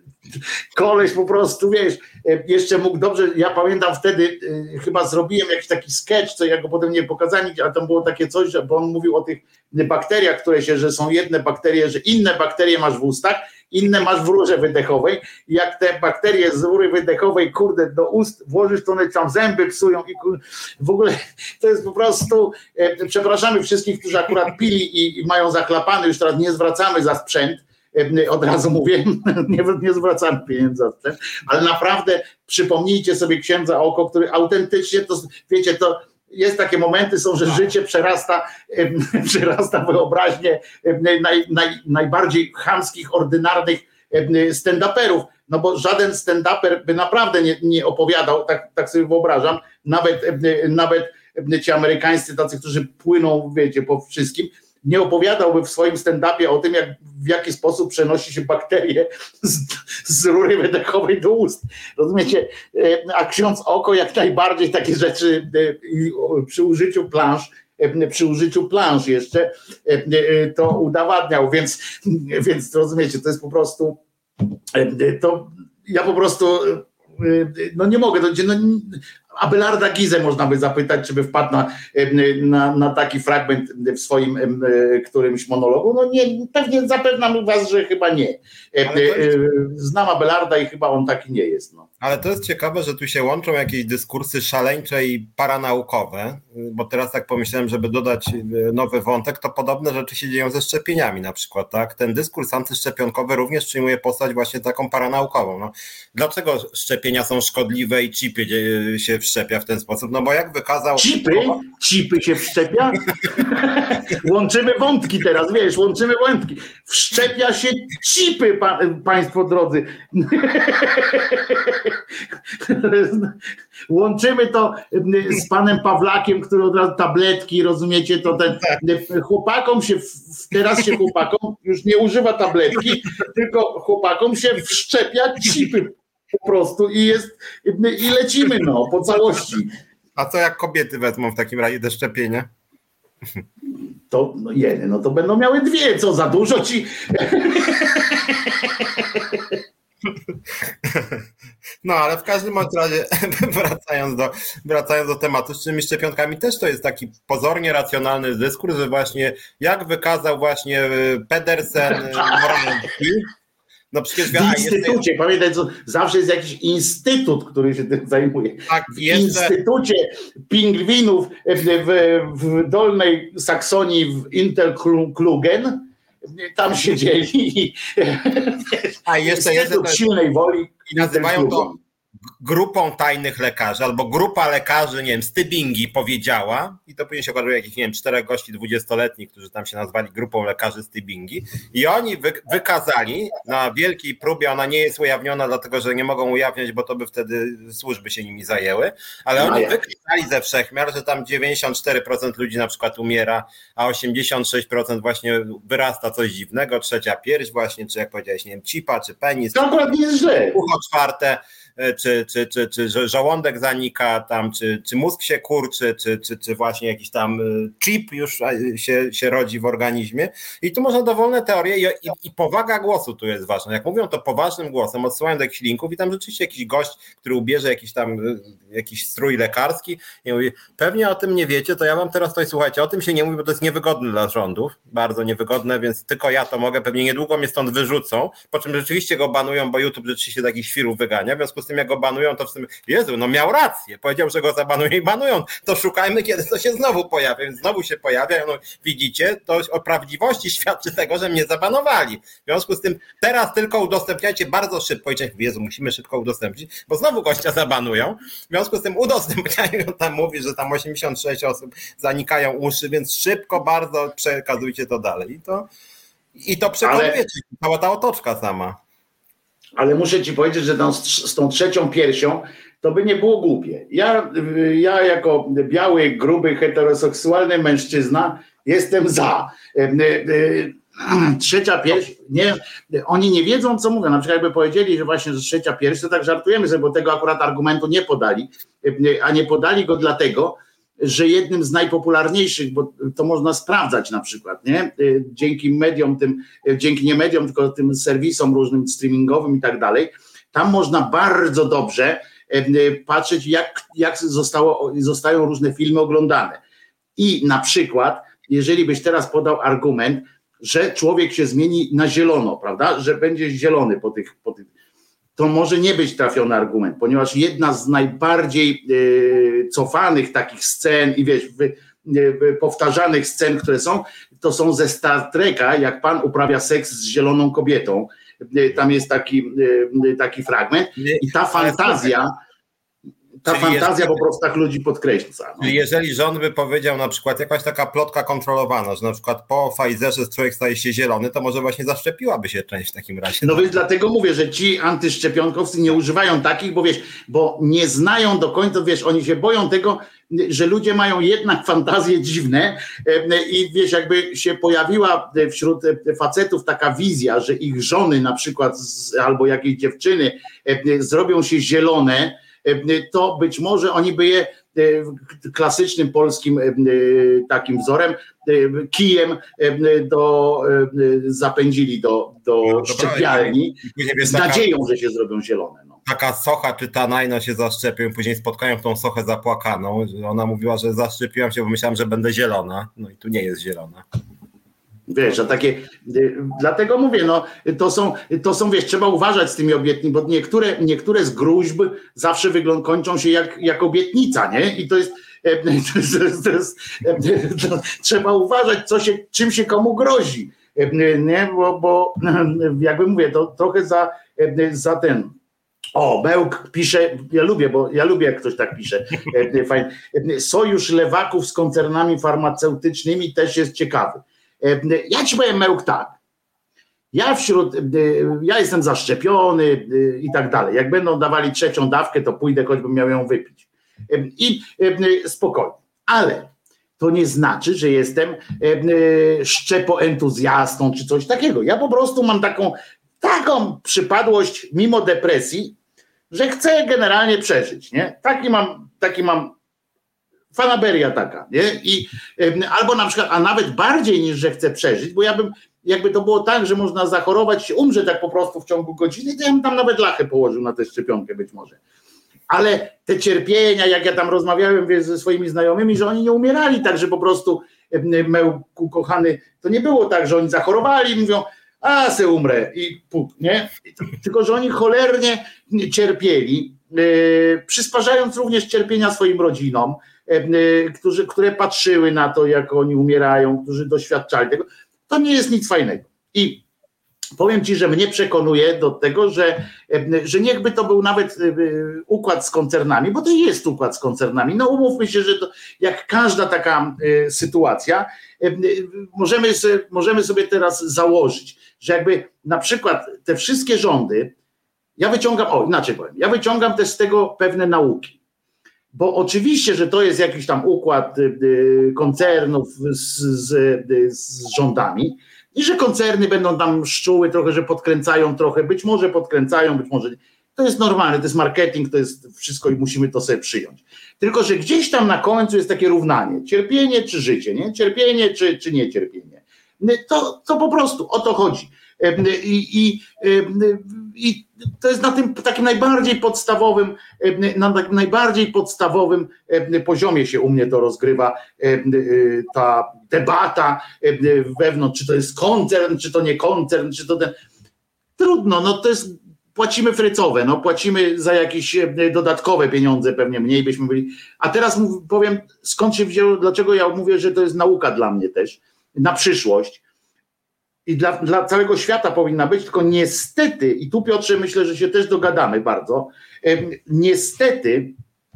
S2: koleś po prostu, wiesz, jeszcze mógł dobrze, ja pamiętam wtedy, chyba zrobiłem jakiś taki sketch, co ja go potem nie pokazałem, ale tam było takie coś, że bo on mówił o tych bakteriach, które się, że są jedne bakterie, że inne bakterie masz w ustach, inne masz w rurze wydechowej. I jak te bakterie z rury wydechowej, kurde, do ust włożysz, to one tam zęby psują i kurde, w ogóle to jest po prostu, e, przepraszamy wszystkich, którzy akurat pili i, i mają zaklapany, już teraz nie zwracamy za sprzęt, e, od razu mówię, nie, nie zwracamy pieniędzy za sprzęt, ale naprawdę przypomnijcie sobie księdza Oko, który autentycznie, to wiecie, to jest takie momenty, są, że życie przerasta, przerasta wyobraźnię naj, naj, najbardziej chamskich, ordynarnych stand-uperów, no bo żaden stand-uper by naprawdę nie, nie opowiadał, tak, tak sobie wyobrażam, nawet, nawet ci amerykańscy tacy, którzy płyną, wiecie, po wszystkim, nie opowiadałby w swoim stand-upie o tym, jak, w jaki sposób przenosi się bakterie z, z rury wydechowej do ust. Rozumiecie? A ksiądz Oko jak najbardziej takie rzeczy przy użyciu plansz, przy użyciu plansz jeszcze to udowadniał, więc, więc rozumiecie, to jest po prostu to ja po prostu no nie mogę, to, no, Abelarda Gizę można by zapytać, czy by wpadł na, na, na taki fragment w swoim którymś monologu. No nie, pewnie zapewniam was, że chyba nie. Jest... Znam Abelarda i chyba on taki nie jest. No.
S3: Ale to jest ciekawe, że tu się łączą jakieś dyskursy szaleńcze i paranaukowe, bo teraz tak pomyślałem, żeby dodać nowy wątek, to podobne rzeczy się dzieją ze szczepieniami na przykład, tak? Ten dyskurs antyszczepionkowy również przyjmuje postać właśnie taką paranaukową. No, dlaczego szczepienia są szkodliwe i chipy się wszczepia w ten sposób, no bo jak wykazał...
S2: Cipy? Cipy się wszczepia? Łączymy wątki teraz, wiesz, łączymy wątki. Wszczepia się cipy, pa, państwo drodzy. Łączymy to z panem Pawlakiem, który od razu tabletki, rozumiecie, to ten chłopakom się, teraz się chłopakom już nie używa tabletki, tylko chłopakom się wszczepia cipy po prostu i jest, i lecimy no, po całości.
S3: A co jak kobiety wezmą w takim razie do szczepienia?
S2: To no, jedy, no to będą miały dwie, co za dużo ci...
S3: No ale w każdym razie wracając do, wracając do tematu, z tymi szczepionkami też to jest taki pozornie racjonalny dyskurs, że właśnie jak wykazał właśnie Pedersen, Morawiecki, no przecież
S2: w instytucie,
S3: jeszcze...
S2: pamiętaj, co, zawsze jest jakiś instytut, który się tym zajmuje.
S3: Tak,
S2: w
S3: jeszcze...
S2: instytucie pingwinów w, w, w Dolnej Saksonii w Interklugen tam siedzieli.
S3: A jeszcze
S2: Instytut
S3: jest
S2: silnej woli.
S3: I nazywają to grupą tajnych lekarzy, albo grupa lekarzy, nie wiem, z Tybingi powiedziała, i to później się okazuje jakichś, nie wiem, czterech gości dwudziestoletnich, którzy tam się nazwali grupą lekarzy z Tybingi, i oni wy, wykazali na wielkiej próbie, ona nie jest ujawniona, dlatego że nie mogą ujawniać, bo to by wtedy służby się nimi zajęły, ale oni wykazali ze wszechmiar, że tam dziewięćdziesiąt cztery procent ludzi na przykład umiera, a osiemdziesiąt sześć procent właśnie wyrasta coś dziwnego, trzecia pierś właśnie, czy jak powiedziałeś, nie wiem, cipa, czy penis.
S2: To akurat nie jest źle.
S3: Ucho czwarte, Czy, czy, czy, czy żołądek zanika, tam, czy, czy mózg się kurczy, czy, czy, czy właśnie jakiś tam chip już się, się rodzi w organizmie. I tu można dowolne teorie i, i, i powaga głosu tu jest ważna. Jak mówią to poważnym głosem, odsyłają do jakichś linków i tam rzeczywiście jakiś gość, który ubierze jakiś tam jakiś strój lekarski i mówi, pewnie o tym nie wiecie, to ja wam teraz tutaj słuchajcie, o tym się nie mówi, bo to jest niewygodne dla rządów, bardzo niewygodne, więc tylko ja to mogę, pewnie niedługo mnie stąd wyrzucą, po czym rzeczywiście go banują, bo YouTube rzeczywiście takich świrów wygania, w związku z tym jak go banują, to w tym, Jezu, no miał rację, powiedział, że go zabanują i banują, to szukajmy, kiedy to się znowu pojawia, więc znowu się pojawia, no widzicie, to o prawdziwości świadczy tego, że mnie zabanowali. W związku z tym teraz tylko udostępniajcie bardzo szybko i Jezu, musimy szybko udostępnić, bo znowu gościa zabanują. W związku z tym udostępniają, tam mówi, że tam osiemdziesiąt sześć osób zanikają uszy, więc szybko bardzo przekazujcie to dalej. I to, i to przekonujecie, ale... cała ta otoczka sama.
S2: Ale muszę ci powiedzieć, że tam z, z tą trzecią piersią to by nie było głupie. Ja, ja jako biały, gruby, heteroseksualny mężczyzna jestem za. Trzecia pierś, nie, oni nie wiedzą, co mówią. Na przykład jakby powiedzieli, że właśnie że trzecia pierś, to tak żartujemy sobie, bo tego akurat argumentu nie podali, a nie podali go dlatego, że jednym z najpopularniejszych, bo to można sprawdzać na przykład, nie? Dzięki mediom tym, dzięki nie mediom, tylko tym serwisom różnym streamingowym i tak dalej, tam można bardzo dobrze patrzeć, jak, jak zostało, zostają różne filmy oglądane. I na przykład, jeżeli byś teraz podał argument, że człowiek się zmieni na zielono, prawda? Że będzie zielony po tych, po tych, to może nie być trafiony argument, ponieważ jedna z najbardziej y, cofanych takich scen i wiesz, wy, y, powtarzanych scen, które są, to są ze Star Treka, jak pan uprawia seks z zieloną kobietą. Y, tam jest taki, y, taki fragment i ta fantazja, ta Czyli fantazja jest... po prostu tak ludzi podkreśla. No.
S3: Jeżeli rząd by powiedział na przykład jakaś taka plotka kontrolowana, że na przykład po Pfizerze człowiek staje się zielony, to może właśnie zaszczepiłaby się część w takim razie.
S2: No więc dlatego mówię, że ci antyszczepionkowcy nie używają takich, bo wiesz, bo nie znają do końca, wiesz, oni się boją tego, że ludzie mają jednak fantazje dziwne i wiesz, jakby się pojawiła wśród facetów taka wizja, że ich żony na przykład albo jakieś dziewczyny zrobią się zielone, to być może oni by je klasycznym polskim takim wzorem kijem do, zapędzili do, do szczepialni z nadzieją, że się zrobią zielone. No.
S3: Taka socha czy tanajno się zaszczepią, później spotkają tą sochę zapłakaną. Ona mówiła, że zaszczepiłam się, bo myślałam, że będę zielona. No i tu nie jest zielona.
S2: Wiesz, a takie, dlatego mówię, no to są, to są, wiesz, trzeba uważać z tymi obietnicami, bo niektóre, niektóre z gruźb zawsze wygląd, kończą się jak, jak obietnica, nie? I to jest, to jest, to jest to trzeba uważać, co się, czym się komu grozi, nie? Bo, bo jakby mówię, to trochę za, za ten, O, Bełk pisze, ja lubię, bo ja lubię, jak ktoś tak pisze. Fajnie. Sojusz lewaków z koncernami farmaceutycznymi też jest ciekawy. Ja ci powiem, Bełk, tak. Ja wśród, ja jestem zaszczepiony i tak dalej. Jak będą dawali trzecią dawkę, to pójdę, choćbym miał ją wypić. I spokojnie. Ale to nie znaczy, że jestem szczepoentuzjastą czy coś takiego. Ja po prostu mam taką, taką przypadłość mimo depresji, że chcę generalnie przeżyć, nie? Taki mam, taki mam fanaberia taka, nie? I albo na przykład, a nawet bardziej niż, że chcę przeżyć, bo ja bym, jakby to było tak, że można zachorować, umrzeć tak po prostu w ciągu godziny, to ja bym tam nawet lachę położył na tę szczepionkę być może. Ale te cierpienia, jak ja tam rozmawiałem wiesz, ze swoimi znajomymi, że oni nie umierali tak, że po prostu Mełku kochany, to nie było tak, że oni zachorowali i mówią, a se umrę i puk, nie? Tylko, że oni cholernie cierpieli, yy, przysparzając również cierpienia swoim rodzinom, yy, którzy, które patrzyły na to, jak oni umierają, którzy doświadczali tego. To nie jest nic fajnego. I powiem ci, że mnie przekonuje do tego, że, że niechby to był nawet układ z koncernami, bo to jest układ z koncernami. No umówmy się, że to jak każda taka sytuacja, możemy, możemy sobie teraz założyć, że jakby na przykład te wszystkie rządy, ja wyciągam, o inaczej powiem, ja wyciągam też z tego pewne nauki. Bo oczywiście, że to jest jakiś tam układ koncernów z, z, z rządami i że koncerny będą tam szczuły trochę, że podkręcają trochę, być może podkręcają, być może nie. To jest normalne, to jest marketing, to jest wszystko i musimy to sobie przyjąć. Tylko, że gdzieś tam na końcu jest takie równanie, cierpienie czy życie, nie? Cierpienie czy, czy nie cierpienie. To, to po prostu o to chodzi. I, i, i to jest na tym takim najbardziej podstawowym, na najbardziej podstawowym poziomie się u mnie to rozgrywa ta debata wewnątrz, czy to jest koncern, czy to nie koncern, czy to ten. Trudno, no to jest, płacimy frycowe, no płacimy za jakieś dodatkowe pieniądze, pewnie mniej byśmy byli. A teraz powiem, skąd się wzięło, dlaczego ja mówię, że to jest nauka dla mnie też, na przyszłość. I dla, dla całego świata powinna być, tylko niestety, i tu Piotrze myślę, że się też dogadamy bardzo, niestety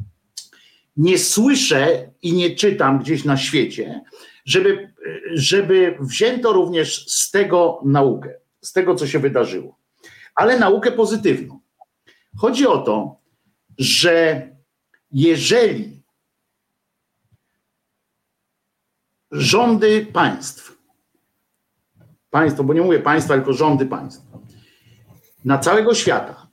S2: nie słyszę i nie czytam gdzieś na świecie, żeby, żeby wzięto również z tego naukę, z tego, co się wydarzyło, ale naukę pozytywną. Chodzi o to, że jeżeli rządy państw, państwo, bo nie mówię państwa, tylko rządy państw, na całego świata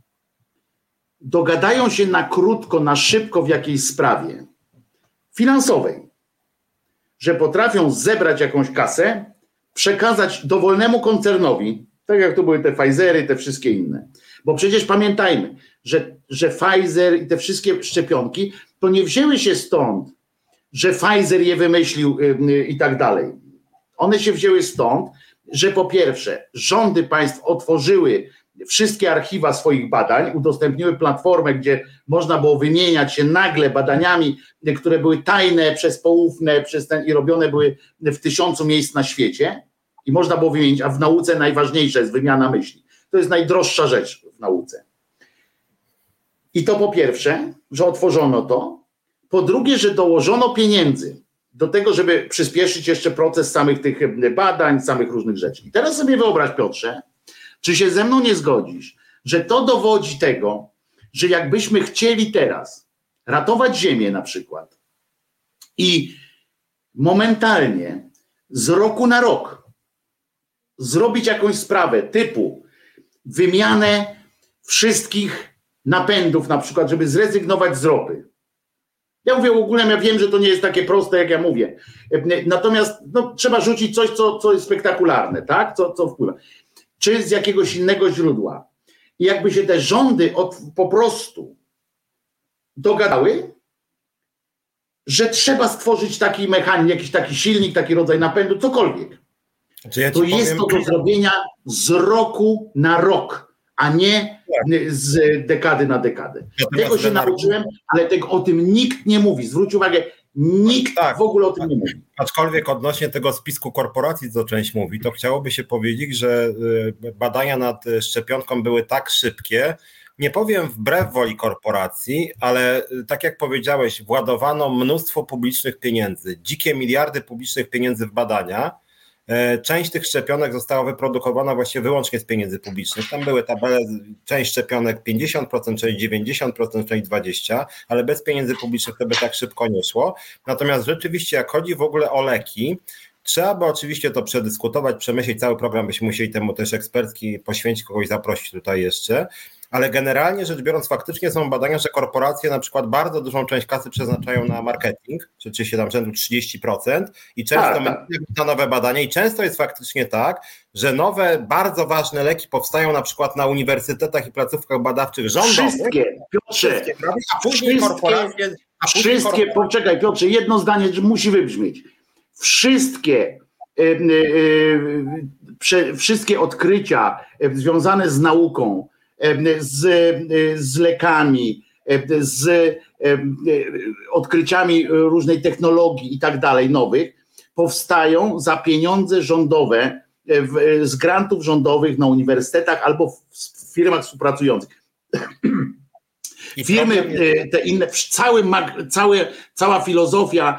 S2: dogadają się na krótko, na szybko w jakiejś sprawie finansowej, że potrafią zebrać jakąś kasę, przekazać dowolnemu koncernowi, tak jak to były te Pfizery, te wszystkie inne. Bo przecież pamiętajmy, że, że Pfizer i te wszystkie szczepionki to nie wzięły się stąd, że Pfizer je wymyślił yy, i tak dalej. One się wzięły stąd, że po pierwsze rządy państw otworzyły wszystkie archiwa swoich badań, udostępniły platformę, gdzie można było wymieniać się nagle badaniami, które były tajne, przezpoufne, przez ten, i robione były w tysiącu miejsc na świecie i można było wymienić, a w nauce najważniejsza jest wymiana myśli. To jest najdroższa rzecz w nauce. I to po pierwsze, że otworzono to, po drugie, że dołożono pieniędzy do tego, żeby przyspieszyć jeszcze proces samych tych badań, samych różnych rzeczy. I teraz sobie wyobraź, Piotrze, czy się ze mną nie zgodzisz, że to dowodzi tego, że jakbyśmy chcieli teraz ratować Ziemię na przykład i momentalnie z roku na rok zrobić jakąś sprawę typu wymianę wszystkich napędów na przykład, żeby zrezygnować z ropy. Ja mówię w ogóle, ja wiem, że to nie jest takie proste, jak ja mówię. Natomiast no, trzeba rzucić coś, co, co jest spektakularne, tak? Co, co wpływa. Czy z jakiegoś innego źródła. I jakby się te rządy od, po prostu dogadały, że trzeba stworzyć taki mechanizm, jakiś taki silnik, taki rodzaj napędu, cokolwiek.
S3: Ja
S2: to
S3: powiem...
S2: jest to do zrobienia z roku na rok, a nie z dekady na dekadę. Ja tego się nauczyłem, ale tego, o tym nikt nie mówi. Zwróć uwagę, nikt tak, w ogóle o tym nie mówi.
S3: Aczkolwiek odnośnie tego spisku korporacji, co część mówi, to chciałoby się powiedzieć, że badania nad szczepionką były tak szybkie, nie powiem wbrew woli korporacji, ale tak jak powiedziałeś, władowano mnóstwo publicznych pieniędzy, dzikie miliardy publicznych pieniędzy w badania. Część tych szczepionek została wyprodukowana właśnie wyłącznie z pieniędzy publicznych. Tam były tabele, część szczepionek pięćdziesiąt procent, część dziewięćdziesiąt procent, część dwadzieścia procent, ale bez pieniędzy publicznych to by tak szybko nie szło. Natomiast rzeczywiście, jak chodzi w ogóle o leki, trzeba by oczywiście to przedyskutować, przemyśleć cały program, byśmy musieli temu też ekspercki poświęcić, kogoś zaprosić tutaj jeszcze, ale generalnie rzecz biorąc faktycznie są badania, że korporacje na przykład bardzo dużą część kasy przeznaczają na marketing, rzeczywiście tam rzędu trzydzieści procent i często tak, na nowe badania i często jest faktycznie tak, że nowe, bardzo ważne leki powstają na przykład na uniwersytetach i placówkach badawczych rządowych.
S2: Wszystkie, Piotrze,
S3: wszystkie, a później
S2: wszystkie,
S3: korporacje... A później
S2: wszystkie,
S3: korporacje...
S2: poczekaj Piotrze, jedno zdanie musi wybrzmieć. Wszystkie y, y, y, prze, wszystkie odkrycia związane z nauką, z, z lekami, z odkryciami różnej technologii i tak dalej nowych, powstają za pieniądze rządowe, z grantów rządowych na uniwersytetach albo w firmach współpracujących. I firmy te inne, cały, całe, cała filozofia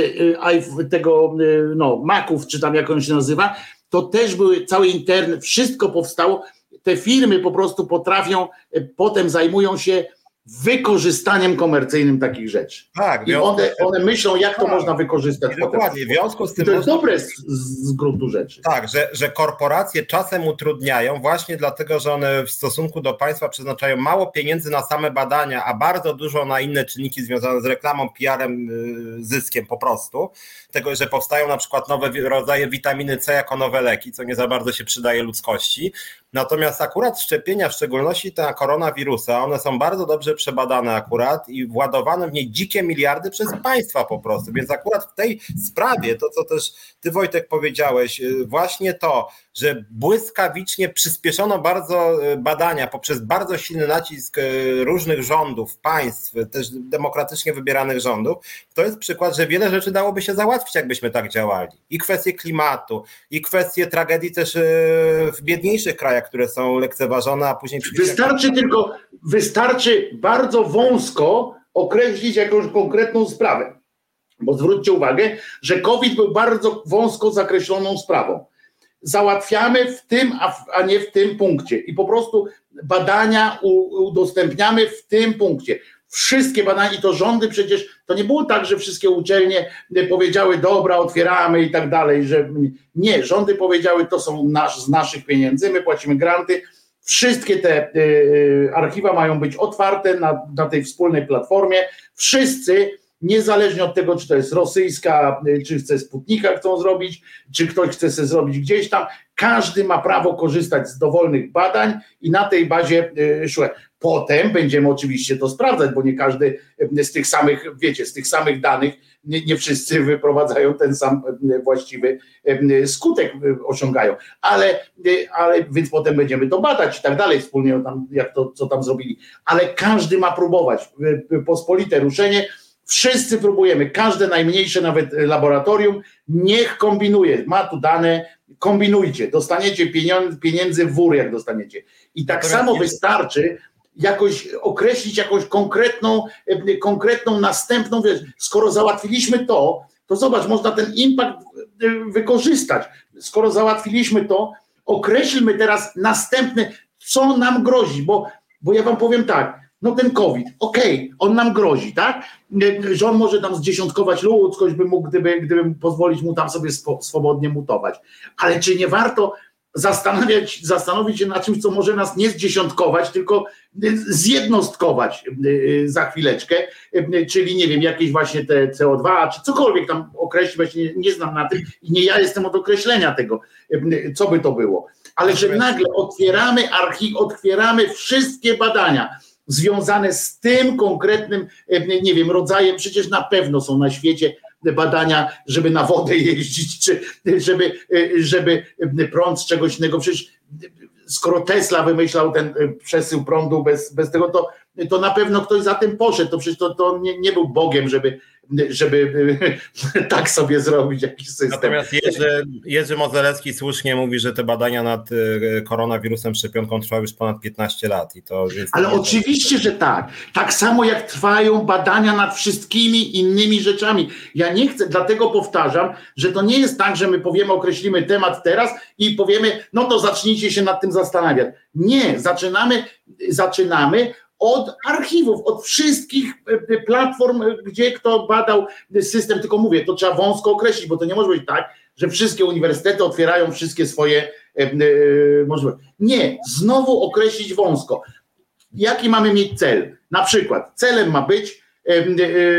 S2: tego no, Maków, czy tam jak on się nazywa, to też były, cały internet, wszystko powstało. Te firmy po prostu potrafią, potem zajmują się wykorzystaniem komercyjnym takich rzeczy.
S3: Tak,
S2: i one, one myślą, jak to tak, można wykorzystać.
S3: Dokładnie, w związku z tym
S2: to jest
S3: można...
S2: dobre z, z gruntu rzeczy.
S3: Tak, że, że korporacje czasem utrudniają właśnie dlatego, że one w stosunku do państwa przeznaczają mało pieniędzy na same badania, a bardzo dużo na inne czynniki związane z reklamą, P R-em, zyskiem po prostu. Tego, że powstają na przykład nowe rodzaje witaminy C jako nowe leki, co nie za bardzo się przydaje ludzkości. Natomiast akurat szczepienia, w szczególności na koronawirusa, one są bardzo dobrze przebadane akurat i władowane w nie dzikie miliardy przez państwa po prostu, więc akurat w tej sprawie, to co też ty Wojtek powiedziałeś, właśnie to, że błyskawicznie przyspieszono bardzo badania poprzez bardzo silny nacisk różnych rządów, państw, też demokratycznie wybieranych rządów, to jest przykład, że wiele rzeczy dałoby się załatwić, jakbyśmy tak działali. I kwestie klimatu, i kwestie tragedii też w biedniejszych krajach, które są lekceważone, a później...
S2: Wystarczy tylko, wystarczy bardzo wąsko określić jakąś konkretną sprawę, bo zwróćcie uwagę, że COVID był bardzo wąsko zakreśloną sprawą. Załatwiamy w tym, a nie w tym punkcie i po prostu badania udostępniamy w tym punkcie. Wszystkie badania i to rządy przecież, to nie było tak, że wszystkie uczelnie powiedziały dobra, otwieramy i tak dalej, że nie, rządy powiedziały to są nasz, z naszych pieniędzy, my płacimy granty, wszystkie te y, archiwa mają być otwarte na, na tej wspólnej platformie, wszyscy, niezależnie od tego, czy to jest rosyjska, czy chce Sputnika chcą zrobić, czy ktoś chce sobie zrobić gdzieś tam, każdy ma prawo korzystać z dowolnych badań i na tej bazie y, szło. Potem będziemy oczywiście to sprawdzać, bo nie każdy z tych samych, wiecie, z tych samych danych, nie, nie wszyscy wyprowadzają ten sam właściwy skutek, osiągają, ale, ale więc potem będziemy to badać i tak dalej, wspólnie tam, jak to, co tam zrobili, ale każdy ma próbować, pospolite ruszenie, wszyscy próbujemy, każde najmniejsze nawet laboratorium, niech kombinuje, ma tu dane, kombinujcie, dostaniecie pieniądze, pieniędzy w wór, jak dostaniecie i tak samo wystarczy jakoś określić jakąś konkretną, konkretną następną rzecz. Skoro załatwiliśmy to, to zobacz, można ten impact wykorzystać. Skoro załatwiliśmy to, określmy teraz następny, co nam grozi, bo, bo ja wam powiem tak, no ten COVID, okej, okay, on nam grozi, tak? Że on może tam zdziesiątkować ludzkość, by mógł, gdyby, gdyby pozwolić mu tam sobie swobodnie mutować. Ale czy nie warto zastanawiać, zastanowić się nad czymś, co może nas nie zdziesiątkować, tylko zjednostkować za chwileczkę, czyli nie wiem, jakieś właśnie te C O dwa, czy cokolwiek tam określić, właśnie nie, nie znam na tym i nie ja jestem od określenia tego, co by to było. Ale że nagle otwieramy archiw, otwieramy wszystkie badania związane z tym konkretnym, nie wiem, rodzajem, przecież na pewno są na świecie badania, żeby na wodę jeździć, czy żeby, żeby prąd z czegoś innego. Przecież skoro Tesla wymyślał ten przesył prądu bez, bez tego, to, to na pewno ktoś za tym poszedł. To przecież to, to nie, nie był Bogiem, żeby, żeby tak sobie zrobić jakiś system.
S3: Natomiast Jerzy, Jerzy Modzelewski słusznie mówi, że te badania nad koronawirusem szczepionką trwały już ponad piętnaście lat. I to jest
S2: Ale oczywiście, że tak. Tak samo jak trwają badania nad wszystkimi innymi rzeczami. Ja nie chcę, dlatego powtarzam, że to nie jest tak, że my powiemy, określimy temat teraz i powiemy, no to zacznijcie się nad tym zastanawiać. Nie, zaczynamy, zaczynamy od archiwów, od wszystkich platform, gdzie kto badał system, tylko mówię, to trzeba wąsko określić, bo to nie może być tak, że wszystkie uniwersytety otwierają wszystkie swoje e, e, możliwości. Nie, znowu określić wąsko. Jaki mamy mieć cel? Na przykład celem ma być e, e,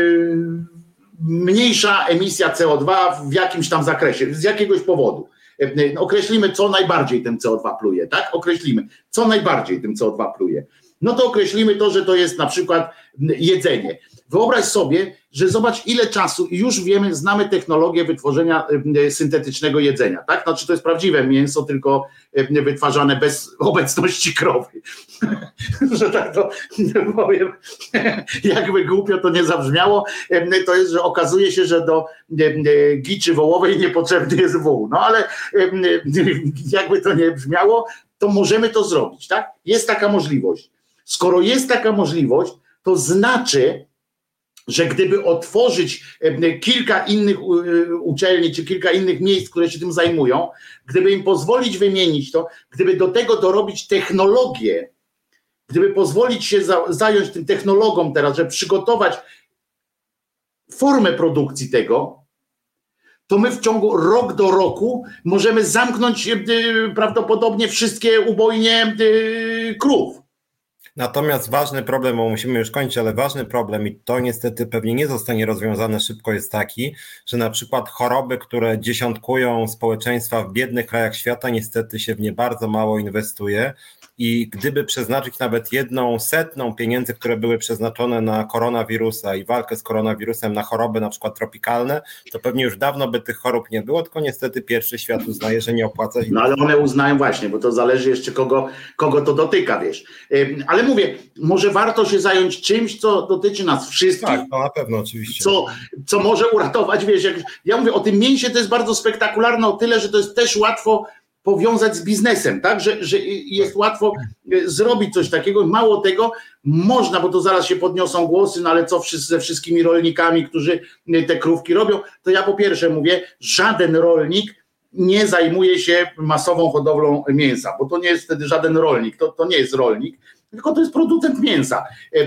S2: mniejsza emisja C O dwa w jakimś tam zakresie, z jakiegoś powodu. E, określimy, co najbardziej ten C O dwa pluje, tak? Określimy, co najbardziej tym C O dwa pluje. No to określimy to, że to jest na przykład jedzenie. Wyobraź sobie, że zobacz ile czasu i już wiemy, znamy technologię wytworzenia syntetycznego jedzenia, tak? Znaczy to jest prawdziwe mięso, tylko wytwarzane bez obecności krowy. Że tak to powiem, jakby głupio to nie zabrzmiało, to jest, że okazuje się, że do giczy wołowej niepotrzebny jest wół. No ale jakby to nie brzmiało, to możemy to zrobić, tak? Jest taka możliwość. Skoro jest taka możliwość, to znaczy, że gdyby otworzyć kilka innych uczelni, czy kilka innych miejsc, które się tym zajmują, gdyby im pozwolić wymienić to, gdyby do tego dorobić technologię, gdyby pozwolić się za, zająć tym technologom teraz, żeby przygotować formę produkcji tego, to my w ciągu rok do roku możemy zamknąć y, prawdopodobnie wszystkie ubojnie y, krów.
S3: Natomiast ważny problem, bo musimy już kończyć, ale ważny problem i to niestety pewnie nie zostanie rozwiązane szybko jest taki, że na przykład choroby, które dziesiątkują społeczeństwa w biednych krajach świata, niestety się w nie bardzo mało inwestuje i gdyby przeznaczyć nawet jedną setną pieniędzy, które były przeznaczone na koronawirusa i walkę z koronawirusem na choroby na przykład tropikalne, to pewnie już dawno by tych chorób nie było, tylko niestety pierwszy świat uznaje, że nie opłaca się.
S2: No ale one uznają właśnie, bo to zależy jeszcze kogo, kogo to dotyka, wiesz. Ale mówię, może warto się zająć czymś, co dotyczy nas wszystkich.
S3: Tak, to na pewno oczywiście.
S2: Co, co może uratować, wiesz, jak, ja mówię o tym mięsie, to jest bardzo spektakularne o tyle, że to jest też łatwo powiązać z biznesem, tak, że, że jest łatwo zrobić coś takiego. Mało tego, można, bo to zaraz się podniosą głosy, no ale co ze wszystkimi rolnikami, którzy te krówki robią, to ja po pierwsze mówię, żaden rolnik nie zajmuje się masową hodowlą mięsa, bo to nie jest wtedy żaden rolnik, to, to nie jest rolnik, tylko to jest producent mięsa,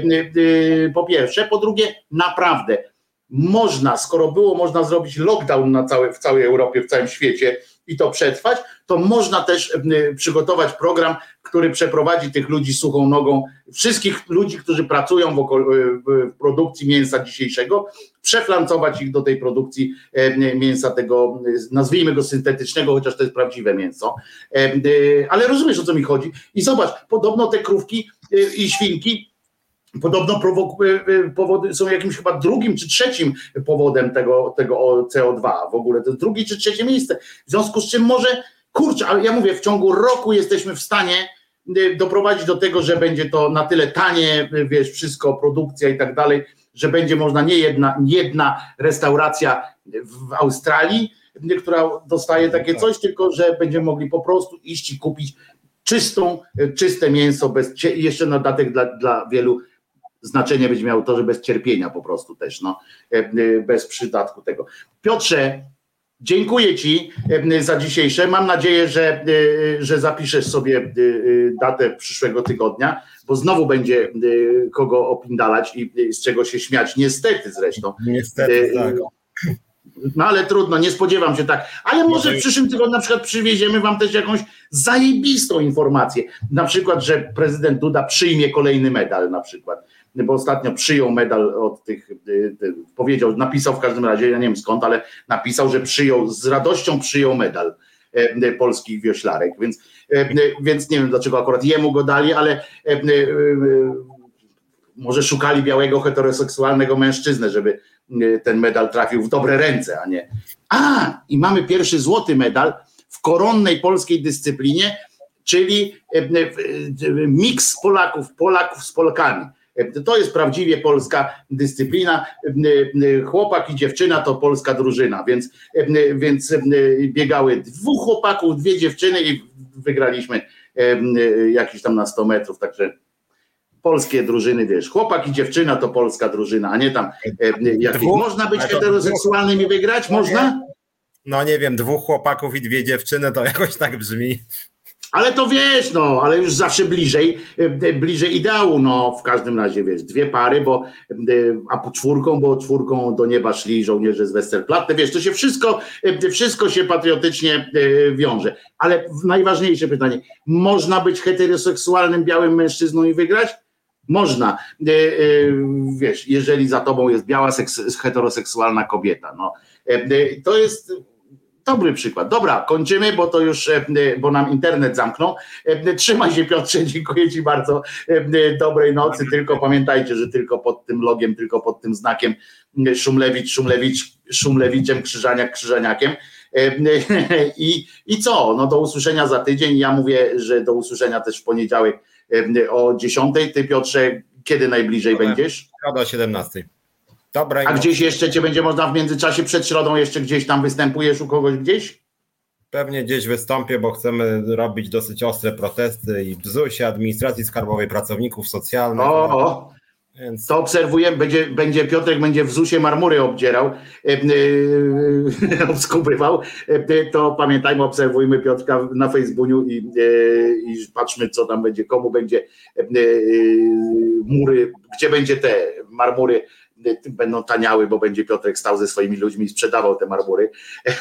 S2: po pierwsze. Po drugie, naprawdę można, skoro było można zrobić lockdown na całe, w całej Europie, w całym świecie i to przetrwać, to można też przygotować program, który przeprowadzi tych ludzi suchą nogą, wszystkich ludzi, którzy pracują w, oko- w produkcji mięsa dzisiejszego, przeflancować ich do tej produkcji mięsa tego, nazwijmy go syntetycznego, chociaż to jest prawdziwe mięso. Ale rozumiesz, o co mi chodzi? I zobacz, podobno te krówki i świnki podobno prowok- powody są jakimś chyba drugim czy trzecim powodem tego, tego C O dwa w ogóle, to jest drugie czy trzecie miejsce. W związku z czym może, kurczę, ale ja mówię, w ciągu roku jesteśmy w stanie doprowadzić do tego, że będzie to na tyle tanie, wiesz, wszystko, produkcja i tak dalej, że będzie można nie jedna, jedna restauracja w Australii, która dostaje takie coś, tylko że będziemy mogli po prostu iść i kupić czystą, czyste mięso, bez, jeszcze na dodatek dla, dla wielu znaczenie będzie miało to, że bez cierpienia po prostu też, no, bez przydatku tego. Piotrze, dziękuję Ci za dzisiejsze. Mam nadzieję, że, że zapiszesz sobie datę przyszłego tygodnia, bo znowu będzie kogo opindalać i z czego się śmiać. Niestety zresztą.
S3: Niestety, tak.
S2: No ale trudno, nie spodziewam się tak. Ale może w przyszłym tygodniu na przykład przywieziemy wam też jakąś zajebistą informację. Na przykład, że prezydent Duda przyjmie kolejny medal na przykład. Bo ostatnio przyjął medal od tych, powiedział, napisał w każdym razie, ja nie wiem skąd, ale napisał, że przyjął, z radością przyjął medal polskich wioślarek, więc, więc nie wiem dlaczego akurat jemu go dali, ale może szukali białego heteroseksualnego mężczyznę, żeby ten medal trafił w dobre ręce, a nie. A, i mamy pierwszy złoty medal w koronnej polskiej dyscyplinie, czyli miks Polaków, Polaków z Polkami. To jest prawdziwie polska dyscyplina. Chłopak i dziewczyna to polska drużyna, więc, więc biegały dwóch chłopaków, dwie dziewczyny i wygraliśmy jakiś tam na sto metrów, także polskie drużyny, wiesz, chłopak i dziewczyna to polska drużyna, a nie tam jakieś. Można być heteroseksualnym i wygrać? Można?
S3: No nie wiem, dwóch chłopaków i dwie dziewczyny to jakoś tak brzmi.
S2: Ale to wiesz, no, ale już zawsze bliżej, bliżej ideału, no, w każdym razie, wiesz, dwie pary, bo, a po czwórką, bo czwórką do nieba szli żołnierze z Westerplatte, wiesz, to się wszystko, wszystko się patriotycznie wiąże. Ale najważniejsze pytanie, można być heteroseksualnym białym mężczyzną i wygrać? Można, wiesz, jeżeli za tobą jest biała seks, heteroseksualna kobieta, no, to jest dobry przykład. Dobra, kończymy, bo to już, bo nam internet zamknął. Trzymaj się, Piotrze, dziękuję ci bardzo. Dobrej nocy, tylko pamiętajcie, że tylko pod tym logiem, tylko pod tym znakiem Szumlewicz, Szumlewicz, Szumlewiczem, Krzyżaniak, Krzyżaniakiem. I, I co? No do usłyszenia za tydzień. Ja mówię, że do usłyszenia też w poniedziałek o dziesiątej. Ty, Piotrze, kiedy najbliżej Dobra, będziesz?
S3: O siedemnastej. Dobra,
S2: a gdzieś jeszcze cię będzie można w międzyczasie przed środą jeszcze gdzieś tam występujesz u kogoś gdzieś?
S3: Pewnie gdzieś wystąpię, bo chcemy robić dosyć ostre protesty i w zusie, administracji skarbowej, pracowników socjalnych.
S2: O, o. Więc... To obserwujemy, będzie, będzie Piotrek będzie w zusie marmury obdzierał, yy, obskubrywał, yy, to pamiętajmy, obserwujmy Piotrka na Facebooku i, yy, i patrzmy, co tam będzie, komu będzie yy, mury, gdzie będzie te marmury będą taniały, bo będzie Piotrek stał ze swoimi ludźmi i sprzedawał te marmury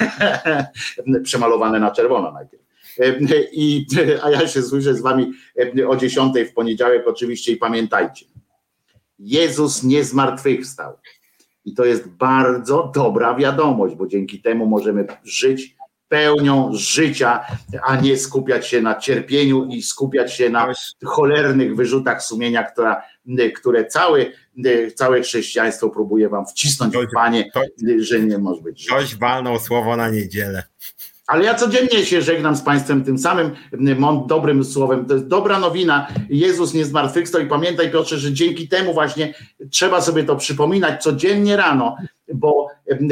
S2: przemalowane na czerwono najpierw. I, a ja się słyszę z wami o dziesiątej w poniedziałek oczywiście i pamiętajcie, Jezus nie zmartwychwstał i to jest bardzo dobra wiadomość, bo dzięki temu możemy żyć pełnią życia, a nie skupiać się na cierpieniu i skupiać się na cholernych wyrzutach sumienia, która, które całe, całe chrześcijaństwo próbuje wam wcisnąć w panie, że nie może być.
S3: Ktoś walnął słowo na niedzielę.
S2: Ale ja codziennie się żegnam z Państwem tym samym dobrym słowem. To jest dobra nowina. Jezus nie zmartwychwstał i pamiętaj, Piotrze, że dzięki temu właśnie trzeba sobie to przypominać codziennie rano, bo,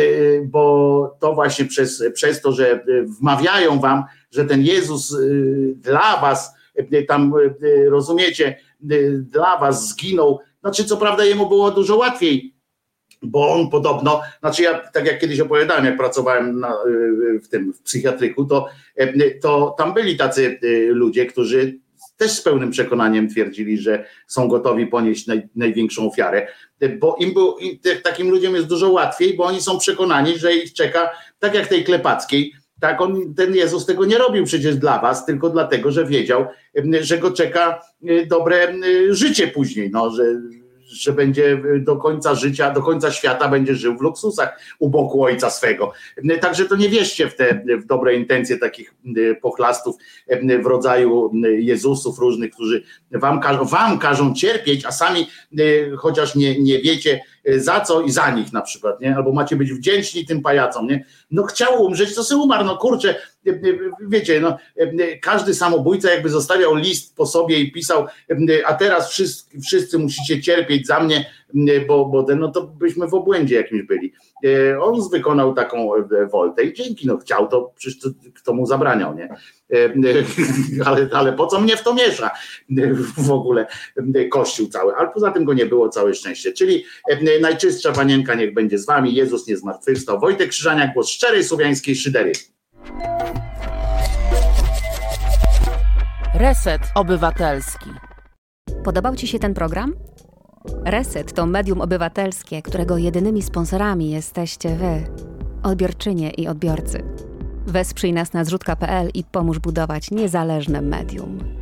S2: bo to właśnie przez, przez to, że wmawiają wam, że ten Jezus dla was, tam rozumiecie, dla was zginął. Znaczy, co prawda jemu było dużo łatwiej, bo on podobno, znaczy ja tak jak kiedyś opowiadałem, jak pracowałem na, w tym w psychiatryku, to, to tam byli tacy ludzie, którzy też z pełnym przekonaniem twierdzili, że są gotowi ponieść naj, największą ofiarę, bo im był, im, takim ludziom jest dużo łatwiej, bo oni są przekonani, że ich czeka, tak jak tej Klepackiej, tak on, ten Jezus tego nie robił przecież dla was, tylko dlatego, że wiedział, że go czeka dobre życie później, no, że że będzie do końca życia, do końca świata będzie żył w luksusach u boku ojca swego. Także to nie wierzcie w te w dobre intencje takich pochlastów w rodzaju Jezusów różnych, którzy wam każą, wam każą cierpieć, a sami chociaż nie, nie wiecie za co i za nich na przykład, nie? Albo macie być wdzięczni tym pajacom, nie? No chciał umrzeć, to sobie umarł, no kurczę, wiecie, no każdy samobójca jakby zostawiał list po sobie i pisał, a teraz wszyscy, wszyscy musicie cierpieć za mnie, bo, bo ten, no to byśmy w obłędzie jakimś byli. On wykonał taką woltę i dzięki, no chciał, to przecież to, kto mu zabraniał, nie? Ale, ale po co mnie w to miesza w ogóle Kościół cały, ale poza tym go nie było, całe szczęście, czyli najczystsza panienka niech będzie z wami, Jezus nie zmartwychwstał. Wojtek Krzyżaniak, głos szczerej słowiańskiej szydery.
S1: Reset Obywatelski.
S6: Podobał ci się ten program? Reset to medium obywatelskie, którego jedynymi sponsorami jesteście wy, odbiorczynie i odbiorcy. Wesprzyj nas na zrzutka kropka pe el i pomóż budować niezależne medium.